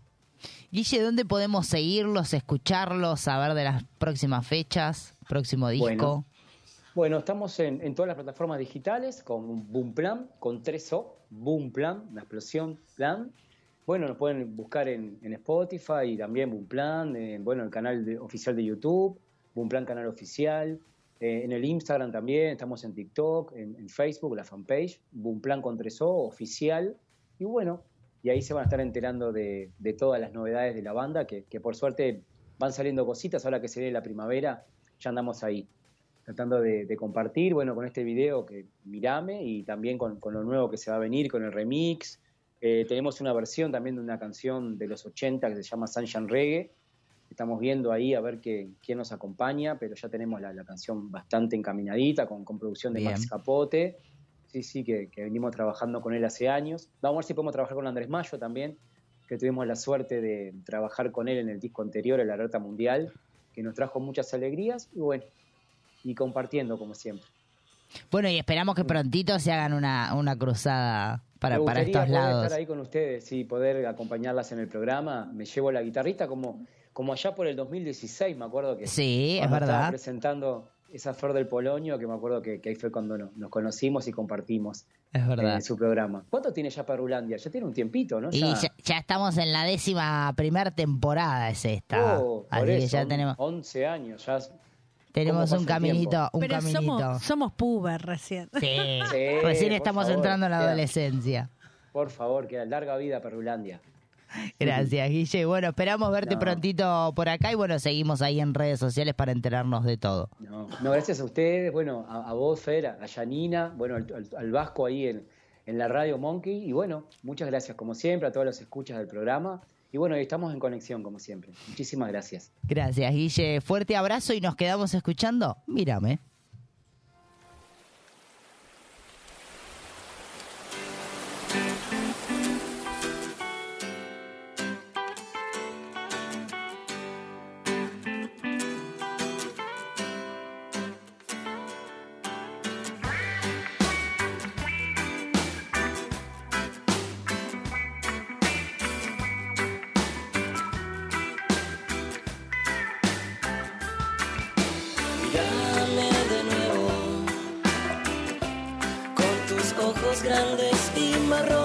Speaker 5: Guille, ¿dónde podemos seguirlos, escucharlos, saber de las próximas fechas, próximo disco?
Speaker 14: Bueno, bueno estamos en, en todas las plataformas digitales con Bumplan, con tres O, Bumplan, la explosión Plan. Bueno, nos pueden buscar en, en Spotify y también Bumplan, en, bueno, el canal de, oficial de YouTube, Bumplan Canal Oficial, eh, en el Instagram también, estamos en TikTok, en, en Facebook, la fanpage, Bumplan con tres O, oficial, y bueno, y ahí se van a estar enterando de, de todas las novedades de la banda, que, que por suerte van saliendo cositas, ahora que se viene la primavera, ya andamos ahí, tratando de, de compartir, bueno, con este video que Mírame, y también con, con lo nuevo que se va a venir, con el remix. Eh, tenemos una versión también de una canción de los ochenta que se llama Sunshine Reggae, estamos viendo ahí a ver qué, quién nos acompaña, pero ya tenemos la, la canción bastante encaminadita, con, con producción de Bien. Max Capote. Sí, sí, que, que venimos trabajando con él hace años. Vamos a ver si podemos trabajar con Andrés Mayo también, que tuvimos la suerte de trabajar con él en el disco anterior, el Alerta Mundial, que nos trajo muchas alegrías y bueno, y compartiendo como siempre.
Speaker 5: Bueno, y esperamos que prontito se hagan una, una cruzada para, para estos
Speaker 14: poder
Speaker 5: lados.
Speaker 14: Estar ahí con ustedes y poder acompañarlas en el programa. Me llevo la guitarrista como, como allá por el dos mil dieciséis, me acuerdo que
Speaker 5: sí, es verdad.
Speaker 14: Estaba presentando esa Flor del Polonio, que me acuerdo que, que ahí fue cuando nos, nos conocimos y compartimos
Speaker 5: es verdad.
Speaker 14: en su programa. ¿Cuánto tiene ya Perrulandia? Ya tiene un tiempito, ¿no?
Speaker 5: Y
Speaker 14: ya,
Speaker 5: ya, ya estamos en la décima primer temporada, es esta.
Speaker 14: Oh,
Speaker 5: Así
Speaker 14: por
Speaker 5: que
Speaker 14: eso,
Speaker 5: ya tenemos
Speaker 14: once años, ya
Speaker 5: tenemos un caminito, un
Speaker 4: Pero
Speaker 5: caminito.
Speaker 4: Somos, somos puber recién.
Speaker 5: Sí,
Speaker 14: sí
Speaker 5: recién estamos
Speaker 14: favor,
Speaker 5: entrando en la
Speaker 14: queda,
Speaker 5: adolescencia.
Speaker 14: Por favor, que larga vida Perrulandia.
Speaker 5: Gracias, Guille. Bueno, esperamos verte no. prontito por acá y bueno, seguimos ahí en redes sociales para enterarnos de todo.
Speaker 14: No, no gracias a ustedes, bueno, a, a vos, Fer, a Yanina, bueno, al, al, al Vasco ahí en, en la Radio Monkey y bueno, muchas gracias como siempre a todos los escuchas del programa y bueno, estamos en conexión como siempre. Muchísimas gracias.
Speaker 5: Gracias, Guille. Fuerte abrazo y nos quedamos escuchando. Mírame.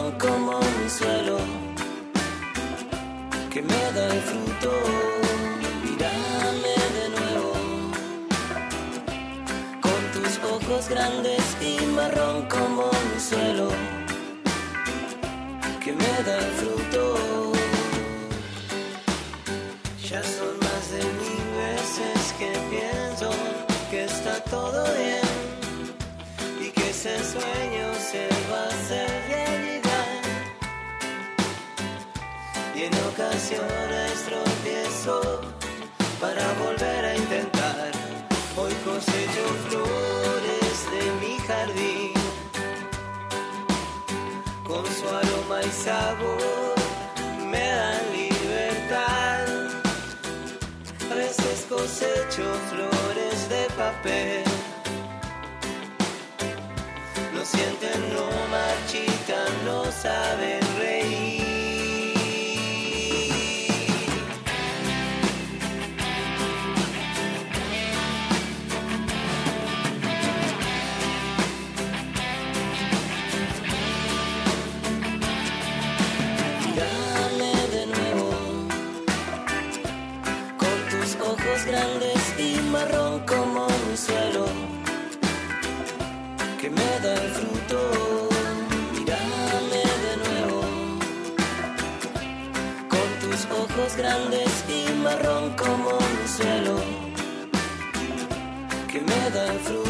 Speaker 3: marrón como un suelo que me da el fruto. Mírame de nuevo con tus ojos grandes y marrón como un suelo que me da el fruto. Ya son más de mil veces que pienso que está todo bien y que ese sueño se va a hacer realidad. Y en ocasiones tropiezo para volver a intentar. Hoy cosecho flores de mi jardín con su aroma y sabor me dan libertad. A veces cosecho flores de papel, no sienten, no marchitan, no saben reír. Mírame de nuevo con tus ojos grandes y marrón como un suelo que me da el fruto. Mírame de nuevo con tus ojos grandes y marrón como un suelo que me da el fruto.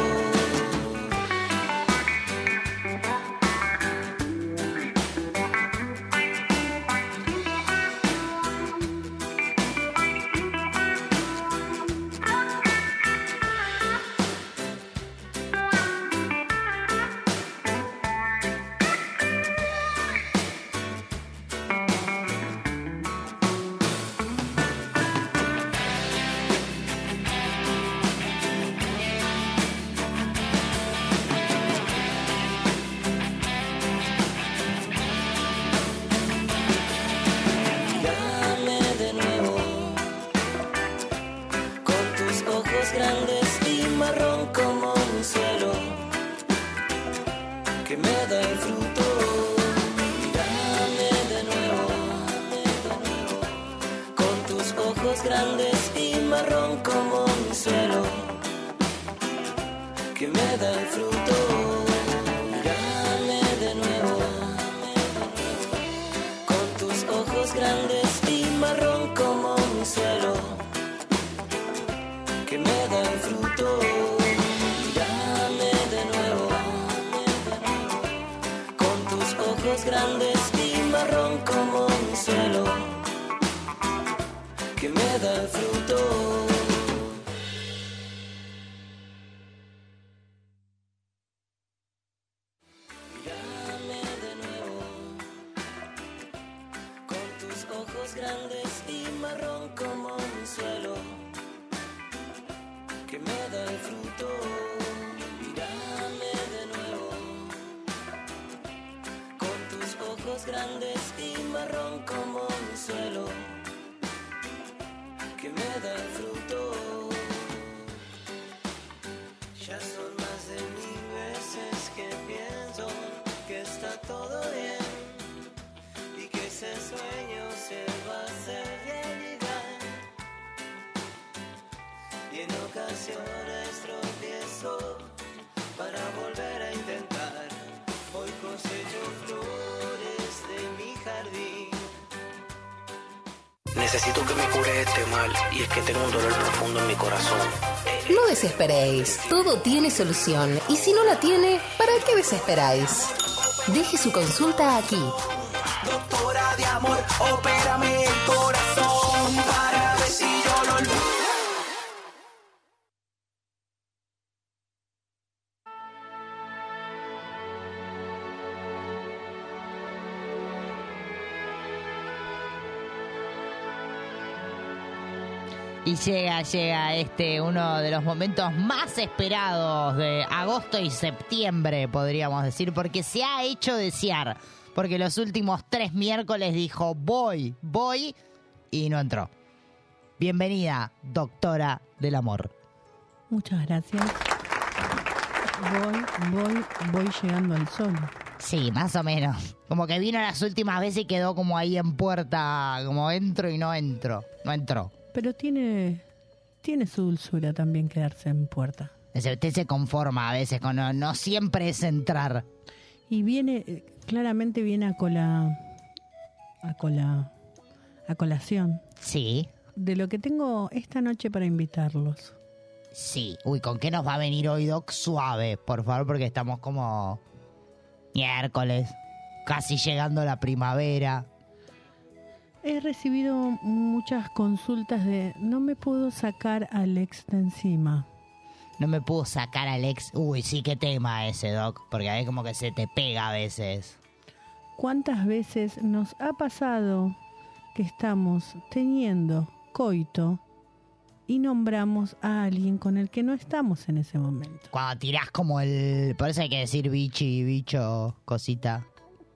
Speaker 3: Mírame de nuevo con tus ojos grandes y marrón como un suelo que me da el fruto. Mírame de nuevo con tus ojos grandes y marrón como un suelo que me da el fruto. Mírame de nuevo con tus ojos grandes y marrón como un suelo que me da el fruto. Mírame de nuevo con tus ojos grandes y marrón como un suelo que me da el fruto. Mírame de nuevo con tus ojos grandes y marrón como un suelo que me da el fruto. Mírame de nuevo con tus ojos grandes y marrón como un suelo que me da el fruto. Ya son más de mil veces que pienso que está todo bien y que ese sueño se va a hacer realidad. Y en ocasiones tropiezo para volver a intentar. Hoy cosecho flores de mi jardín.
Speaker 15: Necesito que me cure este mal y es que tengo un dolor profundo en mi corazón.
Speaker 12: No desesperéis, todo tiene solución. Y si no la tiene, ¿para qué desesperáis? Deje su consulta aquí.
Speaker 3: Doctora de amor, opérame el corazón para ver si yo lo olvido.
Speaker 5: Y llega, llega este, uno de los momentos más esperados de agosto y septiembre, podríamos decir, porque se ha hecho desear. Porque los últimos tres miércoles dijo, voy, voy, y no entró. Bienvenida, doctora del amor.
Speaker 4: Muchas gracias. Voy, voy, voy llegando al sol.
Speaker 5: Sí, más o menos. Como que vino las últimas veces y quedó como ahí en puerta, como entro y no entro. No entró.
Speaker 4: Pero tiene, tiene su dulzura también quedarse en puerta.
Speaker 5: Usted se conforma a veces con no, no siempre es entrar.
Speaker 4: Y viene, claramente viene a cola, a cola, a colación.
Speaker 5: Sí.
Speaker 4: De lo que tengo esta noche para invitarlos.
Speaker 5: Sí. Uy, ¿con qué nos va a venir hoy, Doc? Suave, por favor, porque estamos como miércoles, casi llegando la primavera.
Speaker 4: He recibido muchas consultas de no me puedo sacar al ex de encima.
Speaker 5: No me puedo sacar al ex. Uy, sí, qué tema ese, Doc, porque ahí como que se te pega a veces.
Speaker 4: ¿Cuántas veces nos ha pasado que estamos teniendo coito y nombramos a alguien con el que no estamos en ese momento?
Speaker 5: Cuando tirás como el... Por eso hay que decir bichi, bicho, cosita,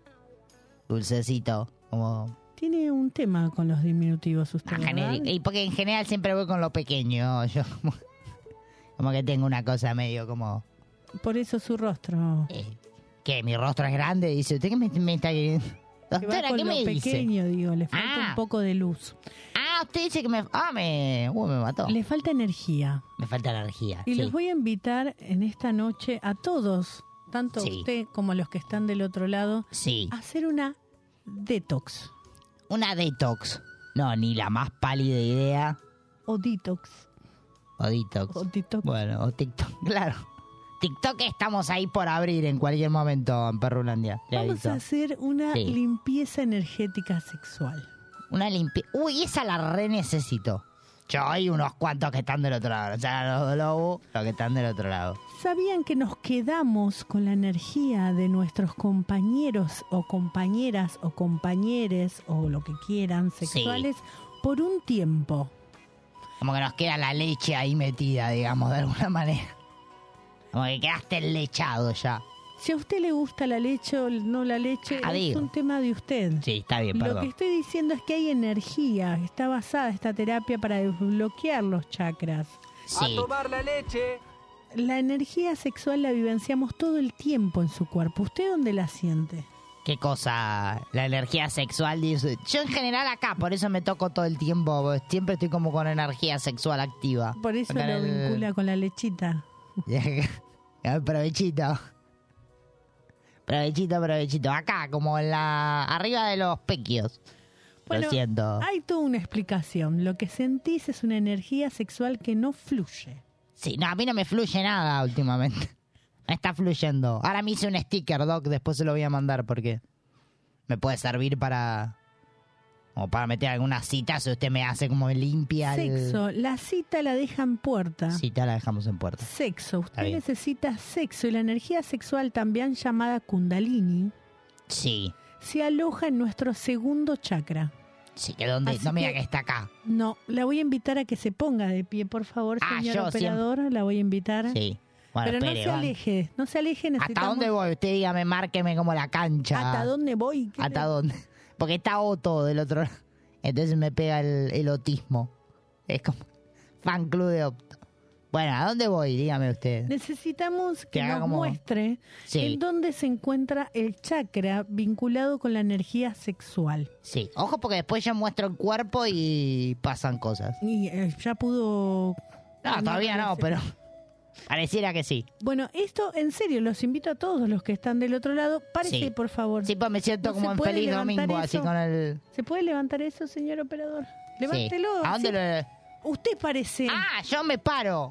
Speaker 5: dulcecito, como...
Speaker 4: Tiene un tema con los diminutivos usted,
Speaker 5: Ah,
Speaker 4: ¿verdad?
Speaker 5: genérico. Y porque en general siempre voy con lo pequeño, yo como, como que tengo una cosa medio como...
Speaker 4: Por eso su rostro.
Speaker 5: ¿Qué? ¿Mi rostro es grande? Dice, ¿usted qué me, me está queriendo?
Speaker 4: Que va
Speaker 5: Doctora,
Speaker 4: con
Speaker 5: ¿qué
Speaker 4: lo
Speaker 5: me dice?
Speaker 4: pequeño, digo, le falta
Speaker 5: Ah.
Speaker 4: un poco de luz.
Speaker 5: Ah, usted dice que me... Ah, me... Uy, me mató.
Speaker 4: Le falta energía.
Speaker 5: Me falta energía,
Speaker 4: Y
Speaker 5: sí.
Speaker 4: los voy a invitar en esta noche a todos, tanto
Speaker 5: Sí.
Speaker 4: usted como los que están del otro lado,
Speaker 5: Sí.
Speaker 4: a hacer una detox.
Speaker 5: Una detox. No, ni la más pálida idea.
Speaker 4: O detox.
Speaker 5: O detox.
Speaker 4: O TikTok.
Speaker 5: Bueno, o TikTok, claro. TikTok estamos ahí por abrir en cualquier momento en Perrulandia. le
Speaker 4: Vamos
Speaker 5: aviso.
Speaker 4: a hacer una
Speaker 5: Sí.
Speaker 4: limpieza energética sexual.
Speaker 5: Una limpieza. Uy, esa la re necesito. Yo hay unos cuantos que están del otro lado. O sea, los lobos, los que están del otro lado.
Speaker 4: ¿Sabían que nos quedamos con la energía de nuestros compañeros o compañeras o compañeres o lo que quieran sexuales por un tiempo?
Speaker 5: Como que nos queda la leche ahí metida, digamos, de alguna manera. Como que quedaste lechado ya.
Speaker 4: Si a usted le gusta la leche o no la leche,
Speaker 5: Ah,
Speaker 4: es
Speaker 5: digo.
Speaker 4: un tema de usted.
Speaker 5: Sí, está bien,
Speaker 4: Lo
Speaker 5: perdón.
Speaker 4: que estoy diciendo es que hay energía, está basada esta terapia para desbloquear los chakras.
Speaker 5: Sí.
Speaker 16: tomar la leche.
Speaker 4: La energía sexual la vivenciamos todo el tiempo en su cuerpo. ¿Usted dónde la siente?
Speaker 5: ¿Qué cosa? La energía sexual. Dice. Yo en general acá, por eso me toco todo el tiempo. porque Siempre estoy como con energía sexual activa.
Speaker 4: Por eso
Speaker 5: Con
Speaker 4: lo
Speaker 5: el-
Speaker 4: vincula con la lechita.
Speaker 5: Ah, provechito. Provechito, provechito. Acá, como en la... Arriba de los pequios.
Speaker 4: Bueno,
Speaker 5: Lo siento.
Speaker 4: hay toda una explicación. Lo que sentís es una energía sexual que no fluye.
Speaker 5: Sí, no, a mí no me fluye nada últimamente. Me está fluyendo. Ahora me hice un sticker, Doc. Después se lo voy a mandar porque me puede servir para... Como para meter alguna cita. Si usted me hace como limpia el...
Speaker 4: Sexo, la cita la deja en puerta.
Speaker 5: Cita la dejamos en puerta.
Speaker 4: Sexo,
Speaker 5: Está
Speaker 4: usted
Speaker 5: bien.
Speaker 4: necesita sexo y la energía sexual, también llamada Kundalini,
Speaker 5: Sí.
Speaker 4: se aloja en nuestro segundo chakra.
Speaker 5: Sí, que donde...
Speaker 4: Así
Speaker 5: No me diga
Speaker 4: que-
Speaker 5: que está acá.
Speaker 4: No, la voy a invitar a que se ponga de pie, por favor,
Speaker 5: Ah,
Speaker 4: señor
Speaker 5: yo
Speaker 4: operador, la voy a invitar.
Speaker 5: Sí. Bueno,
Speaker 4: Pero no
Speaker 5: espere,
Speaker 4: se
Speaker 5: van.
Speaker 4: aleje, no se aleje,
Speaker 5: ¿Hasta
Speaker 4: necesitamos...
Speaker 5: dónde voy? Usted dígame, márqueme como la cancha.
Speaker 4: ¿Hasta dónde voy? ¿Qué
Speaker 5: ¿Hasta
Speaker 4: le-
Speaker 5: dónde? Porque está Otto del otro lado. Entonces me pega el, el otismo. Es como fan club de Otto. Bueno, ¿a dónde voy? Dígame usted.
Speaker 4: Necesitamos que
Speaker 5: Que haga
Speaker 4: nos
Speaker 5: como-
Speaker 4: muestre
Speaker 5: Sí.
Speaker 4: en dónde se encuentra el chakra vinculado con la energía sexual.
Speaker 5: Sí, ojo porque después yo muestro el cuerpo y pasan cosas.
Speaker 4: Y eh, ya pudo...
Speaker 5: No, todavía no, pero pareciera que sí.
Speaker 4: Bueno, esto en serio, los invito a todos los que están del otro lado. Párese,
Speaker 5: Sí.
Speaker 4: por favor.
Speaker 5: Sí, pues me siento
Speaker 4: ¿No
Speaker 5: como
Speaker 4: se
Speaker 5: en
Speaker 4: puede
Speaker 5: Feliz
Speaker 4: levantar
Speaker 5: Domingo, así
Speaker 4: eso?
Speaker 5: con el...
Speaker 4: ¿Se puede levantar eso, señor operador? Levántelo.
Speaker 5: Sí. ¿A dónde
Speaker 4: así.
Speaker 5: lo...?
Speaker 4: Usted parece...
Speaker 5: Ah, yo me paro.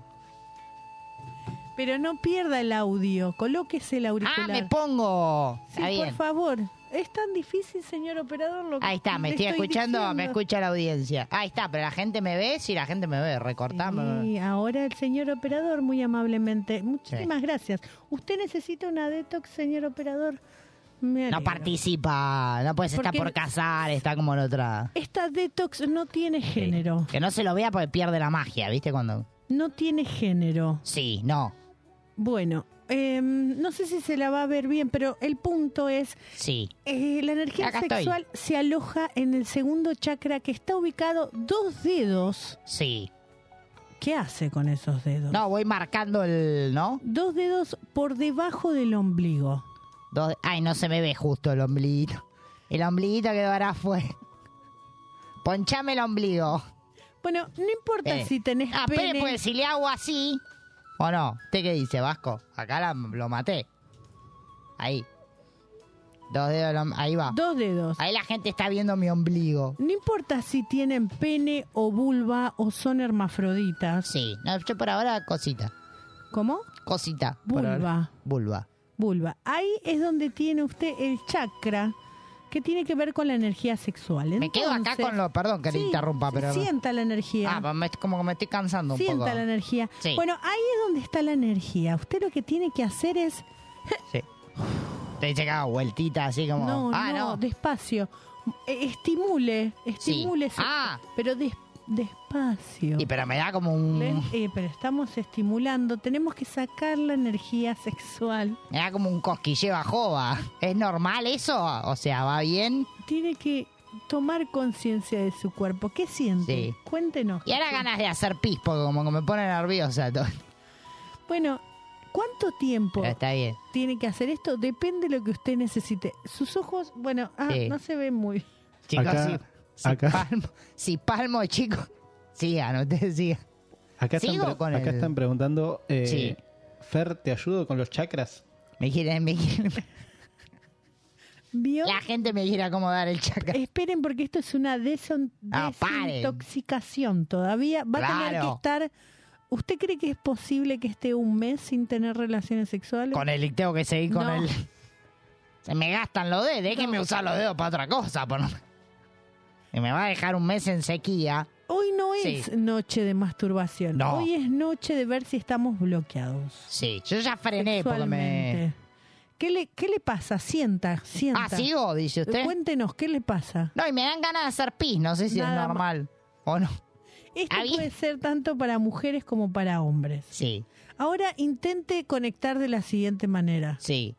Speaker 4: Pero no pierda el audio. Colóquese el auricular.
Speaker 5: Ah, me pongo.
Speaker 4: Sí,
Speaker 5: Está bien.
Speaker 4: por favor. Es tan difícil, señor operador, lo que
Speaker 5: Ahí está, me
Speaker 4: le
Speaker 5: estoy escuchando, me
Speaker 4: diciendo.
Speaker 5: escucha la audiencia. Ahí está, pero la gente me ve, si la gente me ve, recortame.
Speaker 4: Y ahora el señor operador, muy amablemente. Muchísimas gracias. ¿Usted necesita una detox, señor operador? Me
Speaker 5: No
Speaker 4: alegro.
Speaker 5: participa, no puedes estar
Speaker 4: Porque-
Speaker 5: por casar, está como en otra.
Speaker 4: Esta detox no tiene género.
Speaker 5: Que no se lo vea porque pierde la magia, ¿viste? Cuando...
Speaker 4: No tiene género.
Speaker 5: Sí, no.
Speaker 4: Bueno, eh, no sé si se la va a ver bien, pero el punto es...
Speaker 5: Sí.
Speaker 4: eh, la energía
Speaker 5: Acá estoy.
Speaker 4: sexual se aloja en el segundo chakra que está ubicado dos dedos.
Speaker 5: Sí.
Speaker 4: ¿Qué hace con esos dedos?
Speaker 5: No, voy marcando el... ¿no?
Speaker 4: Dos dedos por debajo del ombligo.
Speaker 5: Dos, ay, no se me ve justo el ombliguito. El ombliguito que ahora fue. Ponchame el ombligo.
Speaker 4: Bueno, no importa
Speaker 5: Eh.
Speaker 4: si tenés
Speaker 5: Ah,
Speaker 4: pene.
Speaker 5: pero pues si le hago así. ¿O no? ¿Usted qué dice, Vasco? Acá la- lo maté. Ahí. Dos dedos. del om- Ahí va.
Speaker 4: Dos dedos.
Speaker 5: Ahí la gente está viendo mi ombligo.
Speaker 4: No importa si tienen pene o vulva o son hermafroditas.
Speaker 5: Sí. No, yo por ahora, cosita.
Speaker 4: ¿Cómo?
Speaker 5: Cosita. por
Speaker 4: Vulva.
Speaker 5: ahora. Vulva.
Speaker 4: Vulva. Ahí es donde tiene usted el chakra que tiene que ver con la energía sexual.
Speaker 5: Me quedo acá
Speaker 4: Entonces,
Speaker 5: con lo... Perdón que le
Speaker 4: sí,
Speaker 5: interrumpa, pero...
Speaker 4: Sienta la energía.
Speaker 5: Ah, pues me- como que me estoy cansando un
Speaker 4: Sienta
Speaker 5: poco.
Speaker 4: la energía.
Speaker 5: Sí.
Speaker 4: Bueno, ahí es donde está la energía. Usted lo que tiene que hacer es...
Speaker 5: Sí. Te dice que haga vueltita así como...
Speaker 4: No,
Speaker 5: ah,
Speaker 4: no,
Speaker 5: no.
Speaker 4: despacio. Eh, Estimule, estimule.
Speaker 5: Sí. Ah.
Speaker 4: Pero des- despacio.
Speaker 5: Y pero me da como un...
Speaker 4: ¿Ven? Eh, pero estamos estimulando. Tenemos que sacar la energía sexual.
Speaker 5: Me da como un cosquilleo a jova. ¿Es normal eso? O sea, ¿va bien?
Speaker 4: Tiene que tomar conciencia de su cuerpo. ¿Qué siente?
Speaker 5: Sí.
Speaker 4: Cuéntenos.
Speaker 5: Y ahora ganas de hacer pis, porque como que me pone nerviosa todo.
Speaker 4: Bueno, ¿cuánto tiempo
Speaker 5: Pero está bien.
Speaker 4: tiene que hacer esto? Depende de lo que usted necesite. Sus ojos, bueno, ah,
Speaker 5: Sí.
Speaker 4: no se ven muy...
Speaker 5: Chicos,
Speaker 6: Acá-
Speaker 5: si, si
Speaker 6: acá-
Speaker 5: palmo, si palmo, chicos, sigan, ustedes sigan.
Speaker 6: Acá, están,
Speaker 5: Sigo
Speaker 6: pre-
Speaker 5: con
Speaker 6: acá
Speaker 5: el-
Speaker 6: están preguntando, eh,
Speaker 5: Sí.
Speaker 6: Fer, ¿te ayudo con los chakras?
Speaker 5: Me quieren, me quieren...
Speaker 4: ¿Vio?
Speaker 5: La gente me quiere acomodar el chakra.
Speaker 4: Esperen porque esto es una deson-
Speaker 5: No, paren.
Speaker 4: desintoxicación todavía. Va a tener que
Speaker 5: Claro.
Speaker 4: estar... ¿Usted cree que es posible que esté un mes sin tener relaciones sexuales?
Speaker 5: Con el tengo que seguir con
Speaker 4: No.
Speaker 5: el... Se me gastan los dedos, déjenme usar los dedos para otra cosa. Por no... Y me va a dejar un mes en sequía.
Speaker 4: Hoy no
Speaker 5: Sí.
Speaker 4: es noche de masturbación.
Speaker 5: No.
Speaker 4: Hoy es noche de ver si estamos bloqueados.
Speaker 5: Sí, yo ya frené porque me...
Speaker 4: Sexualmente. ¿Qué le, ¿Qué le pasa? Sienta, sienta.
Speaker 5: Ah, ¿sigo? Dice usted.
Speaker 4: Cuéntenos, ¿qué le pasa?
Speaker 5: No, y me dan ganas de hacer pis, no sé si
Speaker 4: Nada
Speaker 5: es
Speaker 4: más.
Speaker 5: normal o no.
Speaker 4: Esto
Speaker 5: ¿Ah, bien?
Speaker 4: puede ser tanto para mujeres como para hombres.
Speaker 5: Sí,
Speaker 4: Ahora intente conectar de la siguiente manera.
Speaker 5: sí.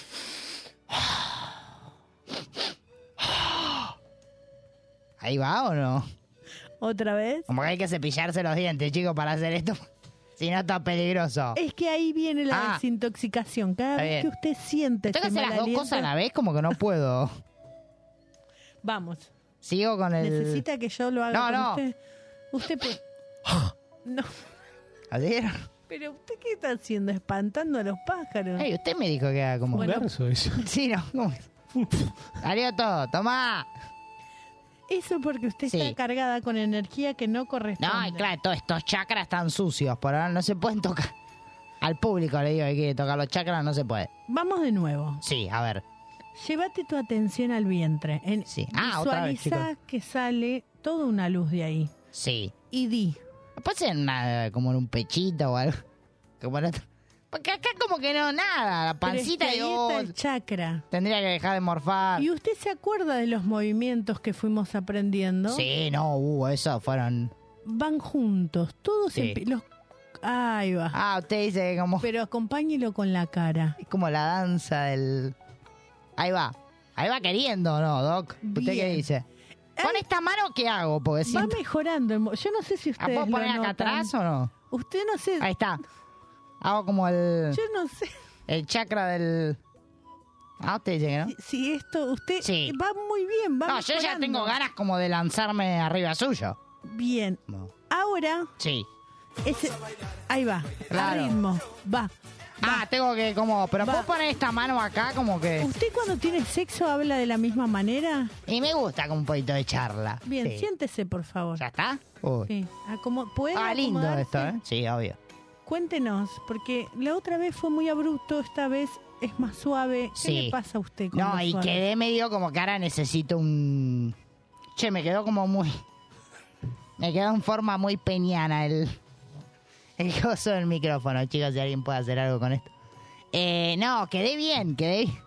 Speaker 5: ¿Ahí va o no?
Speaker 4: ¿Otra vez?
Speaker 5: Como que hay que cepillarse los dientes, chicos, para hacer esto. Si no, está peligroso.
Speaker 4: Es que ahí viene la
Speaker 5: Ah.
Speaker 4: desintoxicación. Cada
Speaker 5: Está
Speaker 4: vez
Speaker 5: bien.
Speaker 4: que usted siente
Speaker 5: Tengo que
Speaker 4: ese
Speaker 5: hacer las
Speaker 4: mal
Speaker 5: dos
Speaker 4: aliento-
Speaker 5: cosas a la vez, como que no puedo.
Speaker 4: Vamos.
Speaker 5: Sigo con el...
Speaker 4: ¿Necesita que yo lo haga
Speaker 5: No,
Speaker 4: con
Speaker 5: no.
Speaker 4: usted? Usted puede... No.
Speaker 5: ¿Así?
Speaker 4: Pero usted qué está haciendo, espantando a los pájaros.
Speaker 5: Ey, usted me dijo que haga como...
Speaker 4: Bueno.
Speaker 6: Verso eso.
Speaker 5: Sí, no. ¿Cómo? Salió todo, tomá.
Speaker 4: Eso porque usted
Speaker 5: Sí.
Speaker 4: está cargada con energía que no corresponde.
Speaker 5: No, y claro, todos estos chakras están sucios, por ahora no se pueden tocar. Al público le digo que quiere tocar los chakras, no se puede.
Speaker 4: Vamos de nuevo.
Speaker 5: Sí, a ver.
Speaker 4: Llévate tu atención al vientre. En,
Speaker 5: Sí. Ah, otra vez,
Speaker 4: visualiza que sale toda una luz de ahí.
Speaker 5: Sí.
Speaker 4: Y di.
Speaker 5: Puede ser una- como en un pechito o algo. Como en otro- Porque acá como que no, nada. La pancita
Speaker 4: Pero es que
Speaker 5: y
Speaker 4: ahí
Speaker 5: oh,
Speaker 4: está el chakra.
Speaker 5: tendría que dejar de morfar.
Speaker 4: ¿Y usted se acuerda de los movimientos que fuimos aprendiendo?
Speaker 5: Sí, no, uh, eso fueron...
Speaker 4: Van juntos. Todos
Speaker 5: Sí.
Speaker 4: empi- los Ahí va.
Speaker 5: Ah, usted dice que como...
Speaker 4: Pero acompáñelo con la cara.
Speaker 5: Es como la danza del... Ahí va. Ahí va queriendo, ¿no, Doc? ¿Usted qué
Speaker 4: Bien.
Speaker 5: dice? ¿Con esta mano qué hago? Porque
Speaker 4: Va
Speaker 5: siento...
Speaker 4: mejorando. el mo- Yo no sé si
Speaker 5: ¿Ah,
Speaker 4: ustedes
Speaker 5: ¿Puedo
Speaker 4: lo
Speaker 5: poner acá
Speaker 4: notan.
Speaker 5: atrás o no?
Speaker 4: Usted no sé.
Speaker 5: Ahí está. Hago como el...
Speaker 4: Yo no sé
Speaker 5: El chakra del... Ah, usted dice que no.
Speaker 4: si, si esto... Usted
Speaker 5: Sí.
Speaker 4: va muy bien. Va
Speaker 5: No, yo ya
Speaker 4: mejorando.
Speaker 5: tengo ganas como de lanzarme arriba suyo.
Speaker 4: Bien.
Speaker 5: No.
Speaker 4: Ahora,
Speaker 5: Sí.
Speaker 4: ese, ahí va.
Speaker 5: Claro.
Speaker 4: Al ritmo. Va.
Speaker 5: Ah, tengo que como... Pero
Speaker 4: Va.
Speaker 5: puedo poner esta mano acá como que...
Speaker 4: ¿Usted cuando tiene sexo habla de la misma manera?
Speaker 5: Y me gusta como un poquito de charla.
Speaker 4: Bien,
Speaker 5: Sí.
Speaker 4: siéntese, por favor.
Speaker 5: ¿Ya está? Uy.
Speaker 4: Sí. Acomo- ¿Puede
Speaker 5: Ah, lindo
Speaker 4: acomodarse?
Speaker 5: esto, ¿eh? Sí, obvio.
Speaker 4: Cuéntenos, porque la otra vez fue muy abrupto, esta vez es más suave. ¿Qué
Speaker 5: Sí.
Speaker 4: le pasa a usted con
Speaker 5: No,
Speaker 4: lo
Speaker 5: y
Speaker 4: suave?
Speaker 5: quedé medio como que ahora necesito un... Che, me quedó como muy... Me quedó en forma muy peñana el... El coso del micrófono, chicos, si alguien puede hacer algo con esto. Eh, no, quedé bien, quedé bien.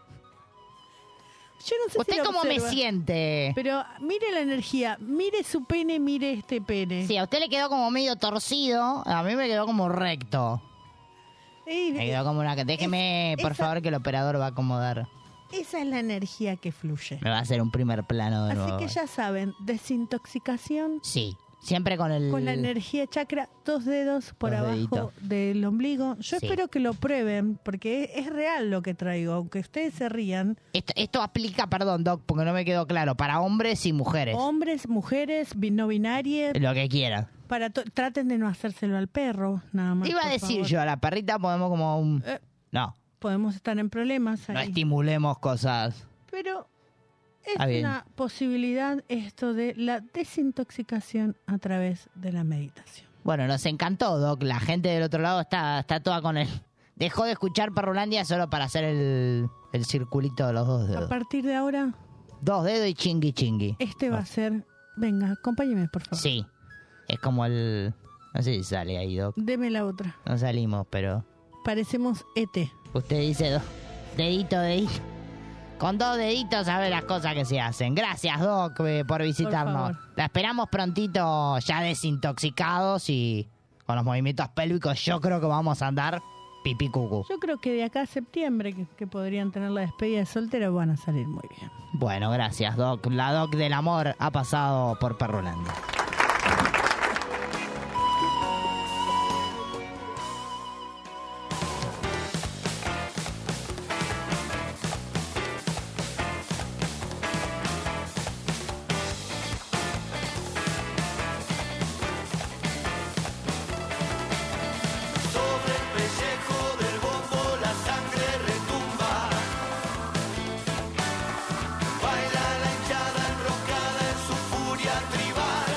Speaker 4: Yo no sé
Speaker 5: ¿Usted
Speaker 4: si lo
Speaker 5: cómo me
Speaker 4: observa,
Speaker 5: siente?
Speaker 4: Pero mire la energía, mire su pene, mire este pene.
Speaker 5: Sí, a usted le quedó como medio torcido, a mí me quedó como recto.
Speaker 4: Ey,
Speaker 5: Me quedó como una... Déjeme,
Speaker 4: Es-
Speaker 5: por
Speaker 4: esa-
Speaker 5: favor, que el operador va a acomodar.
Speaker 4: esa es la energía que fluye.
Speaker 5: Me va a hacer un primer plano de
Speaker 4: Así
Speaker 5: nuevo.
Speaker 4: que ya saben, desintoxicación,
Speaker 5: Sí, Siempre con el...
Speaker 4: Con la energía chakra, dos dedos por
Speaker 5: Dos
Speaker 4: abajo
Speaker 5: deditos.
Speaker 4: del ombligo. Yo
Speaker 5: Sí.
Speaker 4: espero que lo prueben, porque es real lo que traigo, aunque ustedes se rían.
Speaker 5: Esto, esto aplica, perdón, Doc, porque no me quedó claro, para hombres y mujeres.
Speaker 4: Hombres, mujeres, bi- no binarias,
Speaker 5: Lo que quieran.
Speaker 4: para to- traten de no hacérselo al perro, nada más.
Speaker 5: Iba a
Speaker 4: por
Speaker 5: decir
Speaker 4: favor.
Speaker 5: yo, a la perrita podemos como un...
Speaker 4: Eh.
Speaker 5: No,
Speaker 4: Podemos estar en problemas
Speaker 5: no
Speaker 4: ahí.
Speaker 5: estimulemos cosas.
Speaker 4: Pero es
Speaker 5: Está bien.
Speaker 4: una posibilidad esto de la desintoxicación a través de la meditación.
Speaker 5: Bueno, nos encantó, Doc. La gente del otro lado está, está toda con él. Dejó de escuchar Perrulandia solo para hacer el, el circulito de los dos
Speaker 4: A
Speaker 5: dedos.
Speaker 4: partir de ahora,
Speaker 5: Dos dedos y chingui chingui.
Speaker 4: este va a ser... Venga, acompáñeme, por favor.
Speaker 5: Sí. Es como el... No sé si sale ahí, Doc.
Speaker 4: Deme la otra.
Speaker 5: No salimos, pero...
Speaker 4: Parecemos E T.
Speaker 5: Usted dice dos. Dedito, dedito. Con dos deditos sabe las cosas que se hacen. Gracias, Doc, eh, por visitarnos.
Speaker 4: Por favor.
Speaker 5: La esperamos prontito ya desintoxicados y con los movimientos pélvicos. Yo creo que vamos a andar pipí cucú.
Speaker 4: Yo creo que de acá a septiembre, que, que podrían tener la despedida de soltero, van a salir muy bien.
Speaker 5: Bueno, gracias, Doc. La Doc del amor ha pasado por Perrulandia.
Speaker 3: Sobre el pellejo del bombo la sangre retumba. Baila la hinchada enroscada en su furia tribal.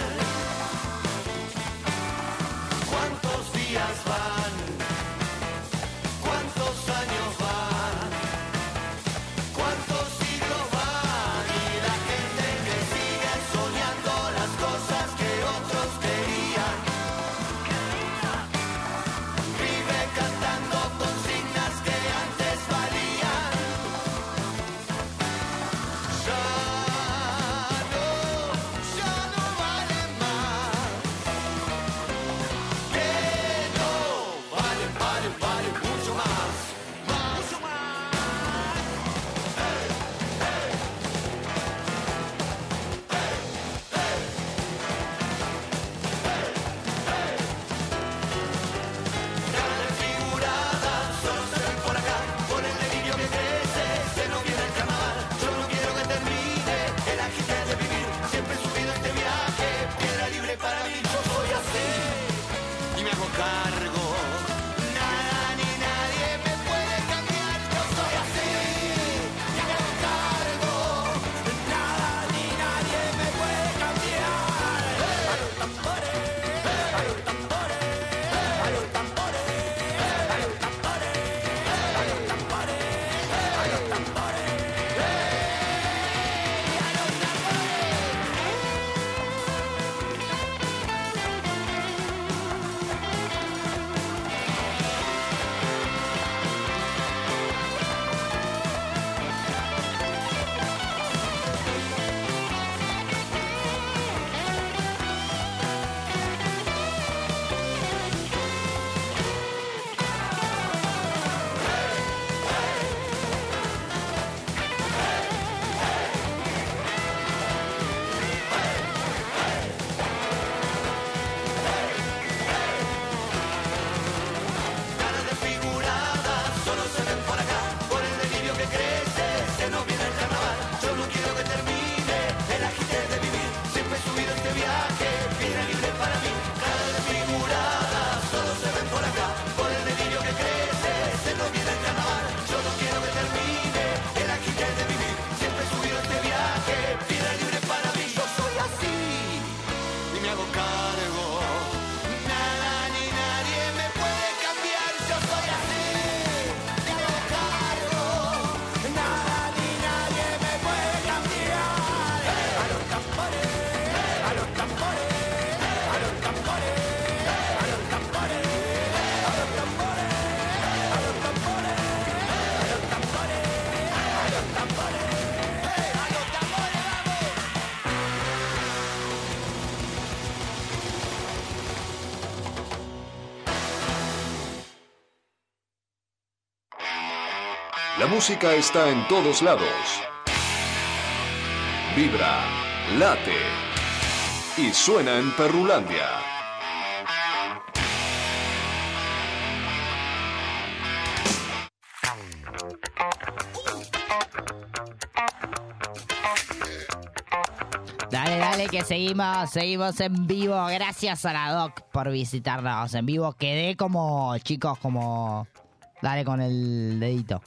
Speaker 3: ¿Cuántos días van? ¿Cuántos años van? ¿Cuántos siglos van? Y la gente que sigue soñando las cosas que otros querían. Vive cantando consignas que antes valían. Ya no, ya no valen más. Que no valen, valen, valen mucho más. Mucho más. Hey, hey. Hey, hey. Cara desfigurada, solo se ven por acá, por el delirio que crece, se nos viene el carnaval. Yo no quiero que termine el agite de vivir, siempre subido este viaje, piedra libre para mí. Yo soy así y me hago cargo. Nada ni nadie me puede cambiar. Yo soy así y me hago cargo. Nada ni nadie me puede cambiar. A los tambores, a los tambores, a los tambores, a los tambores, a los tambores, a los tambores, a los Caras desfiguradas, solo se ven por acá, por el delirio que crece, se nos viene el carnaval. Yo no quiero que termine el agite de vivir, siempre subido este viaje, piedra libre para mí. Caras desfiguradas, solo se ven por acá, por el delirio que crece, se nos viene el carnaval. Yo no quiero que termine el agite de vivir, siempre subido este viaje, piedra libre para mí. Yo soy así y me hago cargo. Nada ni nadie me puede cambiar. Yo soy así y me hago cargo. Nada ni nadie me puede cambiar. A los tambores, a los tambores, a los tambores, a los tambores, a los tambores, a los tambores, a los tambores, a los tambores, a los tambores, vamos.
Speaker 13: La música está en todos lados. Vibra, late. y suena en Perrulandia.
Speaker 5: Dale, dale, que seguimos, seguimos en vivo. Gracias a la Doc por visitarnos en vivo. Quedé como, chicos, como... Dale con el dedito.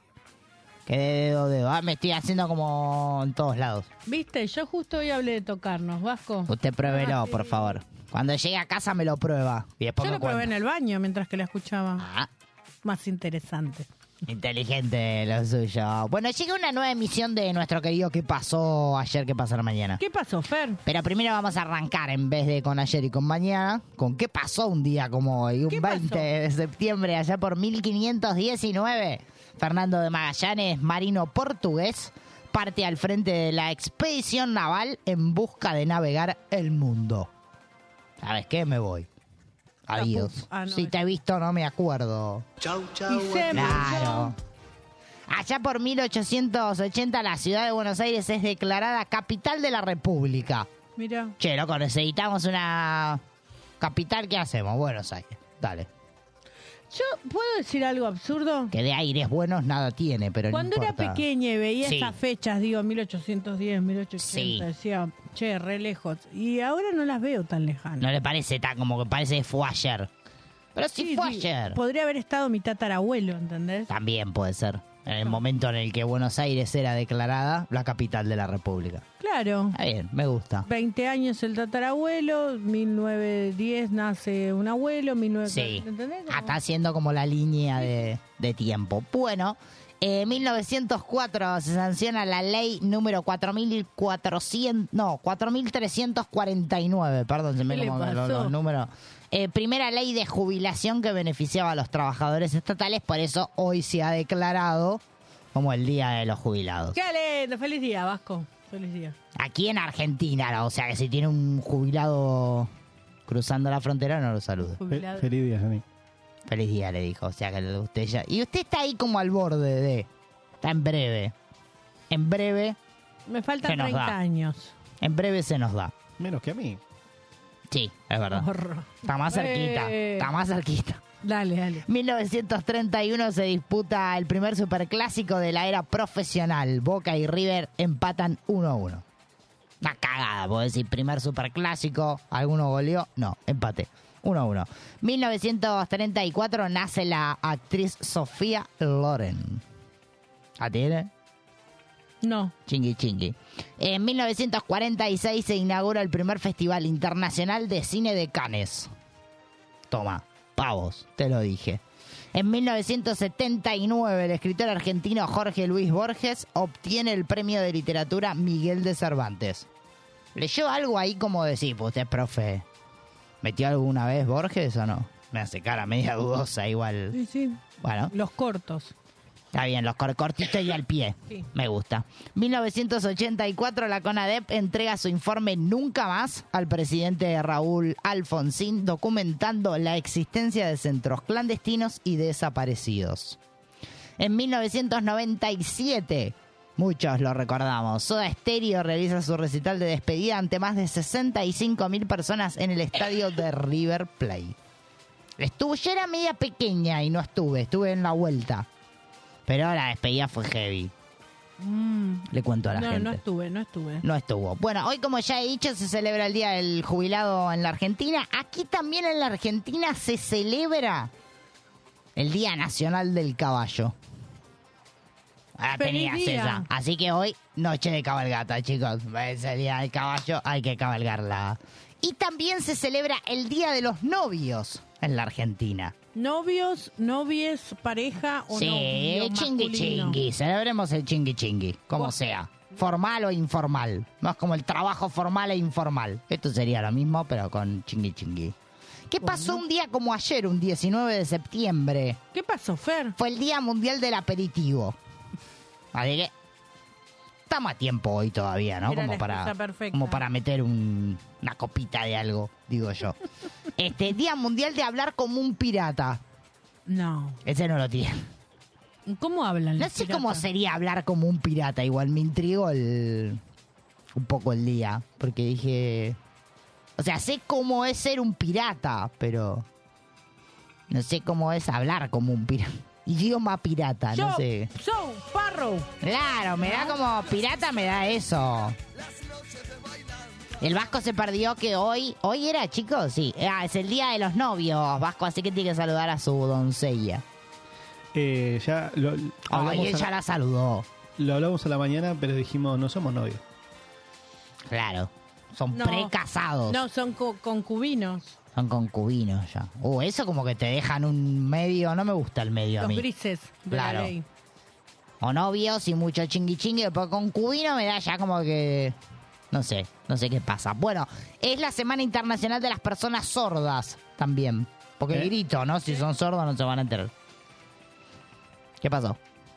Speaker 5: Quedé dedo, dedo. Ah, me estoy haciendo como en todos lados.
Speaker 4: ¿Viste? Yo justo hoy hablé de tocarnos, Vasco.
Speaker 5: Usted pruébelo,
Speaker 4: Ah, sí.
Speaker 5: por favor. Cuando llegue a casa me lo prueba. Y después
Speaker 4: Yo
Speaker 5: me
Speaker 4: lo probé
Speaker 5: cuenta.
Speaker 4: en el baño mientras que la escuchaba.
Speaker 5: Ah.
Speaker 4: Más interesante.
Speaker 5: Inteligente lo suyo. Bueno, llega una nueva emisión de nuestro querido ¿Qué pasó ayer, qué pasó mañana?
Speaker 4: ¿Qué pasó, Fer?
Speaker 5: Pero primero vamos a arrancar, en vez de con ayer y con mañana, con qué pasó un día como hoy, un veinte de septiembre, allá por mil quinientos diecinueve. Fernando de Magallanes, marino portugués, parte al frente de la expedición naval en busca de navegar el mundo. ¿Sabes qué? Me voy. Adiós.
Speaker 4: Ah, no,
Speaker 5: si te he visto no me acuerdo.
Speaker 3: Chau, chau.
Speaker 4: Y se
Speaker 5: Claro. Allá por mil ochocientos ochenta la ciudad de Buenos Aires es declarada capital de la República.
Speaker 4: Mira.
Speaker 5: Che, loco, necesitamos una capital, ¿qué hacemos? Buenos Aires. Dale.
Speaker 4: Yo, ¿puedo decir algo absurdo?
Speaker 5: Que de aires buenos nada tiene, pero
Speaker 4: Cuando
Speaker 5: no
Speaker 4: era
Speaker 5: importa.
Speaker 4: pequeña y veía
Speaker 5: Sí.
Speaker 4: esas fechas, digo, mil ochocientos diez, mil ochocientos ochenta,
Speaker 5: Sí.
Speaker 4: decía, che, re lejos. Y ahora no las veo tan lejanas.
Speaker 5: No le parece tan como que parece que fue ayer. Pero sí, fue
Speaker 4: sí,
Speaker 5: ayer.
Speaker 4: Podría haber estado mi tatarabuelo, ¿entendés?
Speaker 5: También puede ser. En el momento en el que Buenos Aires era declarada la capital de la República.
Speaker 4: Claro.
Speaker 5: Está bien, me gusta.
Speaker 4: veinte años el tatarabuelo, mil novecientos diez nace un abuelo, mil novecientos...
Speaker 5: Sí.
Speaker 4: ¿Entendés?
Speaker 5: Ah, está haciendo como la línea de, de tiempo. Bueno, en mil novecientos cuatro se sanciona la ley número cuatro mil cuatrocientos, no, cuatro mil trescientos cuarenta y nueve, perdón, se me
Speaker 4: ¿Qué le
Speaker 5: como los,
Speaker 4: pasó?
Speaker 5: los números. Eh, primera ley de jubilación que beneficiaba a los trabajadores estatales, por eso hoy se ha declarado como el Día de los Jubilados.
Speaker 4: ¡Qué lindo! Feliz día, Vasco. Feliz día.
Speaker 5: Aquí en Argentina, ¿no? O sea que si tiene un jubilado cruzando la frontera, no lo saluda.
Speaker 4: Jubilado.
Speaker 6: Feliz día, Jani.
Speaker 5: Feliz día, le dijo. O sea que usted ya... Y usted está ahí como al borde de... Está en breve. En breve,
Speaker 4: Me faltan
Speaker 5: Se nos
Speaker 4: treinta
Speaker 5: da.
Speaker 4: años.
Speaker 5: en breve se nos da.
Speaker 6: Menos que a mí.
Speaker 5: Sí, es verdad.
Speaker 4: Horror.
Speaker 5: Está más cerquita.
Speaker 4: Eh.
Speaker 5: Está más cerquita.
Speaker 4: Dale, dale.
Speaker 5: mil novecientos treinta y uno se disputa el primer superclásico de la era profesional. Boca y River empatan uno a uno. Una cagada, puedo decir, primer superclásico. ¿Alguno goleó? No, empate. uno a uno. mil novecientos treinta y cuatro nace la actriz Sofía Loren. ¿La tiene?
Speaker 4: No.
Speaker 5: Chingui chingui. En mil novecientos cuarenta y seis se inaugura el primer Festival Internacional de Cine de Cannes. Toma, pavos, te lo dije. En mil novecientos setenta y nueve el escritor argentino Jorge Luis Borges obtiene el premio de literatura Miguel de Cervantes. ¿Leyó algo ahí como decir, pues usted, profe, metió alguna vez Borges o no? Me hace cara media dudosa igual.
Speaker 4: Sí, sí.
Speaker 5: Bueno.
Speaker 4: Los cortos.
Speaker 5: Está bien, los cor- cortitos y al pie.
Speaker 4: Sí.
Speaker 5: Me gusta. mil novecientos ochenta y cuatro la CONADEP entrega su informe Nunca Más al presidente Raúl Alfonsín, documentando la existencia de centros clandestinos y desaparecidos. En mil novecientos noventa y siete, muchos lo recordamos, Soda Stereo realiza su recital de despedida ante más de sesenta y cinco mil personas en el estadio de River Plate. Estuve, yo era media pequeña y no estuve, estuve en la vuelta. Pero la despedida fue heavy.
Speaker 4: Mm.
Speaker 5: Le cuento a la
Speaker 4: no,
Speaker 5: gente.
Speaker 4: no estuve, no estuve.
Speaker 5: No estuvo. Bueno, hoy como ya he dicho, se celebra el Día del Jubilado en la Argentina. Aquí también en la Argentina se celebra el Día Nacional del Caballo. Ah,
Speaker 4: ¡Feliz
Speaker 5: tenías
Speaker 4: día!
Speaker 5: esa. Así que hoy, noche de cabalgata, chicos. Es el Día del Caballo, hay que cabalgarla. Y también se celebra el Día de los Novios en la Argentina.
Speaker 4: ¿Novios, novies, pareja o
Speaker 5: Sí,
Speaker 4: novio
Speaker 5: chingui
Speaker 4: masculino?
Speaker 5: chingui. Celebremos el chingui chingui, como
Speaker 4: Buah.
Speaker 5: sea. Formal o informal. No es como el trabajo formal e informal. Esto sería lo mismo, pero con chingui chingui. ¿Qué pasó un día como ayer, un diecinueve de septiembre?
Speaker 4: ¿Qué pasó, Fer?
Speaker 5: Fue el Día Mundial del Aperitivo. Así que estamos a tiempo hoy todavía, ¿no?
Speaker 4: Era
Speaker 5: Como
Speaker 4: la
Speaker 5: para,
Speaker 4: excusa perfecta.
Speaker 5: como para meter un- una copita de algo, digo yo. Este Día Mundial de Hablar como un pirata.
Speaker 4: No.
Speaker 5: Ese no lo tiene.
Speaker 4: ¿Cómo hablan
Speaker 5: No
Speaker 4: los
Speaker 5: sé cómo
Speaker 4: piratas?
Speaker 5: sería hablar como un pirata. Igual me intrigó el, un poco el día. Porque dije... O sea, sé cómo es ser un pirata, pero no sé cómo es hablar como un pirata. Idioma pirata,
Speaker 4: Yo,
Speaker 5: no sé.
Speaker 4: So, Sparrow.
Speaker 5: Claro, me da como pirata, me da eso. El Vasco se perdió que hoy... ¿Hoy era, chicos? Sí. Ah, es el día de los novios, Vasco, así que tiene que saludar a su doncella.
Speaker 6: Eh, ya lo,
Speaker 5: Ay, él
Speaker 6: a
Speaker 5: ya la saludó.
Speaker 6: Lo hablamos a la mañana, pero dijimos, no somos novios.
Speaker 5: Claro. Son
Speaker 4: No.
Speaker 5: precasados.
Speaker 4: No, son co- concubinos.
Speaker 5: Son concubinos ya. Uh, eso como que te dejan un medio... No me gusta el medio a
Speaker 4: Los
Speaker 5: mí.
Speaker 4: grises de
Speaker 5: Claro.
Speaker 4: la ley.
Speaker 5: O novios y mucho chingui chingui. Después concubino me da ya como que... No sé, no sé qué pasa. Bueno, es la Semana Internacional de las Personas Sordas también. Porque
Speaker 6: ¿Eh?
Speaker 5: grito, ¿no? Si son sordos no se van a enterar. ¿Qué pasó?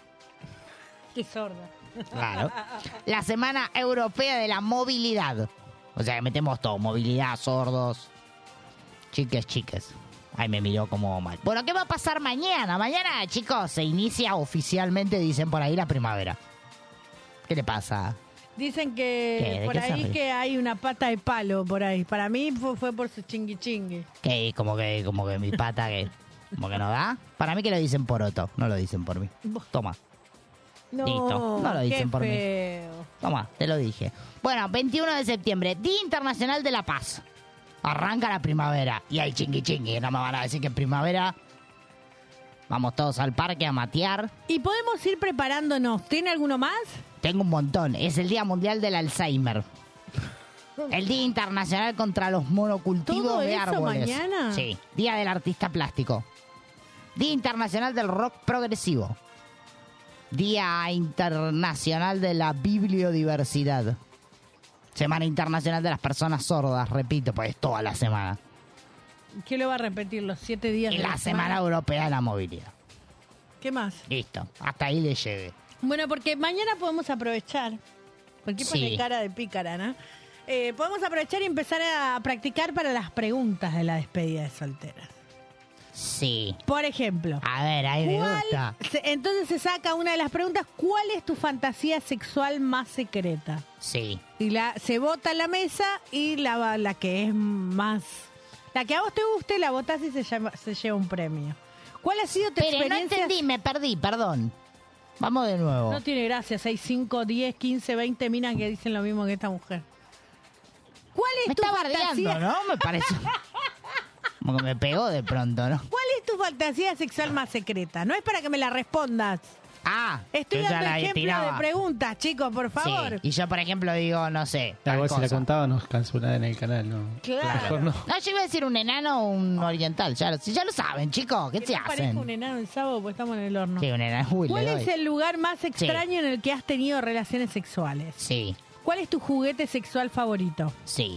Speaker 4: Qué sorda.
Speaker 5: Claro. La Semana Europea de la Movilidad. O sea, que metemos todo. Movilidad, sordos. Chiques, chiques. Ay, me miró como mal. Bueno, ¿qué va a pasar mañana? Mañana, chicos, se inicia oficialmente, dicen por ahí, la primavera. ¿Qué le pasa?
Speaker 4: Dicen
Speaker 5: ¿Qué?
Speaker 4: que
Speaker 5: ¿De
Speaker 4: por
Speaker 5: qué se
Speaker 4: ahí
Speaker 5: ríe?
Speaker 4: que hay una pata de palo por ahí. Para mí fue, fue por su chingui chingui.
Speaker 5: Que como que, como que mi pata que, como que no da. Para mí que lo dicen por Otto, no lo dicen por mí. Toma,
Speaker 4: No,
Speaker 5: Listo, no lo dicen
Speaker 4: qué
Speaker 5: por mí.
Speaker 4: feo.
Speaker 5: toma, te lo dije. Bueno, veintiuno de septiembre, Día Internacional de la Paz. Arranca la primavera y hay chingui chingui. No me van a decir que en primavera vamos todos al parque a matear.
Speaker 4: Y podemos ir preparándonos. ¿Tiene alguno más?
Speaker 5: Tengo un montón. Es el Día Mundial del Alzheimer. El Día Internacional contra los monocultivos
Speaker 4: ¿Todo
Speaker 5: de
Speaker 4: eso
Speaker 5: árboles.
Speaker 4: mañana?
Speaker 5: Sí. Día del Artista Plástico. Día Internacional del Rock Progresivo. Día Internacional de la Bibliodiversidad. Semana Internacional de las Personas Sordas, repito, pues toda la semana.
Speaker 4: ¿Qué lo va a repetir los siete días
Speaker 5: Y
Speaker 4: de
Speaker 5: la Semana Europea de la Movilidad.
Speaker 4: ¿Qué más?
Speaker 5: Listo, hasta ahí le llegué.
Speaker 4: Bueno, porque mañana podemos aprovechar. ¿Por qué pone
Speaker 5: Sí.
Speaker 4: cara de pícara, no? Eh, podemos aprovechar y empezar a practicar para las preguntas de la despedida de solteras.
Speaker 5: Sí.
Speaker 4: Por ejemplo.
Speaker 5: A ver, ahí me
Speaker 4: ¿cuál-
Speaker 5: gusta.
Speaker 4: se- entonces se saca una de las preguntas: ¿cuál es tu fantasía sexual más secreta?
Speaker 5: Sí.
Speaker 4: Y la se vota en la mesa y la, la que es más... La que a vos te guste, la votás y se, llama, se lleva un premio. ¿Cuál ha sido tu
Speaker 5: Pero no
Speaker 4: experiencia?
Speaker 5: entendí, me perdí, perdón. Vamos de nuevo.
Speaker 4: No tiene gracia, seis, cinco, diez, quince, veinte minas que dicen lo mismo que esta mujer. ¿Cuál es
Speaker 5: Me
Speaker 4: tu
Speaker 5: está
Speaker 4: fantasía?
Speaker 5: bardeando, ¿no? Me parece. Como que me pegó de pronto, ¿no?
Speaker 4: ¿Cuál es tu fantasía sexual más secreta? No es para que me la respondas.
Speaker 5: Ah,
Speaker 4: Estoy
Speaker 5: yo ya
Speaker 4: dando
Speaker 5: la
Speaker 4: ejemplo
Speaker 5: tiraba.
Speaker 4: de preguntas, chicos, por favor.
Speaker 5: Sí. Y yo, por ejemplo, digo, no sé.
Speaker 6: La
Speaker 5: tal
Speaker 6: igual si la
Speaker 5: cosa.
Speaker 6: contaba nos cancelada en el canal, ¿no?
Speaker 4: Claro.
Speaker 6: Mejor no.
Speaker 5: No, yo iba a decir un enano o un oriental. Ya lo, si ya lo saben, chicos. ¿Qué
Speaker 4: Que
Speaker 5: se
Speaker 4: no parezca
Speaker 5: hacen?
Speaker 4: un enano el sábado porque estamos en el horno.
Speaker 5: Sí, un enano. Uy,
Speaker 4: ¿Cuál
Speaker 5: le
Speaker 4: es
Speaker 5: doy.
Speaker 4: el lugar más extraño en el que has tenido relaciones sexuales?
Speaker 5: Sí,
Speaker 4: ¿Cuál es tu juguete sexual favorito?
Speaker 5: sí.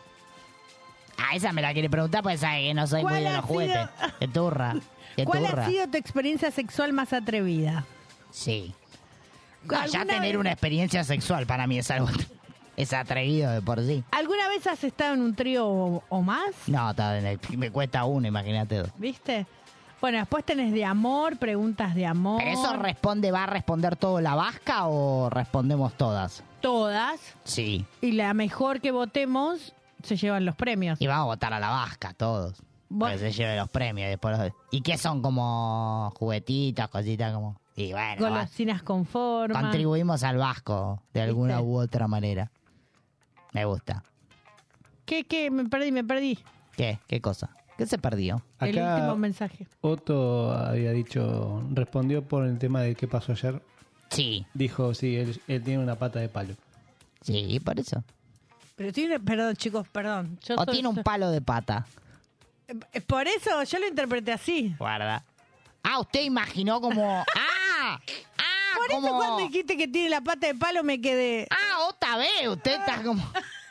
Speaker 5: Ah, esa me la quiere preguntar porque sabe que no soy muy
Speaker 4: ¿Cuál
Speaker 5: de
Speaker 4: ha
Speaker 5: los juguetes. Qué turra. Qué
Speaker 4: ¿Cuál
Speaker 5: turra.
Speaker 4: ha sido tu experiencia sexual más atrevida?
Speaker 5: Sí. No, ya
Speaker 4: ¿Alguna
Speaker 5: tener
Speaker 4: vez-
Speaker 5: una experiencia sexual para mí es algo... Es atrevido de por sí.
Speaker 4: ¿Alguna vez has estado en un trío o, o más?
Speaker 5: No, está en el- me cuesta uno, imagínate dos.
Speaker 4: ¿Viste? Bueno, después tenés de amor, preguntas de amor.
Speaker 5: ¿Pero eso responde, va a responder todo la vasca o respondemos todas?
Speaker 4: Todas.
Speaker 5: Sí.
Speaker 4: Y la mejor que votemos se llevan los premios.
Speaker 5: Y vamos a votar a la vasca, todos. Para que se lleve los premios. y Después los- ¿Y qué son como juguetitas, cositas como...? Y bueno, va-
Speaker 4: Golosinas con forma.
Speaker 5: contribuimos al vasco de alguna
Speaker 4: ¿Viste?
Speaker 5: u otra manera. Me gusta.
Speaker 4: ¿Qué, qué? Me perdí, me perdí.
Speaker 5: ¿Qué? ¿Qué cosa? ¿Qué se perdió?
Speaker 4: El
Speaker 6: Acá
Speaker 4: último mensaje.
Speaker 6: Otto había dicho, respondió por el tema de qué pasó ayer.
Speaker 5: Sí.
Speaker 6: Dijo, sí, él, él tiene una pata de palo.
Speaker 5: Sí, por eso.
Speaker 4: Pero tiene, perdón chicos, perdón. Yo
Speaker 5: O
Speaker 4: soy-
Speaker 5: tiene un
Speaker 4: soy-
Speaker 5: palo de pata.
Speaker 4: Eh, Por eso yo lo interpreté así.
Speaker 5: Guarda. Ah, usted imaginó como... ¡Ah! ¡Ah!
Speaker 4: Por
Speaker 5: como...
Speaker 4: eso cuando dijiste que tiene la pata de palo me quedé...
Speaker 5: ¡Ah, otra vez! Usted está como...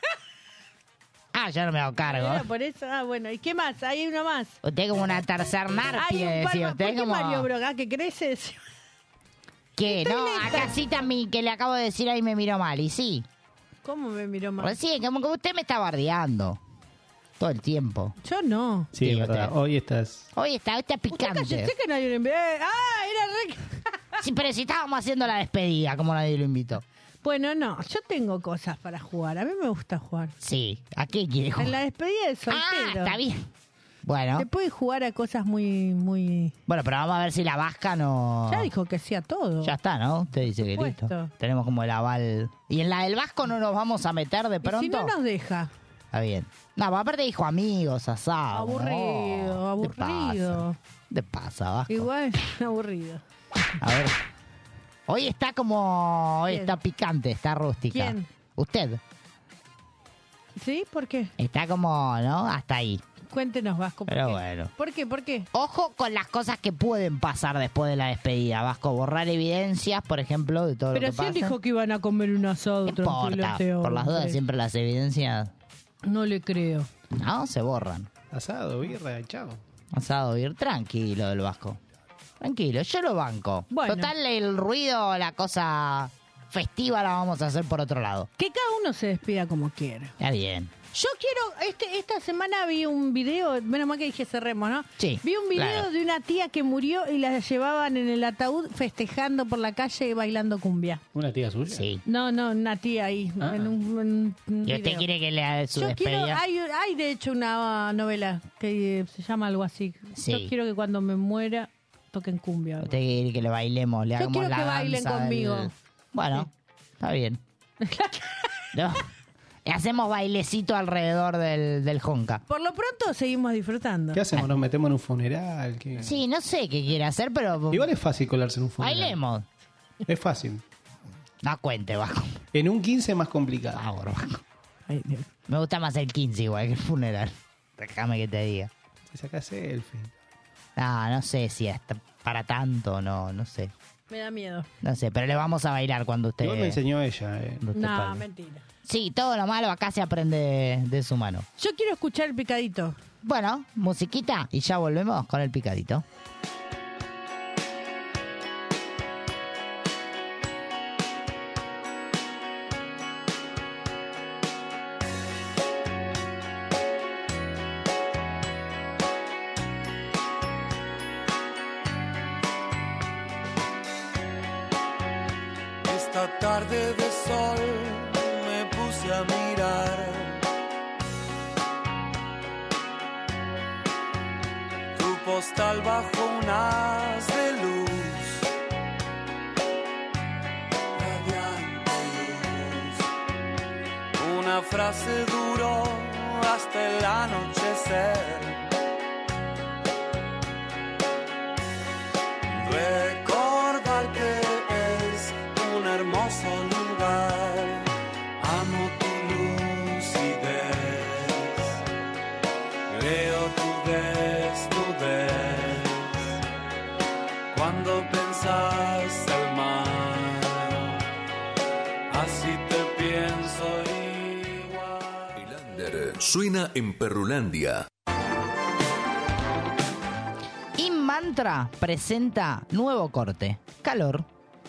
Speaker 5: Ah, yo no me hago cargo.
Speaker 4: Era por eso, ah, bueno. ¿Y qué más? Hay uno más.
Speaker 5: Usted como una tercer
Speaker 4: Hay
Speaker 5: narpie,
Speaker 4: un
Speaker 5: decía
Speaker 4: palma.
Speaker 5: usted
Speaker 4: ¿Por qué
Speaker 5: como...
Speaker 4: Mario Broga que crece?
Speaker 5: ¿Qué? No,
Speaker 4: lenta.
Speaker 5: acá sí también que le acabo de decir ahí me miró mal. Y sí.
Speaker 4: ¿Cómo me miró mal?
Speaker 5: Recién, como que usted me está bardeando. Todo el tiempo.
Speaker 4: Yo no.
Speaker 6: Sí,
Speaker 5: Sí,
Speaker 6: es verdad.
Speaker 5: usted.
Speaker 6: Hoy estás...
Speaker 5: Hoy está, está picante.
Speaker 4: Cállese que nadie lo envió. Ah, era re...
Speaker 5: Sí, pero si estábamos haciendo la despedida, como nadie lo invitó.
Speaker 4: Bueno, no, yo tengo cosas para jugar. A mí me gusta jugar.
Speaker 5: Sí, ¿a qué quieres jugar?
Speaker 4: En la despedida de soltero.
Speaker 5: Ah, está bien. Bueno.
Speaker 4: Se puede jugar a cosas muy, muy...
Speaker 5: Bueno, pero vamos a ver si la Vasca no...
Speaker 4: Ya dijo que sí a todo.
Speaker 5: Ya está, ¿no? Usted dice que
Speaker 4: Supuesto.
Speaker 5: listo. Tenemos como el aval. ¿Y en la del Vasco no nos vamos a meter de pronto?
Speaker 4: Y si no nos deja.
Speaker 5: Está bien. No, aparte dijo amigos, asado.
Speaker 4: Aburrido,
Speaker 5: no.
Speaker 4: aburrido.
Speaker 5: ¿Qué te pasa, Vasco?
Speaker 4: Igual, aburrido.
Speaker 5: A ver. Hoy está como... Hoy
Speaker 4: ¿Quién?
Speaker 5: está picante, está rústica.
Speaker 4: ¿Quién?
Speaker 5: Usted.
Speaker 4: ¿Sí? ¿Por qué?
Speaker 5: Está como, ¿no? Hasta ahí.
Speaker 4: Cuéntenos, Vasco. ¿por
Speaker 5: Pero
Speaker 4: qué?
Speaker 5: bueno.
Speaker 4: ¿Por qué? ¿Por qué?
Speaker 5: Ojo con las cosas que pueden pasar después de la despedida, Vasco. Borrar evidencias, por ejemplo, de todo
Speaker 4: Pero
Speaker 5: lo que
Speaker 4: si él
Speaker 5: pasa.
Speaker 4: dijo que iban a comer un asado
Speaker 5: No
Speaker 4: tranquilo
Speaker 5: importa,
Speaker 4: este
Speaker 5: por las dudas
Speaker 4: hombre.
Speaker 5: siempre las evidencias...
Speaker 4: No le creo.
Speaker 5: No, se borran.
Speaker 6: Asado, birra, chao.
Speaker 5: Asado, ir tranquilo del Vasco. Tranquilo, yo lo banco.
Speaker 4: Bueno.
Speaker 5: Total, el ruido, la cosa festiva la vamos a hacer por otro lado.
Speaker 4: Que cada uno se despida como quiera.
Speaker 5: Ya bien.
Speaker 4: Yo quiero, este, esta semana vi un video, menos mal que dije cerremos, ¿no?
Speaker 5: Sí.
Speaker 4: Vi un video
Speaker 5: claro.
Speaker 4: de una tía que murió y la llevaban en el ataúd festejando por la calle y bailando cumbia.
Speaker 6: ¿Una tía suya?
Speaker 5: Sí.
Speaker 4: No, no, una tía ahí,
Speaker 6: Ah.
Speaker 4: en un, en un
Speaker 5: ¿Y usted
Speaker 4: video.
Speaker 5: quiere que le haga su
Speaker 4: Yo quiero,
Speaker 5: despedida?
Speaker 4: hay, hay de hecho una novela que se llama algo así.
Speaker 5: Sí.
Speaker 4: Yo quiero que cuando me muera toquen cumbia.
Speaker 5: Usted quiere que le bailemos, le
Speaker 4: Yo
Speaker 5: hagamos
Speaker 4: quiero
Speaker 5: la
Speaker 4: que bailen
Speaker 5: danza
Speaker 4: conmigo.
Speaker 5: del- Bueno, está bien. No. Hacemos bailecito alrededor del, del Honka.
Speaker 4: Por lo pronto seguimos disfrutando.
Speaker 6: ¿Qué hacemos? ¿Nos metemos en un funeral? ¿Qué?
Speaker 5: Sí, no sé qué quiere hacer, pero...
Speaker 6: Igual es fácil colarse en un funeral.
Speaker 5: Bailemos.
Speaker 6: Es fácil.
Speaker 5: No cuente, Vasco.
Speaker 6: En un quince es más complicado.
Speaker 5: Por favor, Vasco.
Speaker 4: Ay, Dios.
Speaker 5: Me gusta más el quince igual que el funeral. Déjame que te diga.
Speaker 6: Te sacás selfie.
Speaker 5: No, no sé si es para tanto o no, no sé.
Speaker 4: Me da miedo.
Speaker 5: No sé, pero le vamos a bailar cuando usted...
Speaker 6: Igual me enseñó ella. Eh.
Speaker 5: cuando usted
Speaker 4: No,
Speaker 5: baile.
Speaker 4: mentira.
Speaker 5: Sí, todo lo malo acá se aprende de, de su mano.
Speaker 4: Yo quiero escuchar el picadito.
Speaker 5: Bueno, musiquita y ya volvemos con el picadito.
Speaker 3: Esta tarde de sol me puse a mirar tu postal bajo un haz de luz, radiante luz. Una frase duró hasta el anochecer. Recordar que es un hermoso lugar. Amo tu lucidez. Creo tu desnudez. Cuando pensás el mar, así te pienso igual.
Speaker 2: El under suena en Perrulandia.
Speaker 5: Mantra presenta nuevo corte. Calor.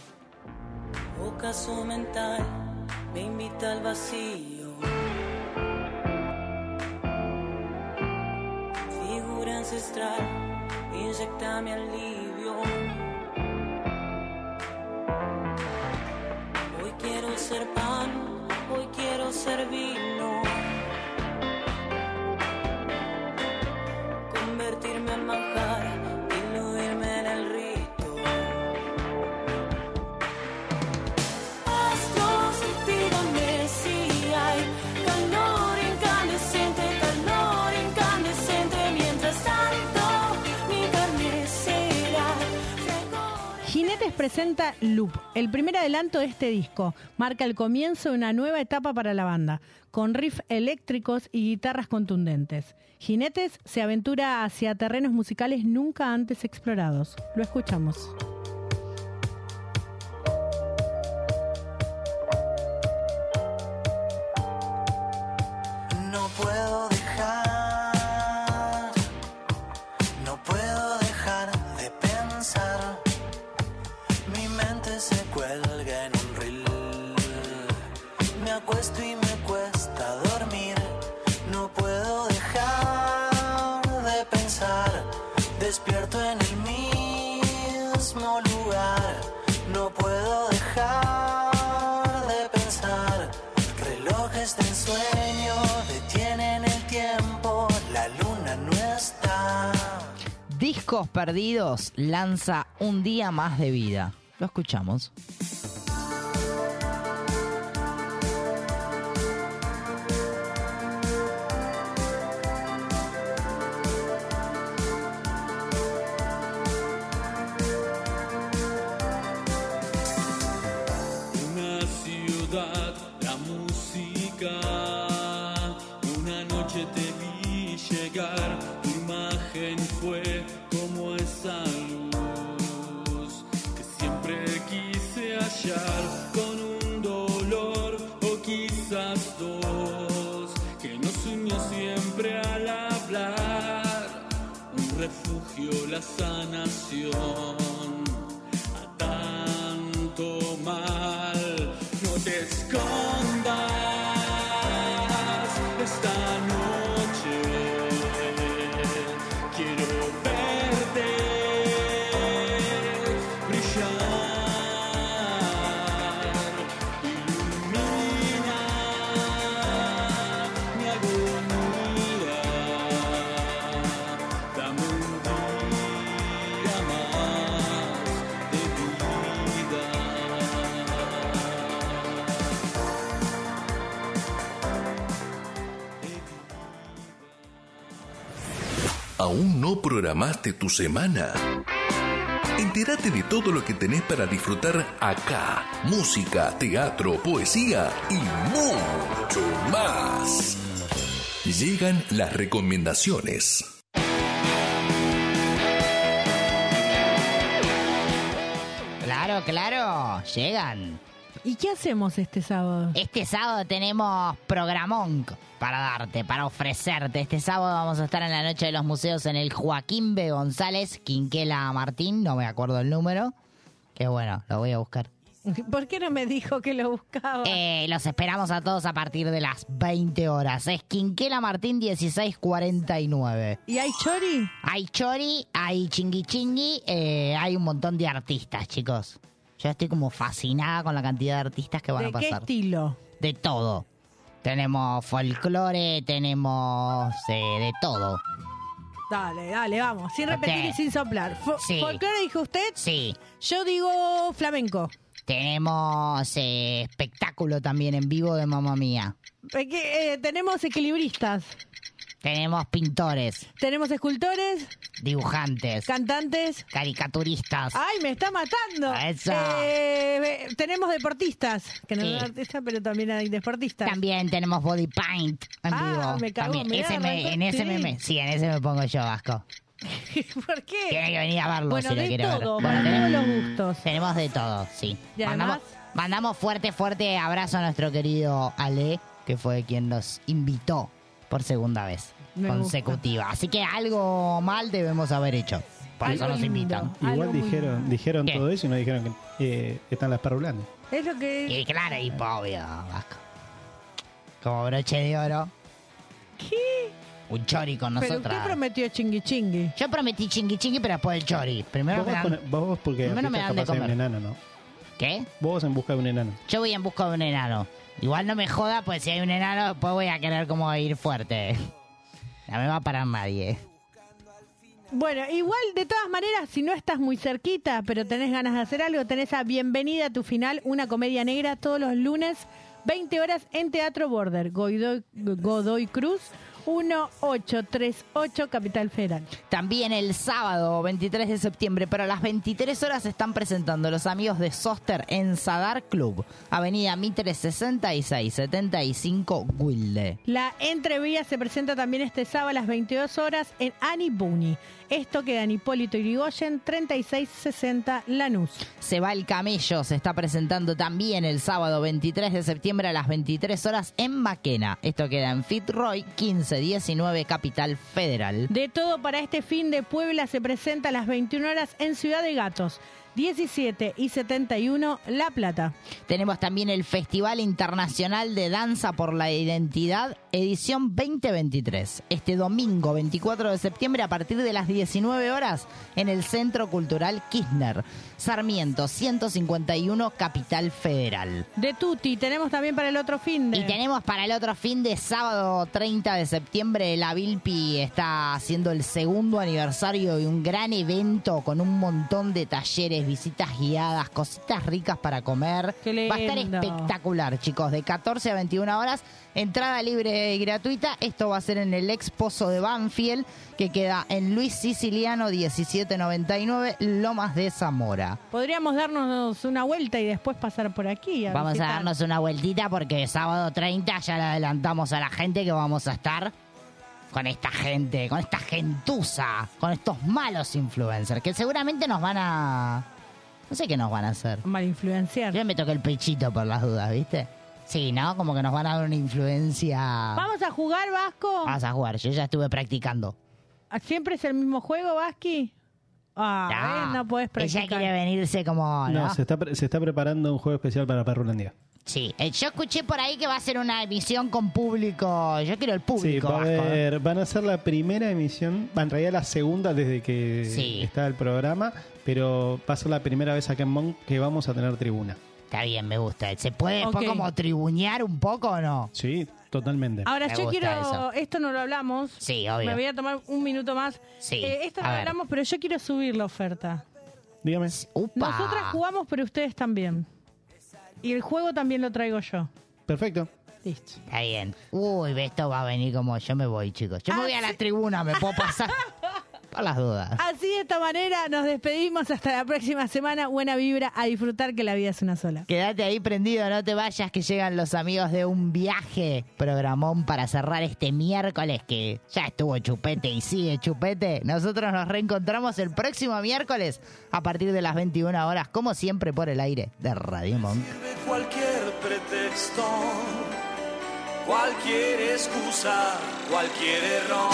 Speaker 16: Ocaso mental me invita al vacío. Figura ancestral inyecta mi alivio. Hoy quiero ser pan, hoy quiero ser vino. Convertirme en manjar. Diluirme en el rito. Astros, díganme si hay calor incandescente, calor incandescente. Mientras tanto, mi carne será frescor.
Speaker 4: Jinetes presenta Loop, el primer adelanto de este disco. Marca el comienzo de una nueva etapa para la banda, con riffs eléctricos y guitarras contundentes. Jinetes se aventura hacia terrenos musicales nunca antes explorados. Lo escuchamos.
Speaker 3: No puedo dejar, no puedo dejar de pensar. Mi mente se cuelga en un reel. Me acuesto y me cuesta dormir. No puedo dejar de pensar. Despierto en el mismo lugar. No puedo dejar de pensar. sueño detienen el tiempo, la luna no está.
Speaker 5: Discos Perdidos lanza Un Día Más de Vida. Lo escuchamos.
Speaker 17: Una ciudad, la música. Una noche te vi llegar, tu imagen fue como esa luz que siempre quise hallar, con un dolor o quizás dos, que nos unió siempre al hablar, un refugio, la sanación a tanto mal. No te escondas esta noche, quiero verte brillar, ilumina mi agonía, dame un día más de vida.
Speaker 2: ¿Aún no programaste tu semana? Entérate de todo lo que tenés para disfrutar acá. Música, teatro, poesía y mucho más. Llegan las recomendaciones.
Speaker 5: Claro, claro, llegan.
Speaker 4: ¿Y qué hacemos este sábado?
Speaker 5: Este sábado tenemos programón para darte, para ofrecerte. Este sábado vamos a estar en la Noche de los Museos en el Joaquín B. González, Quinquela Martín, no me acuerdo el número. Qué bueno, lo voy a buscar.
Speaker 4: ¿Por qué no me dijo que lo buscaba?
Speaker 5: Eh, los esperamos a todos a partir de las veinte horas. Es Quinquela Martín dieciséis cuarenta y nueve.
Speaker 4: ¿Y hay chori?
Speaker 5: Hay chori, hay chingui chingui, eh, hay un montón de artistas, chicos. Yo estoy como fascinada con la cantidad de artistas que van a
Speaker 4: ¿De
Speaker 5: pasar.
Speaker 4: qué estilo?
Speaker 5: De todo. Tenemos folclore, tenemos eh, de todo.
Speaker 4: Dale, dale, vamos. Sin repetir y sin soplar. Fo-
Speaker 5: Sí.
Speaker 4: ¿Folclore dijo usted?
Speaker 5: Sí.
Speaker 4: Yo digo flamenco.
Speaker 5: Tenemos eh, espectáculo también en vivo de Mamma Mía.
Speaker 4: Eh, que, eh, tenemos equilibristas.
Speaker 5: Tenemos pintores,
Speaker 4: Tenemos escultores,
Speaker 5: dibujantes,
Speaker 4: cantantes.
Speaker 5: caricaturistas.
Speaker 4: ¡Ay, me está matando!
Speaker 5: Eso.
Speaker 4: Eh, eh, tenemos deportistas, que no
Speaker 5: Sí.
Speaker 4: son artistas, pero también hay deportistas.
Speaker 5: También tenemos body paint en
Speaker 4: Ah,
Speaker 5: vivo.
Speaker 4: me cago,
Speaker 5: También.
Speaker 4: mirá,
Speaker 5: Ese me-
Speaker 4: arrancó,
Speaker 5: en ese
Speaker 4: sí.
Speaker 5: me, me- sí, en ese me pongo yo, Vasco.
Speaker 4: ¿Por qué?
Speaker 5: Tiene que venir a verlo
Speaker 4: Bueno,
Speaker 5: si lo
Speaker 4: de
Speaker 5: quiere
Speaker 4: todo,
Speaker 5: ver.
Speaker 4: para
Speaker 5: Bueno,
Speaker 4: todos
Speaker 5: tenemos,
Speaker 4: los gustos.
Speaker 5: tenemos de todo, sí.
Speaker 4: Y
Speaker 5: mandamos,
Speaker 4: además-
Speaker 5: mandamos fuerte, fuerte abrazo a nuestro querido Ale, que fue quien nos invitó por segunda vez
Speaker 4: Me
Speaker 5: consecutiva. Así que algo mal debemos haber hecho. Por eso
Speaker 4: Algo
Speaker 5: nos
Speaker 4: lindo.
Speaker 5: invitan.
Speaker 6: Igual
Speaker 4: Algo muy
Speaker 6: dijeron, dijeron
Speaker 5: ¿Qué?
Speaker 6: todo eso y no dijeron que eh, están las perrulandas.
Speaker 4: Es lo que...
Speaker 5: Y claro, y obvio, Vasco. Como broche de oro,
Speaker 4: ¿Qué?
Speaker 5: un chori con
Speaker 4: Pero
Speaker 5: nosotras.
Speaker 4: usted prometió chingui chingui.
Speaker 5: Yo prometí chingui chingui, pero después el chori. Primero
Speaker 6: Vos,
Speaker 5: me
Speaker 6: vas
Speaker 5: dan...
Speaker 6: con- vos porque
Speaker 5: primero me
Speaker 6: fuiste
Speaker 5: dan de
Speaker 6: capaz de un
Speaker 5: comer.
Speaker 6: enano, ¿no?
Speaker 5: ¿Qué?
Speaker 6: Vos en busca de un enano.
Speaker 5: Yo voy en busca de un enano. Igual no me joda, pues si hay un enano, después voy a querer como ir fuerte. No me va a parar nadie.
Speaker 4: Bueno, igual de todas maneras, si no estás muy cerquita, pero tenés ganas de hacer algo, tenés a Bienvenida a tu final, una comedia negra todos los lunes, veinte horas en Teatro Border, Godoy, Godoy Cruz, dieciocho treinta y ocho, Capital Federal.
Speaker 5: También el sábado veintitrés de septiembre, pero a las veintitrés horas se están presentando los amigos de Soster en Sadar Club, Avenida Mitre sesenta y seis setenta y cinco, Wilde.
Speaker 4: La entrevía se presenta también este sábado a las veintidós horas en Annie Buni. Esto queda en Hipólito Yrigoyen, treinta y seis sesenta, Lanús.
Speaker 5: Se va el camello, se está presentando también el sábado veintitrés de septiembre a las veintitrés horas en Maquena. Esto queda en Fitzroy quince diecinueve, Capital Federal.
Speaker 4: De todo para este fin de Puebla se presenta a las veintiuna horas en Ciudad de Gatos. diecisiete y setenta y uno, La Plata.
Speaker 5: Tenemos también el Festival Internacional de Danza por la Identidad, edición veinte veintitrés. Este domingo veinticuatro de septiembre a partir de las diecinueve horas en el Centro Cultural Kirchner, Sarmiento ciento cincuenta y uno, Capital Federal.
Speaker 4: De Tutti, tenemos también para el otro fin de...
Speaker 5: Y tenemos para el otro fin de sábado treinta de septiembre, la Vilpi está haciendo el segundo aniversario de un gran evento con un montón de talleres, visitas guiadas, cositas ricas para comer.
Speaker 4: Qué lindo.
Speaker 5: Va a estar espectacular, chicos, de catorce a veintiuna horas, entrada libre y gratuita. Esto va a ser en el ex Pozo de Banfield, que queda en Luis Siciliano diecisiete noventa y nueve, Lomas de Zamora.
Speaker 4: Podríamos darnos una vuelta y después pasar por aquí. A
Speaker 5: Vamos
Speaker 4: visitar.
Speaker 5: a darnos una vueltita porque sábado treinta ya le adelantamos a la gente que vamos a estar con esta gente, con esta gentuza, con estos malos influencers que seguramente nos van a... No sé qué nos van a hacer.
Speaker 4: Mal influenciar.
Speaker 5: Yo me toqué el pechito por las dudas, ¿viste? Sí, ¿no? Como que nos van a dar una influencia...
Speaker 4: ¿Vamos a jugar, Vasco?
Speaker 5: Vamos a jugar, yo ya estuve practicando.
Speaker 4: ¿Siempre es el mismo juego, Vasqui? Ah, no, no podés practicar.
Speaker 5: Ella quiere venirse como...
Speaker 6: No,
Speaker 5: ¿no?
Speaker 6: se, está, pre- se está preparando un juego especial para Perrulandia.
Speaker 5: Sí, eh, yo escuché por ahí que va a ser una emisión con público. Yo quiero el
Speaker 6: Sí,
Speaker 5: público.
Speaker 6: va a
Speaker 5: Vasco.
Speaker 6: haber- van a ser la primera emisión, va en realidad la segunda desde que
Speaker 5: Sí.
Speaker 6: está el programa, pero va a ser la primera vez acá en Monk que vamos a tener tribuna.
Speaker 5: Está bien, me gusta. ¿Se puede después
Speaker 4: Ok.
Speaker 5: como tribuñar un poco o no?
Speaker 6: Sí, totalmente.
Speaker 4: Ahora
Speaker 5: Me
Speaker 4: yo
Speaker 5: gusta
Speaker 4: quiero,
Speaker 5: eso.
Speaker 4: esto no lo hablamos.
Speaker 5: Sí, obvio.
Speaker 4: Me voy a tomar un minuto más.
Speaker 5: Sí,
Speaker 4: Eh, esto no
Speaker 5: a
Speaker 4: lo
Speaker 5: ver.
Speaker 4: hablamos, pero yo quiero subir la oferta.
Speaker 6: Dígame.
Speaker 5: Upa.
Speaker 4: Nosotras jugamos, pero ustedes también. Y el juego también lo traigo yo.
Speaker 6: Perfecto.
Speaker 4: Listo.
Speaker 5: Está bien. Uy, esto va a venir como... Yo me voy, chicos. Yo me voy a la tribuna, me puedo pasar. Por las dudas.
Speaker 4: Así de esta manera nos despedimos hasta la próxima semana. Buena vibra, a disfrutar que la vida es una sola.
Speaker 5: Quédate ahí prendido, no te vayas, que llegan los amigos de Un Viaje, programón para cerrar este miércoles que ya estuvo chupete y sigue chupete. Nosotros nos reencontramos el próximo miércoles a partir de las veintiuna horas, como siempre por el aire de Radio Monk.
Speaker 3: Cualquier pretexto, cualquier excusa, cualquier error.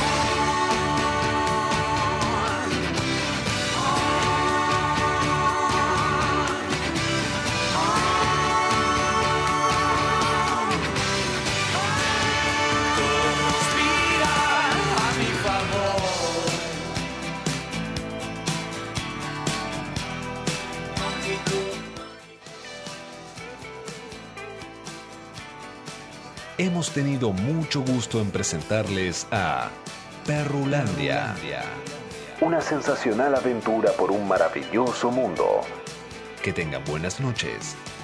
Speaker 13: Hemos tenido mucho gusto en presentarles a Perrulandia. Una sensacional aventura por un maravilloso mundo. Que tengan buenas noches